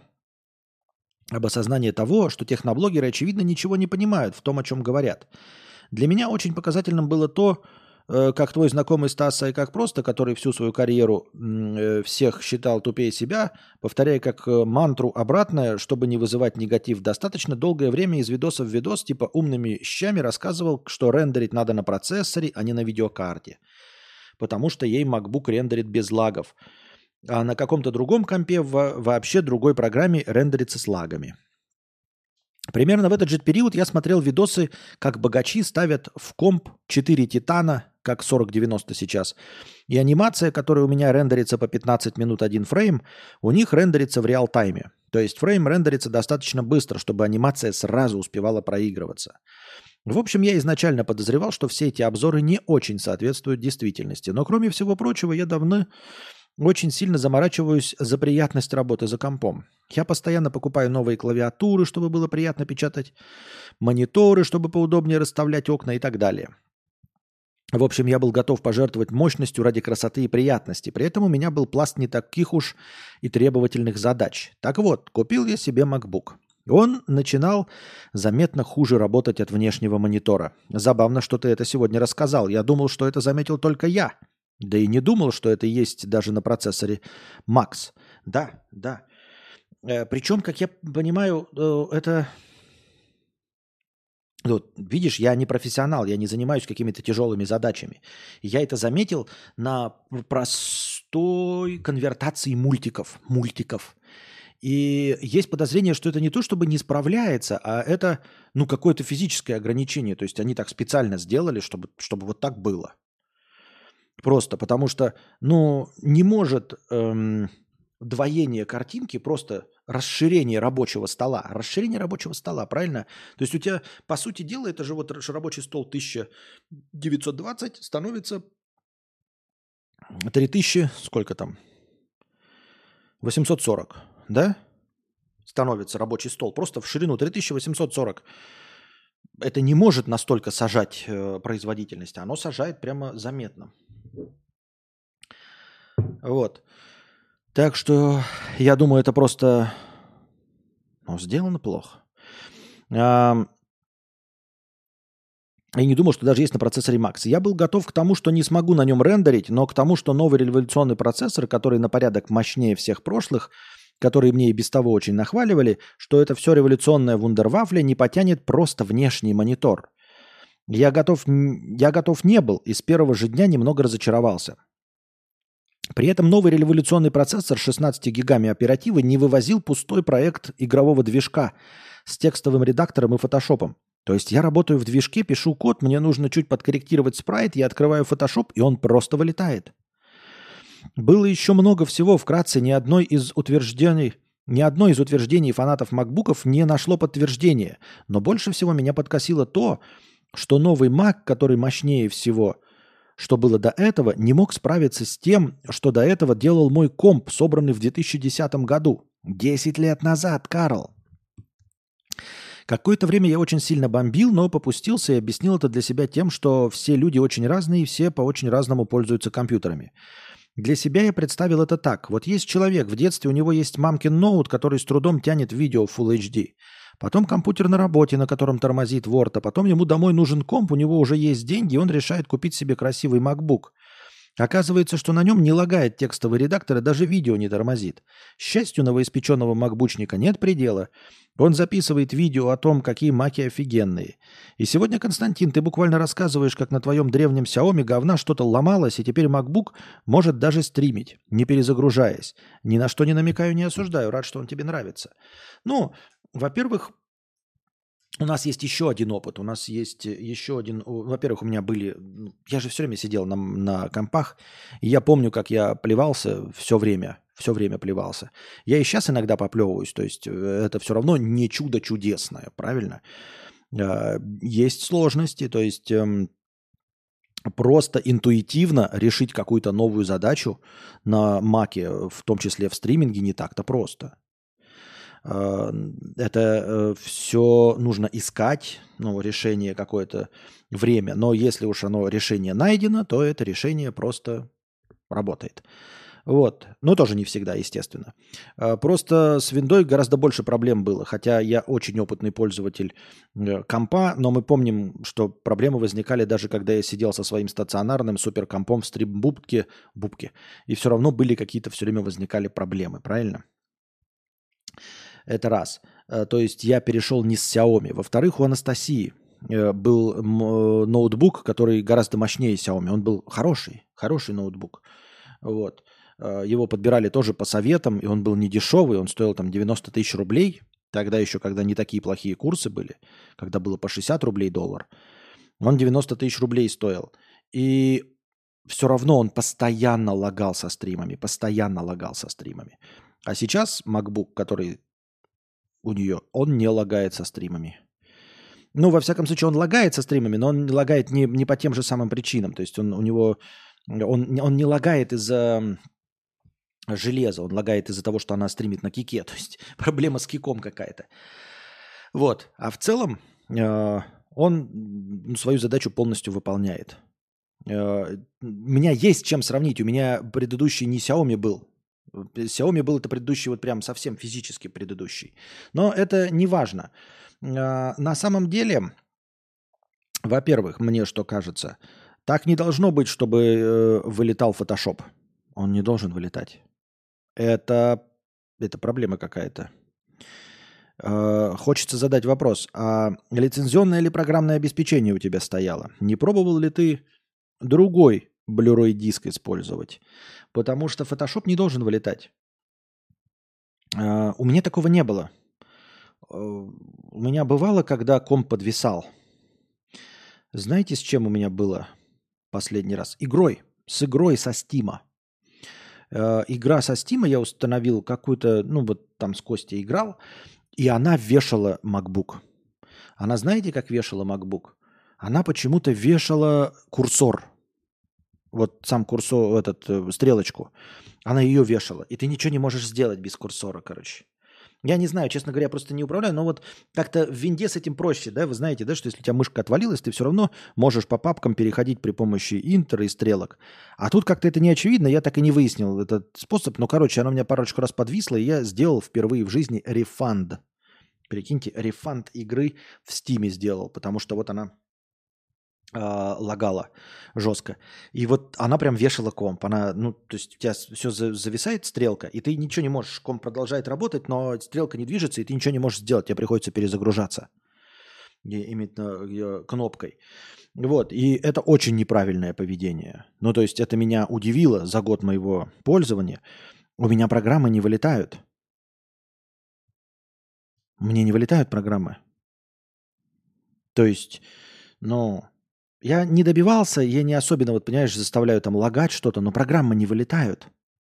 того, что техноблогеры, очевидно, ничего не понимают в том, о чем говорят. Для меня очень показательным было то, как твой знакомый Стас Сайкак просто, который всю свою карьеру всех считал тупее себя, повторяя как мантру обратное, чтобы не вызывать негатив, достаточно долгое время из видоса в видос, типа умными щами рассказывал, что рендерить надо на процессоре, а не на видеокарте. Потому что ей MacBook рендерит без лагов. А на каком-то другом компе вообще другой программе рендерится с лагами. Примерно в этот же период я смотрел видосы, как богачи ставят в комп 4 титана, как 4090 сейчас. И анимация, которая у меня рендерится по 15 минут один фрейм, у них рендерится в реал-тайме. То есть фрейм рендерится достаточно быстро, чтобы анимация сразу успевала проигрываться. В общем, я изначально подозревал, что все эти обзоры не очень соответствуют действительности. Но кроме всего прочего, я давно очень сильно заморачиваюсь за приятность работы за компом. Я постоянно покупаю новые клавиатуры, чтобы было приятно печатать, мониторы, чтобы поудобнее расставлять окна и так далее. В общем, я был готов пожертвовать мощностью ради красоты и приятности. При этом у меня был пласт не таких уж и требовательных задач. Так вот, купил я себе MacBook. Он начинал заметно хуже работать от внешнего монитора. Забавно, что ты это сегодня рассказал. Я думал, что это заметил только я. Да и не думал, что это есть даже на процессоре Max. Да. Причем, как я понимаю, это... Вот, видишь, я не профессионал, я не занимаюсь какими-то тяжелыми задачами. Я это заметил на простой конвертации мультиков. И есть подозрение, что это не то, чтобы не справляется, а это какое-то физическое ограничение. То есть они так специально сделали, чтобы вот так было. Просто потому что, не может двоение картинки просто расширение рабочего стола. Расширение рабочего стола, правильно? То есть у тебя, по сути дела, это же вот рабочий стол 1920 становится 3000, сколько там? 840, да? Становится рабочий стол просто в ширину 3840. Это не может настолько сажать производительность, оно сажает прямо заметно. Вот. Так что я думаю, это просто сделано плохо. Я не думал, что даже есть на процессоре Max. Я был готов к тому, что не смогу на нем рендерить, но к тому, что новый революционный процессор, который на порядок мощнее всех прошлых, которые мне и без того очень нахваливали, что это все революционное вундервафля не потянет просто внешний монитор. Я готов не был и с первого же дня немного разочаровался. При этом новый революционный процессор с 16 гигами оперативы не вывозил пустой проект игрового движка с текстовым редактором и фотошопом. То есть я работаю в движке, пишу код, мне нужно чуть подкорректировать спрайт, я открываю фотошоп, и он просто вылетает. Было еще много всего, вкратце, ни одно из утверждений фанатов макбуков не нашло подтверждения. Но больше всего меня подкосило то, что новый Mac, который мощнее всего, что было до этого, не мог справиться с тем, что до этого делал мой комп, собранный в 2010 году. 10 лет назад, Карл. Какое-то время я очень сильно бомбил, но попустился и объяснил это для себя тем, что все люди очень разные и все по очень разному пользуются компьютерами. Для себя я представил это так. Вот есть человек, в детстве у него есть мамкин ноут, который с трудом тянет видео в Full HD. Потом компьютер на работе, на котором тормозит Word, а потом ему домой нужен комп, у него уже есть деньги, и он решает купить себе красивый MacBook. Оказывается, что на нем не лагает текстовый редактор и даже видео не тормозит. Счастью, новоиспеченного макбучника нет предела. Он записывает видео о том, какие маки офигенные. И сегодня, Константин, ты буквально рассказываешь, как на твоем древнем Xiaomi говна что-то ломалось, и теперь MacBook может даже стримить, не перезагружаясь. Ни на что не намекаю, не осуждаю, рад, что он тебе нравится. Во-первых, у нас есть еще один опыт. У нас есть еще один... Во-первых, у меня были... Я же все время сидел на компах, и я помню, как я плевался все время плевался. Я и сейчас иногда поплевываюсь, то есть это все равно не чудо чудесное, правильно? Есть сложности, то есть просто интуитивно решить какую-то новую задачу на Маке, в том числе в стриминге, не так-то просто. Это все нужно искать, решение какое-то время. Но если уж решение найдено, то это решение просто работает. Вот. Но тоже не всегда, естественно. Просто с виндой гораздо больше проблем было. Хотя я очень опытный пользователь компа, но мы помним, что проблемы возникали даже когда я сидел со своим стационарным суперкомпом в стримбубке, и все равно были какие-то все время возникали проблемы, правильно? Это раз. То есть я перешел не с Xiaomi. Во-вторых, у Анастасии был ноутбук, который гораздо мощнее Xiaomi. Он был хороший ноутбук. Вот. Его подбирали тоже по советам, и он был не дешевый, он стоил там 90 тысяч рублей. Тогда еще, когда не такие плохие курсы были, когда было по 60 рублей доллар, он 90 тысяч рублей стоил. И все равно он постоянно лагал со стримами. А сейчас MacBook, который у нее, он не лагает со стримами. Ну, во всяком случае, он лагает со стримами, но он лагает не по тем же самым причинам. То есть он не лагает из-за железа, он лагает из-за того, что она стримит на кике. То есть проблема с киком какая-то. Вот. А в целом он свою задачу полностью выполняет. У меня есть чем сравнить. У меня предыдущий не Xiaomi был. Xiaomi был это предыдущий, вот прям совсем физически предыдущий. Но это не важно. На самом деле, во-первых, мне что кажется, так не должно быть, чтобы вылетал Photoshop. Он не должен вылетать. Это проблема какая-то. Хочется задать вопрос. А лицензионное или программное обеспечение у тебя стояло? Не пробовал ли ты другой Blu-ray диск использовать? Потому что Photoshop не должен вылетать. У меня такого не было. У меня бывало, когда комп подвисал. Знаете, с чем у меня было последний раз? С игрой со Стима. Игра со Стима я установил какую-то, ну вот там с Костей играл, и она вешала MacBook. Она знаете, как вешала MacBook? Она почему-то вешала курсор. Вот сам курсор, стрелочку. Она ее вешала. И ты ничего не можешь сделать без курсора, короче. Я не знаю, честно говоря, я просто не управляю, но вот как-то в винде с этим проще, да, вы знаете, да, что если у тебя мышка отвалилась, ты все равно можешь по папкам переходить при помощи интера и стрелок. А тут как-то это не очевидно, я так и не выяснил этот способ, но, короче, она у меня парочку раз подвисла, и я сделал впервые в жизни рефанд. Прикиньте, рефанд игры в Стиме сделал, потому что вот она лагала жестко. И вот она прям вешала комп. Она, ну, то есть у тебя все зависает, стрелка, и ты ничего не можешь. Комп продолжает работать, но стрелка не движется, и ты ничего не можешь сделать. Тебе приходится перезагружаться именно кнопкой. Вот. И это очень неправильное поведение. Ну, то есть это меня удивило за год моего пользования. У меня программы не вылетают. Мне не вылетают программы. То есть, ну... Я не добивался, я не особенно, вот понимаешь, заставляю там лагать что-то, но программы не вылетают.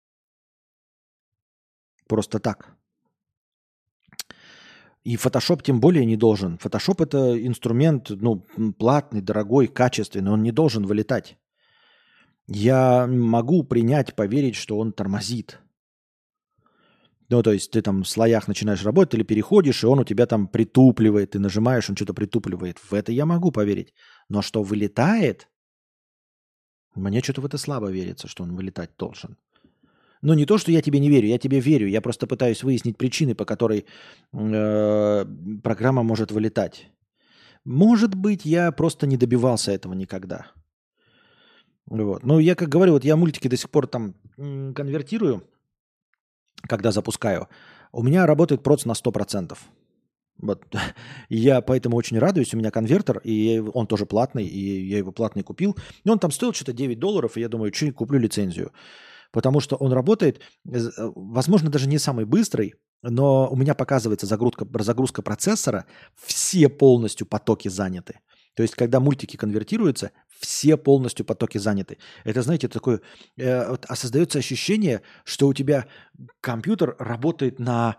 Просто так. И Photoshop тем более не должен. Photoshop это инструмент, ну, платный, дорогой, качественный, он не должен вылетать. Я могу принять, поверить, что он тормозит. Ну, то есть ты там в слоях начинаешь работать или переходишь, и он у тебя там притупливает, ты нажимаешь, он что-то притупливает. В это я могу поверить. Но что вылетает, мне что-то в это слабо верится, что он вылетать должен. Ну, не то, что я тебе не верю, я тебе верю. Я просто пытаюсь выяснить причины, по которой программа может вылетать. Может быть, я просто не добивался этого никогда. Вот. Ну, я, как говорю, вот я мультики до сих пор там конвертирую, когда запускаю. У меня работает проц на 100%. Вот. Я поэтому очень радуюсь. У меня конвертер, и он тоже платный, и я его платный купил. И он там стоил что-то $9, и я думаю, что куплю лицензию. Потому что он работает, возможно, даже не самый быстрый, но у меня показывается загрузка процессора, все полностью потоки заняты. То есть, когда мультики конвертируются, все полностью потоки заняты. Это, знаете, такое, создается ощущение, что у тебя компьютер работает на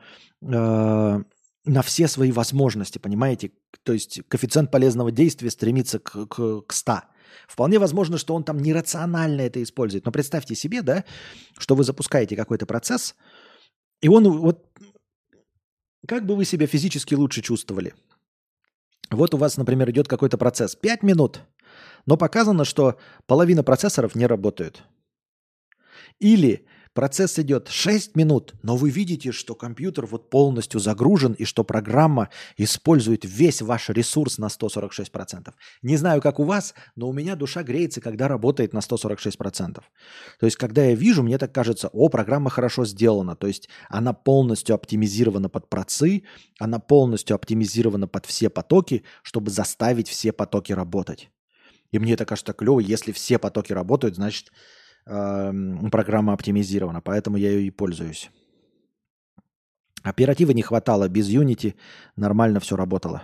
все свои возможности, понимаете? То есть, коэффициент полезного действия стремится к 100. Вполне возможно, что он там нерационально это использует. Но представьте себе, да, что вы запускаете какой-то процесс, и он вот... Как бы вы себя физически лучше чувствовали? Вот у вас, например, идет какой-то процесс 5 минут, но показано, что половина процессоров не работают. Или процесс идет 6 минут, но вы видите, что компьютер вот полностью загружен и что программа использует весь ваш ресурс на 146%. Не знаю, как у вас, но у меня душа греется, когда работает на 146%. То есть, когда я вижу, мне так кажется, программа хорошо сделана. То есть, она полностью оптимизирована под процы, она полностью оптимизирована под все потоки, чтобы заставить все потоки работать. И мне это кажется клево, если все потоки работают, значит, программа оптимизирована, поэтому я ее и пользуюсь. Оперативы не хватало, без Unity нормально все работало.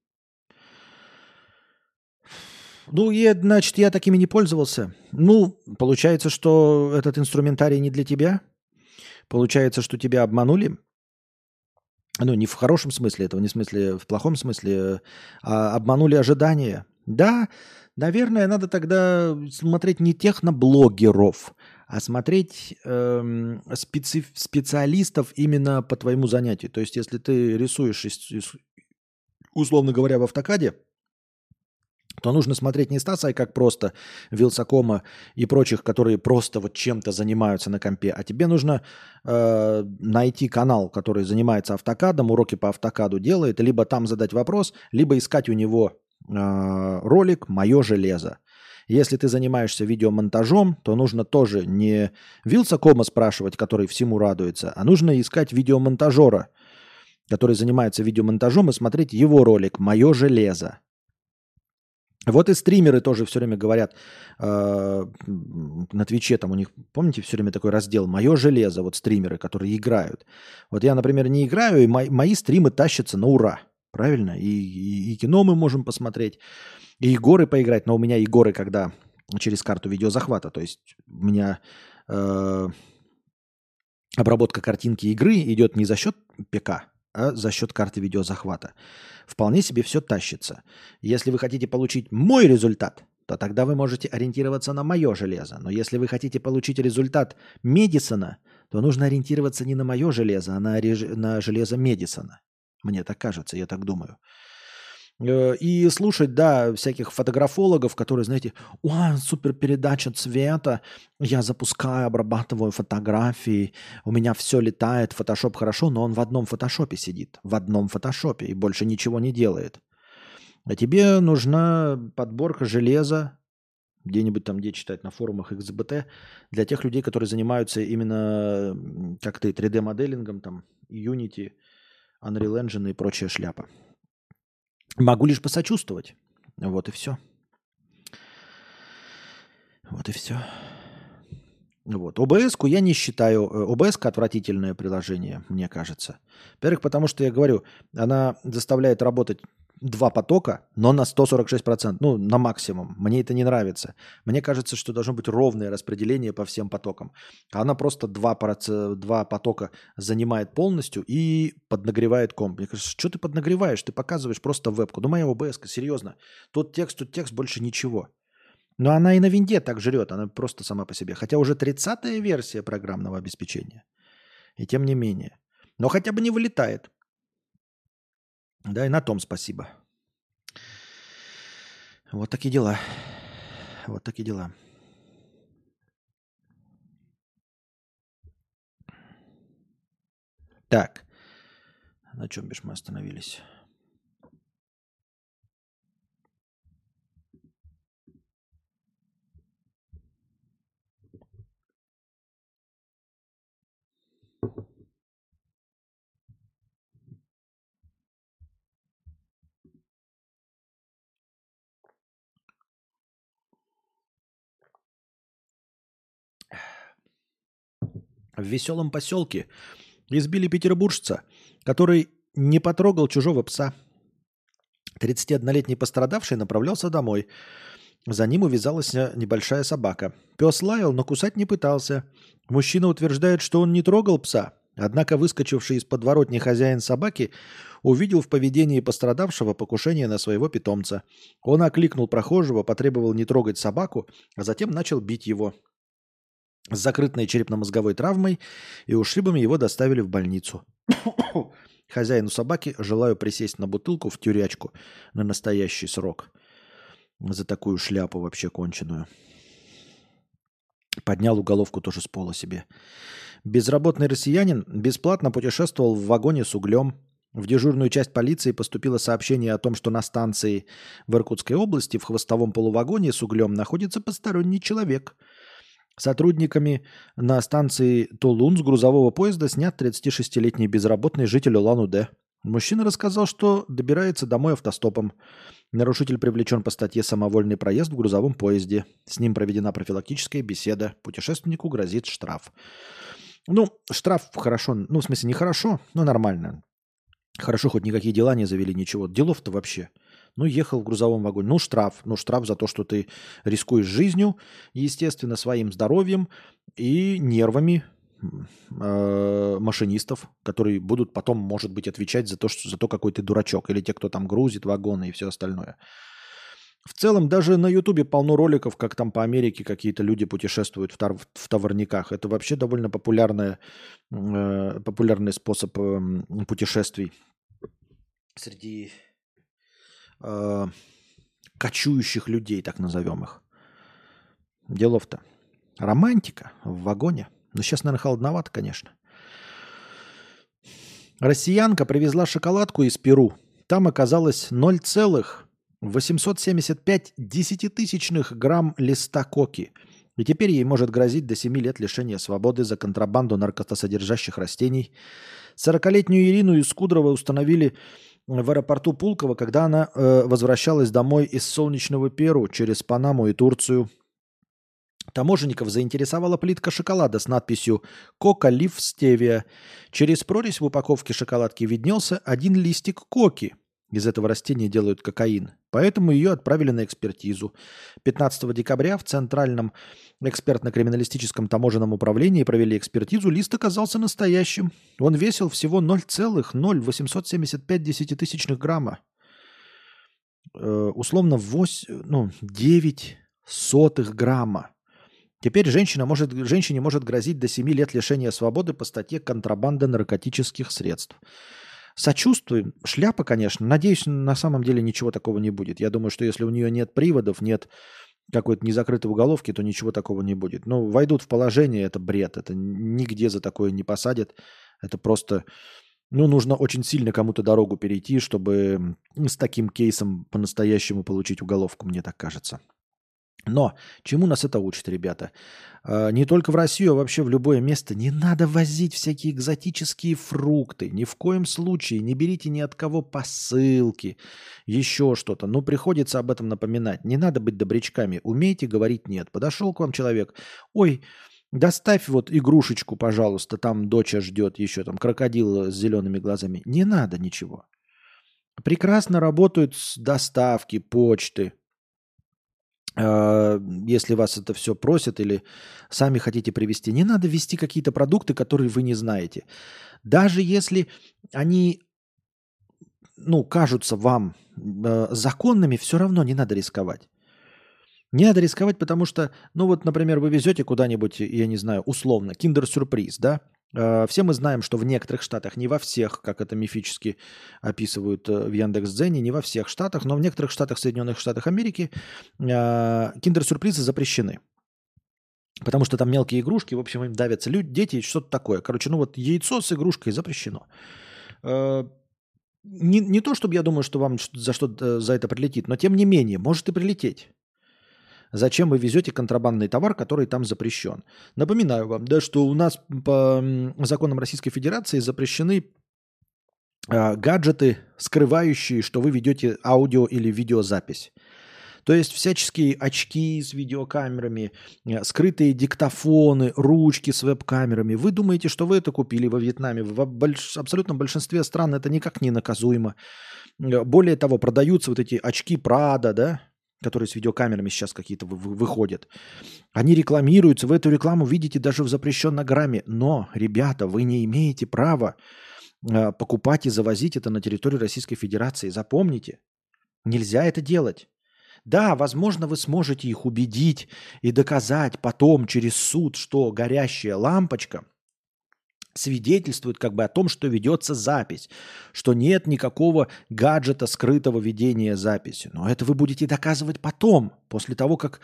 Ну, и, значит, я такими не пользовался. Ну, получается, что этот инструментарий не для тебя. Получается, что тебя обманули. Ну, не в хорошем смысле этого, не в смысле, в плохом смысле, а обманули ожидания. Да, наверное, надо тогда смотреть не техноблогеров, а смотреть специалистов именно по твоему занятию. То есть, если ты рисуешь, условно говоря, в автокаде, то нужно смотреть не Стаса, как просто Вилсакома и прочих, которые просто вот чем-то занимаются на компе, а тебе нужно найти канал, который занимается автокадом, уроки по автокаду делает, либо там задать вопрос, либо искать у него ролик «Мое железо». Если ты занимаешься видеомонтажом, то нужно тоже не Вилсакома спрашивать, который всему радуется, а нужно искать видеомонтажера, который занимается видеомонтажом, и смотреть его ролик «Мое железо». Вот и стримеры тоже все время говорят на Твиче, там у них, помните, все время такой раздел «Мое железо», вот стримеры, которые играют. Вот я, например, не играю, и мои стримы тащатся на ура, правильно? И кино мы можем посмотреть, и горы поиграть, но у меня и горы, когда через карту видеозахвата, то есть у меня обработка картинки игры идет не за счет ПК, а за счет карты видеозахвата. Вполне себе все тащится. Если вы хотите получить мой результат, то тогда вы можете ориентироваться на мое железо. Но если вы хотите получить результат Медисона, то нужно ориентироваться не на мое железо, а на железо Медисона. Мне так кажется, я так думаю. И слушать, да, всяких фотографологов, которые, знаете, супер передача цвета, я запускаю, обрабатываю фотографии, у меня все летает, фотошоп хорошо, но он в одном фотошопе сидит, в одном фотошопе и больше ничего не делает. А тебе нужна подборка железа, где-нибудь там, где читать на форумах XBT, для тех людей, которые занимаются именно, как ты, 3D-моделингом, там, Unity, Unreal Engine и прочая шляпа. Могу лишь посочувствовать. Вот и все. Вот и все. Вот. ОБС-ку я не считаю. ОБС-ка отвратительное приложение, мне кажется. Во-первых, потому что я говорю, она заставляет работать два потока, но на 146%, ну, на максимум. Мне это не нравится. Мне кажется, что должно быть ровное распределение по всем потокам. Она просто два потока занимает полностью и поднагревает комп. Мне кажется, что ты поднагреваешь? Ты показываешь просто вебку. Ну, моя ОБС, серьезно. Тут текст, больше ничего. Но она и на винде так жрет, она просто сама по себе. Хотя уже 30-я версия программного обеспечения. И тем не менее. Но хотя бы не вылетает. Да, и на том спасибо. Вот такие дела. Вот такие дела. Так. На чем бишь мы остановились? В веселом поселке избили петербуржца, который не потрогал чужого пса. 31-летний пострадавший направлялся домой. За ним увязалась небольшая собака. Пес лаял, но кусать не пытался. Мужчина утверждает, что он не трогал пса. Однако выскочивший из подворотни хозяин собаки увидел в поведении пострадавшего покушение на своего питомца. Он окликнул прохожего, потребовал не трогать собаку, а затем начал бить его. С закрытной черепно-мозговой травмой и ушибами его доставили в больницу. Хозяину собаки желаю присесть на бутылку в тюрячку на настоящий срок. За такую шляпу вообще конченую. Поднял уголовку тоже с пола себе. Безработный россиянин бесплатно путешествовал в вагоне с углем. В дежурную часть полиции поступило сообщение о том, что на станции в Иркутской области в хвостовом полувагоне с углем находится посторонний человек. Сотрудниками на станции Тулун с грузового поезда снят 36-летний безработный житель Улан-Удэ. Мужчина рассказал, что добирается домой автостопом. Нарушитель привлечен по статье «Самовольный проезд в грузовом поезде». С ним проведена профилактическая беседа. Путешественнику грозит штраф. Ну, штраф хорошо, ну, в смысле, не хорошо, но нормально. Хорошо, хоть никакие дела не завели, ничего. Делов-то вообще. Ну, ехал в грузовом вагоне. Ну, штраф. Ну, штраф за то, что ты рискуешь жизнью, естественно, своим здоровьем и нервами машинистов, которые будут потом, может быть, отвечать за то, какой ты дурачок, или те, кто там грузит вагоны и все остальное. В целом, даже на Ютубе полно роликов, как там по Америке какие-то люди путешествуют в товарниках. Это вообще довольно популярный способ путешествий среди кочующих людей, так назовем их. Делов-то. Романтика в вагоне. Но сейчас, наверное, холодновато, конечно. Россиянка привезла шоколадку из Перу. Там оказалось 0,875 десятитысячных грамм листа коки. И теперь ей может грозить до 7 лет лишения свободы за контрабанду наркотосодержащих растений. 40-летнюю Ирину из Кудрова установили в аэропорту Пулково, когда она возвращалась домой из солнечного Перу через Панаму и Турцию. Таможенников заинтересовала плитка шоколада с надписью «Кока Лив Стевия». Через прорезь в упаковке шоколадки виднелся один листик коки. Из этого растения делают кокаин. Поэтому ее отправили на экспертизу. 15 декабря в Центральном экспертно-криминалистическом таможенном управлении провели экспертизу. Лист оказался настоящим. Он весил всего 0,0875 десятитысячных грамма. Условно 9 сотых грамма. Теперь женщине может грозить до 7 лет лишения свободы по статье «Контрабанда наркотических средств». Сочувствуем. Шляпа, конечно. Надеюсь, на самом деле ничего такого не будет. Я думаю, что если у нее нет приводов, нет какой-то незакрытой уголовки, то ничего такого не будет. Но войдут в положение, это бред. Это нигде за такое не посадят. Это просто... нужно очень сильно кому-то дорогу перейти, чтобы с таким кейсом по-настоящему получить уголовку, мне так кажется. Но чему нас это учит, ребята? Не только в Россию, а вообще в любое место не надо возить всякие экзотические фрукты. Ни в коем случае не берите ни от кого посылки, еще что-то. Приходится об этом напоминать. Не надо быть добрячками. Умейте говорить «нет». Подошел к вам человек. Ой, доставь вот игрушечку, пожалуйста, там доча ждет, еще там крокодил с зелеными глазами. Не надо ничего. Прекрасно работают доставки, почты. Если вас это все просят или сами хотите привезти, не надо везти какие-то продукты, которые вы не знаете. Даже если они, кажутся вам законными, все равно не надо рисковать. Не надо рисковать, потому что, например, вы везете куда-нибудь, я не знаю, условно, киндер-сюрприз, да? Все мы знаем, что в некоторых штатах, не во всех, как это мифически описывают в Яндекс.Дзене, не во всех штатах, но в некоторых штатах Соединенных Штатах Америки киндер-сюрпризы запрещены. Потому что там мелкие игрушки, в общем, им давятся дети, что-то такое. Короче, яйцо с игрушкой запрещено. Не то, чтобы я думаю, что вам за это прилетит, но тем не менее, может и прилететь. Зачем вы везете контрабандный товар, который там запрещен? Напоминаю вам, что у нас по законам Российской Федерации запрещены гаджеты, скрывающие, что вы ведете аудио или видеозапись. То есть всяческие очки с видеокамерами, скрытые диктофоны, ручки с веб-камерами. Вы думаете, что вы это купили во Вьетнаме? В абсолютном большинстве стран это никак не наказуемо. Более того, продаются вот эти очки Prada, да, которые с видеокамерами сейчас какие-то выходят. Они рекламируются, вы эту рекламу видите даже в запрещенной грамме. Но, ребята, вы не имеете права покупать и завозить это на территорию Российской Федерации. Запомните, нельзя это делать. Да, возможно, вы сможете их убедить и доказать потом через суд, что горящая лампочка свидетельствует о том, что ведется запись, что нет никакого гаджета скрытого ведения записи. Но это вы будете доказывать потом, после того, как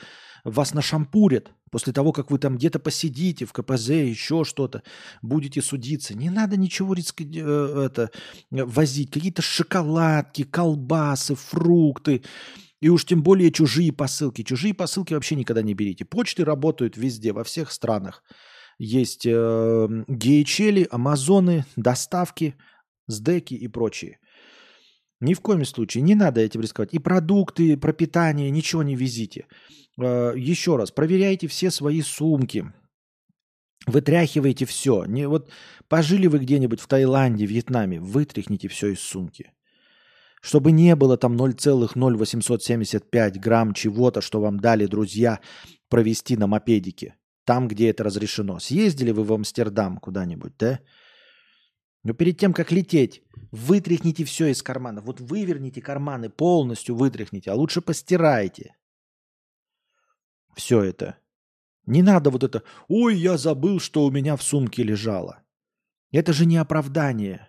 вас нашампурят после того, как вы там где-то посидите в КПЗ, еще что-то, будете судиться. Не надо ничего возить. Какие-то шоколадки, колбасы, фрукты. И уж тем более чужие посылки. Чужие посылки вообще никогда не берите. Почты работают везде, во всех странах. Есть DHL, Амазоны, доставки, сдеки и прочие. Ни в коем случае не надо этим рисковать. И продукты, пропитание, ничего не везите. Еще раз, проверяйте все свои сумки. Вытряхивайте все. Вот пожили вы где-нибудь в Таиланде, Вьетнаме, вытряхните все из сумки. Чтобы не было там 0,0875 грамм чего-то, что вам дали друзья провести на мопедике. Там, где это разрешено. Съездили вы в Амстердам куда-нибудь, да? Но перед тем, как лететь, вытряхните все из карманов. Вот выверните карманы, полностью вытряхните, а лучше постирайте. Все это. Не надо вот это, ой, я забыл, что у меня в сумке лежало. Это же не оправдание.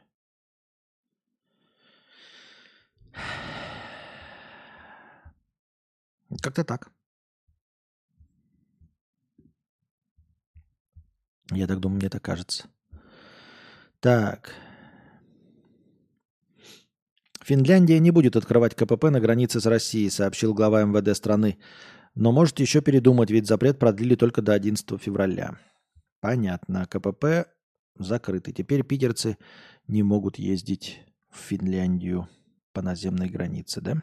Как-то так. Я так думаю, мне так кажется. Так. Финляндия не будет открывать КПП на границе с Россией, сообщил глава МВД страны. Но может еще передумать, ведь запрет продлили только до 11 февраля. Понятно. КПП закрыты. Теперь питерцы не могут ездить в Финляндию по наземной границе, да?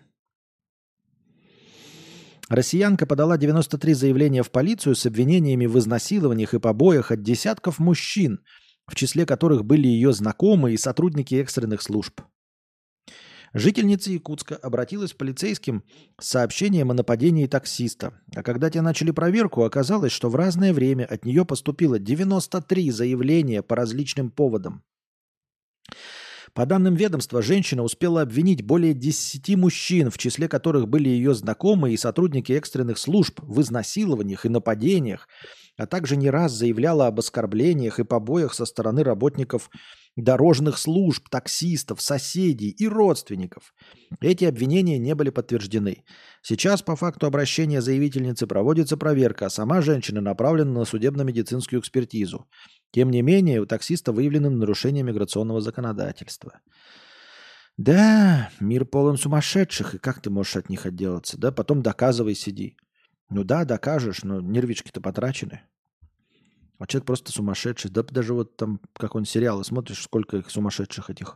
Россиянка подала 93 заявления в полицию с обвинениями в изнасилованиях и побоях от десятков мужчин, в числе которых были ее знакомые и сотрудники экстренных служб. Жительница Якутска обратилась к полицейским с сообщением о нападении таксиста. А когда те начали проверку, оказалось, что в разное время от нее поступило 93 заявления по различным поводам. По данным ведомства, женщина успела обвинить более 10 мужчин, в числе которых были ее знакомые и сотрудники экстренных служб в изнасилованиях и нападениях, а также не раз заявляла об оскорблениях и побоях со стороны работников дорожных служб, таксистов, соседей и родственников. Эти обвинения не были подтверждены. Сейчас по факту обращения заявительницы проводится проверка, а сама женщина направлена на судебно-медицинскую экспертизу. Тем не менее, у таксиста выявлены нарушения миграционного законодательства. Да, мир полон сумасшедших, и как ты можешь от них отделаться? Да, потом доказывай, сиди. Ну да, докажешь, но нервишки-то потрачены. А человек просто сумасшедший. Да даже вот там какой-нибудь сериал, смотришь, сколько их сумасшедших этих.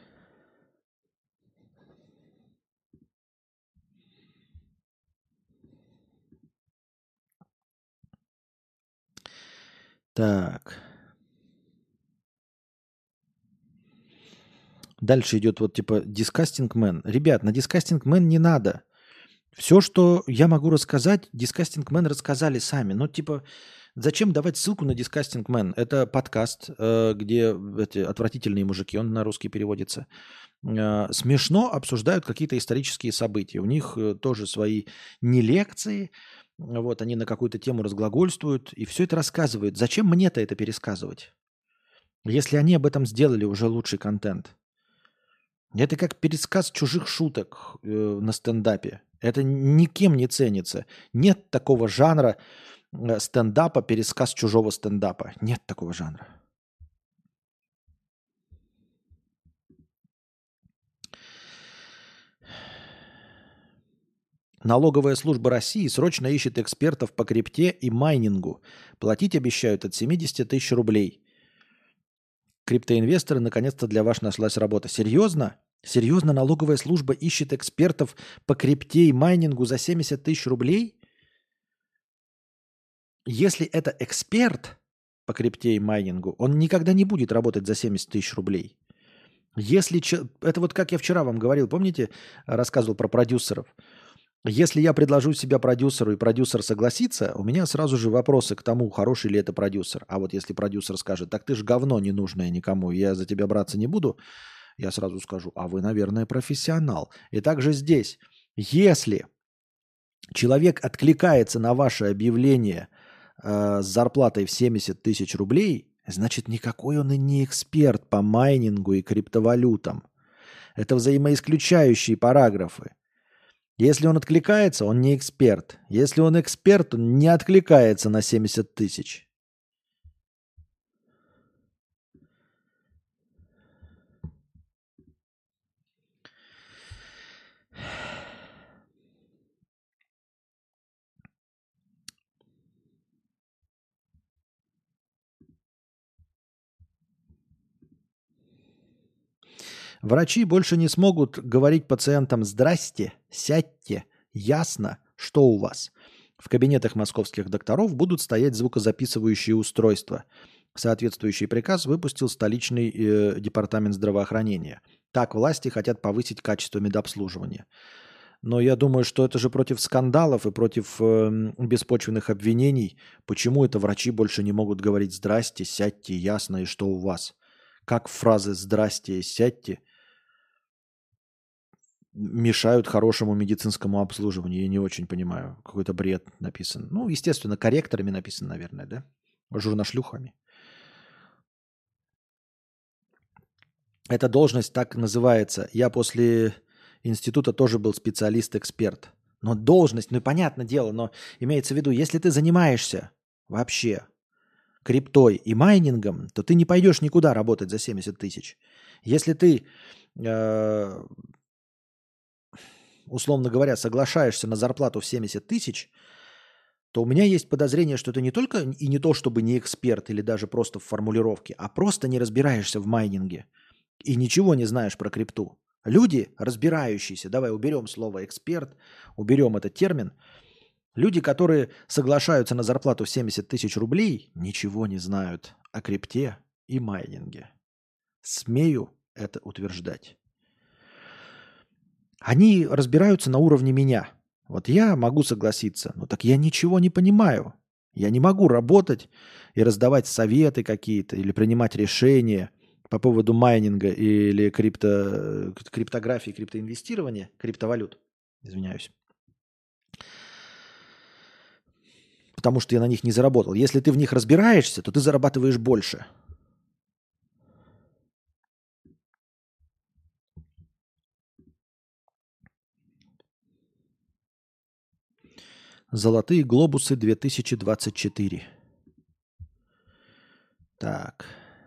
Так. Дальше идет вот типа Disgusting Man. Ребят, на Disgusting Man не надо. Все, что я могу рассказать, Disgusting Man рассказали сами. Ну, типа, зачем давать ссылку на Disgusting Man? Это подкаст, где эти отвратительные мужики, он на русский переводится, смешно обсуждают какие-то исторические события. У них тоже свои не лекции, вот, они на какую-то тему разглагольствуют, и все это рассказывают. Зачем мне-то это пересказывать? Если они об этом сделали уже лучший контент. Это как пересказ чужих шуток на стендапе. Это никем не ценится. Нет такого жанра стендапа, пересказ чужого стендапа. Нет такого жанра. Налоговая служба России срочно ищет экспертов по крипте и майнингу. Платить обещают от 70 тысяч рублей. Криптоинвесторы, наконец-то для вас нашлась работа. Серьезно? Серьезно налоговая служба ищет экспертов по крипте и майнингу за 70 тысяч рублей? Если это эксперт по крипте и майнингу, он никогда не будет работать за 70 тысяч рублей. Если это вот как я вчера вам говорил, помните, рассказывал про продюсеров. Если я предложу себя продюсеру, и продюсер согласится, у меня сразу же вопросы к тому, хороший ли это продюсер. А вот если продюсер скажет, так ты ж говно ненужное никому, я за тебя браться не буду, я сразу скажу, а вы, наверное, профессионал. И также здесь, если человек откликается на ваше объявление с зарплатой в 70 тысяч рублей, значит, никакой он и не эксперт по майнингу и криптовалютам. Это взаимоисключающие параграфы. Если он откликается, он не эксперт. Если он эксперт, он не откликается на 70 тысяч. Врачи больше не смогут говорить пациентам «здрасте», «сядьте», «ясно», «что у вас?». В кабинетах московских докторов будут стоять звукозаписывающие устройства. Соответствующий приказ выпустил столичный департамент здравоохранения. Так власти хотят повысить качество медобслуживания. Но я думаю, что это же против скандалов и против беспочвенных обвинений. Почему это врачи больше не могут говорить «здрасте», «сядьте», «ясно» и «что у вас?». Как фразы «здрасте» и «сядьте» мешают хорошему медицинскому обслуживанию. Я не очень понимаю. Какой-то бред написан. Ну, естественно, корректорами написан, наверное, да? Журношлюхами. Эта должность так называется. Я после института тоже был специалист-эксперт. Но должность, ну и понятное дело, но имеется в виду, если ты занимаешься вообще криптой и майнингом, то ты не пойдешь никуда работать за 70 тысяч. Если ты условно говоря, соглашаешься на зарплату в 70 тысяч, то у меня есть подозрение, что ты не только и не то, чтобы не эксперт или даже просто в формулировке, а просто не разбираешься в майнинге и ничего не знаешь про крипту. Люди, разбирающиеся, давай уберем слово «эксперт», уберем этот термин, люди, которые соглашаются на зарплату в 70 тысяч рублей, ничего не знают о крипте и майнинге. Смею это утверждать. Они разбираются на уровне меня. Вот я могу согласиться, но так я ничего не понимаю. Я не могу работать и раздавать советы какие-то или принимать решения по поводу майнинга или криптографии, криптоинвестирования, криптовалют. Извиняюсь. Потому что я на них не заработал. Если ты в них разбираешься, то ты зарабатываешь больше. Золотые глобусы 2024. Так.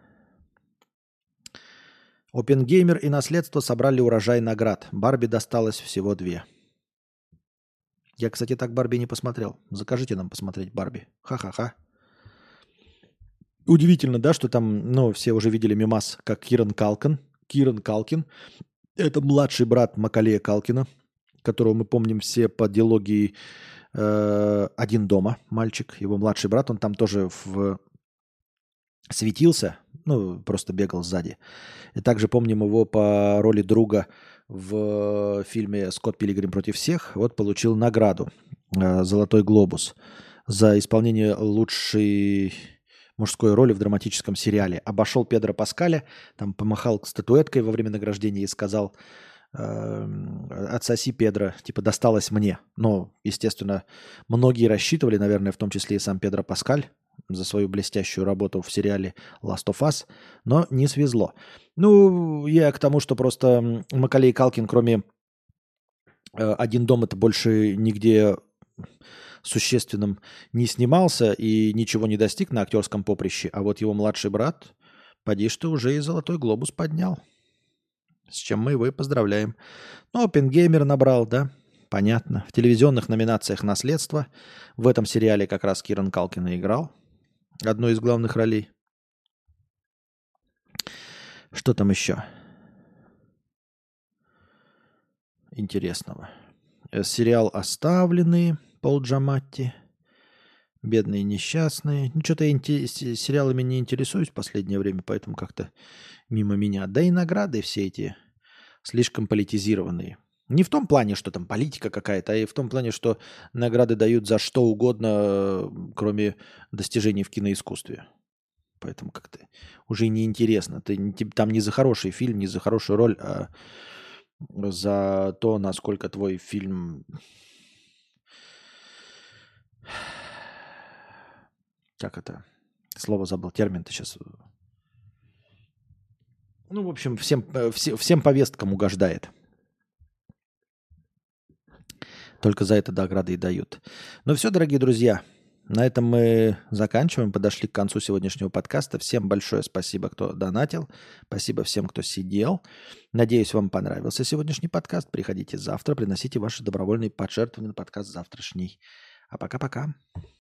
Опенгеймер и наследство собрали урожай наград. Барби досталось всего 2. Я, кстати, так Барби не посмотрел. Закажите нам посмотреть Барби. Ха-ха-ха. Удивительно, да, что там, ну, все уже видели мемас, как Киран Калкин. Это младший брат Макалея Калкина, которого мы помним все по дилогии «Один дома», мальчик, его младший брат, он там тоже светился, ну, просто бегал сзади. И также помним его по роли друга в фильме «Скотт Пилигрим против всех». Вот получил награду «Золотой глобус» за исполнение лучшей мужской роли в драматическом сериале. Обошел Педро Паскаля, там помахал статуэткой во время награждения и сказал: «Отсоси, Педро, типа досталось мне». Но, естественно, многие рассчитывали, наверное, в том числе и сам Педро Паскаль, за свою блестящую работу в сериале Last of Us, но не свезло. Ну, я к тому, что просто Макалей Калкин, кроме «Один дом», это больше нигде существенным не снимался и ничего не достиг на актерском поприще, а вот его младший брат, поди что, уже и «Золотой глобус» поднял. С чем мы его и поздравляем. Ну, Оппенгеймер набрал, да? Понятно. В телевизионных номинациях «Наследство». В этом сериале как раз Киран Калкин и играл одну из главных ролей. Что там еще интересного? Сериал «Оставленные», Пол Джаматти. «Бедные несчастные». Ну, что-то я сериалами не интересуюсь в последнее время, поэтому как-то мимо меня. Да и награды все эти слишком политизированные. Не в том плане, что там политика какая-то, а и в том плане, что награды дают за что угодно, кроме достижений в киноискусстве. Поэтому как-то уже неинтересно. Ты там не за хороший фильм, не за хорошую роль, а за то, насколько твой фильм... Как это? Слово забыл, термин-то сейчас... Ну, в общем, всем повесткам угождает. Только за это награды и дают. Ну все, дорогие друзья, на этом мы заканчиваем. Подошли к концу сегодняшнего подкаста. Всем большое спасибо, кто донатил. Спасибо всем, кто сидел. Надеюсь, вам понравился сегодняшний подкаст. Приходите завтра, приносите ваши добровольные пожертвования на подкаст завтрашний. А пока-пока.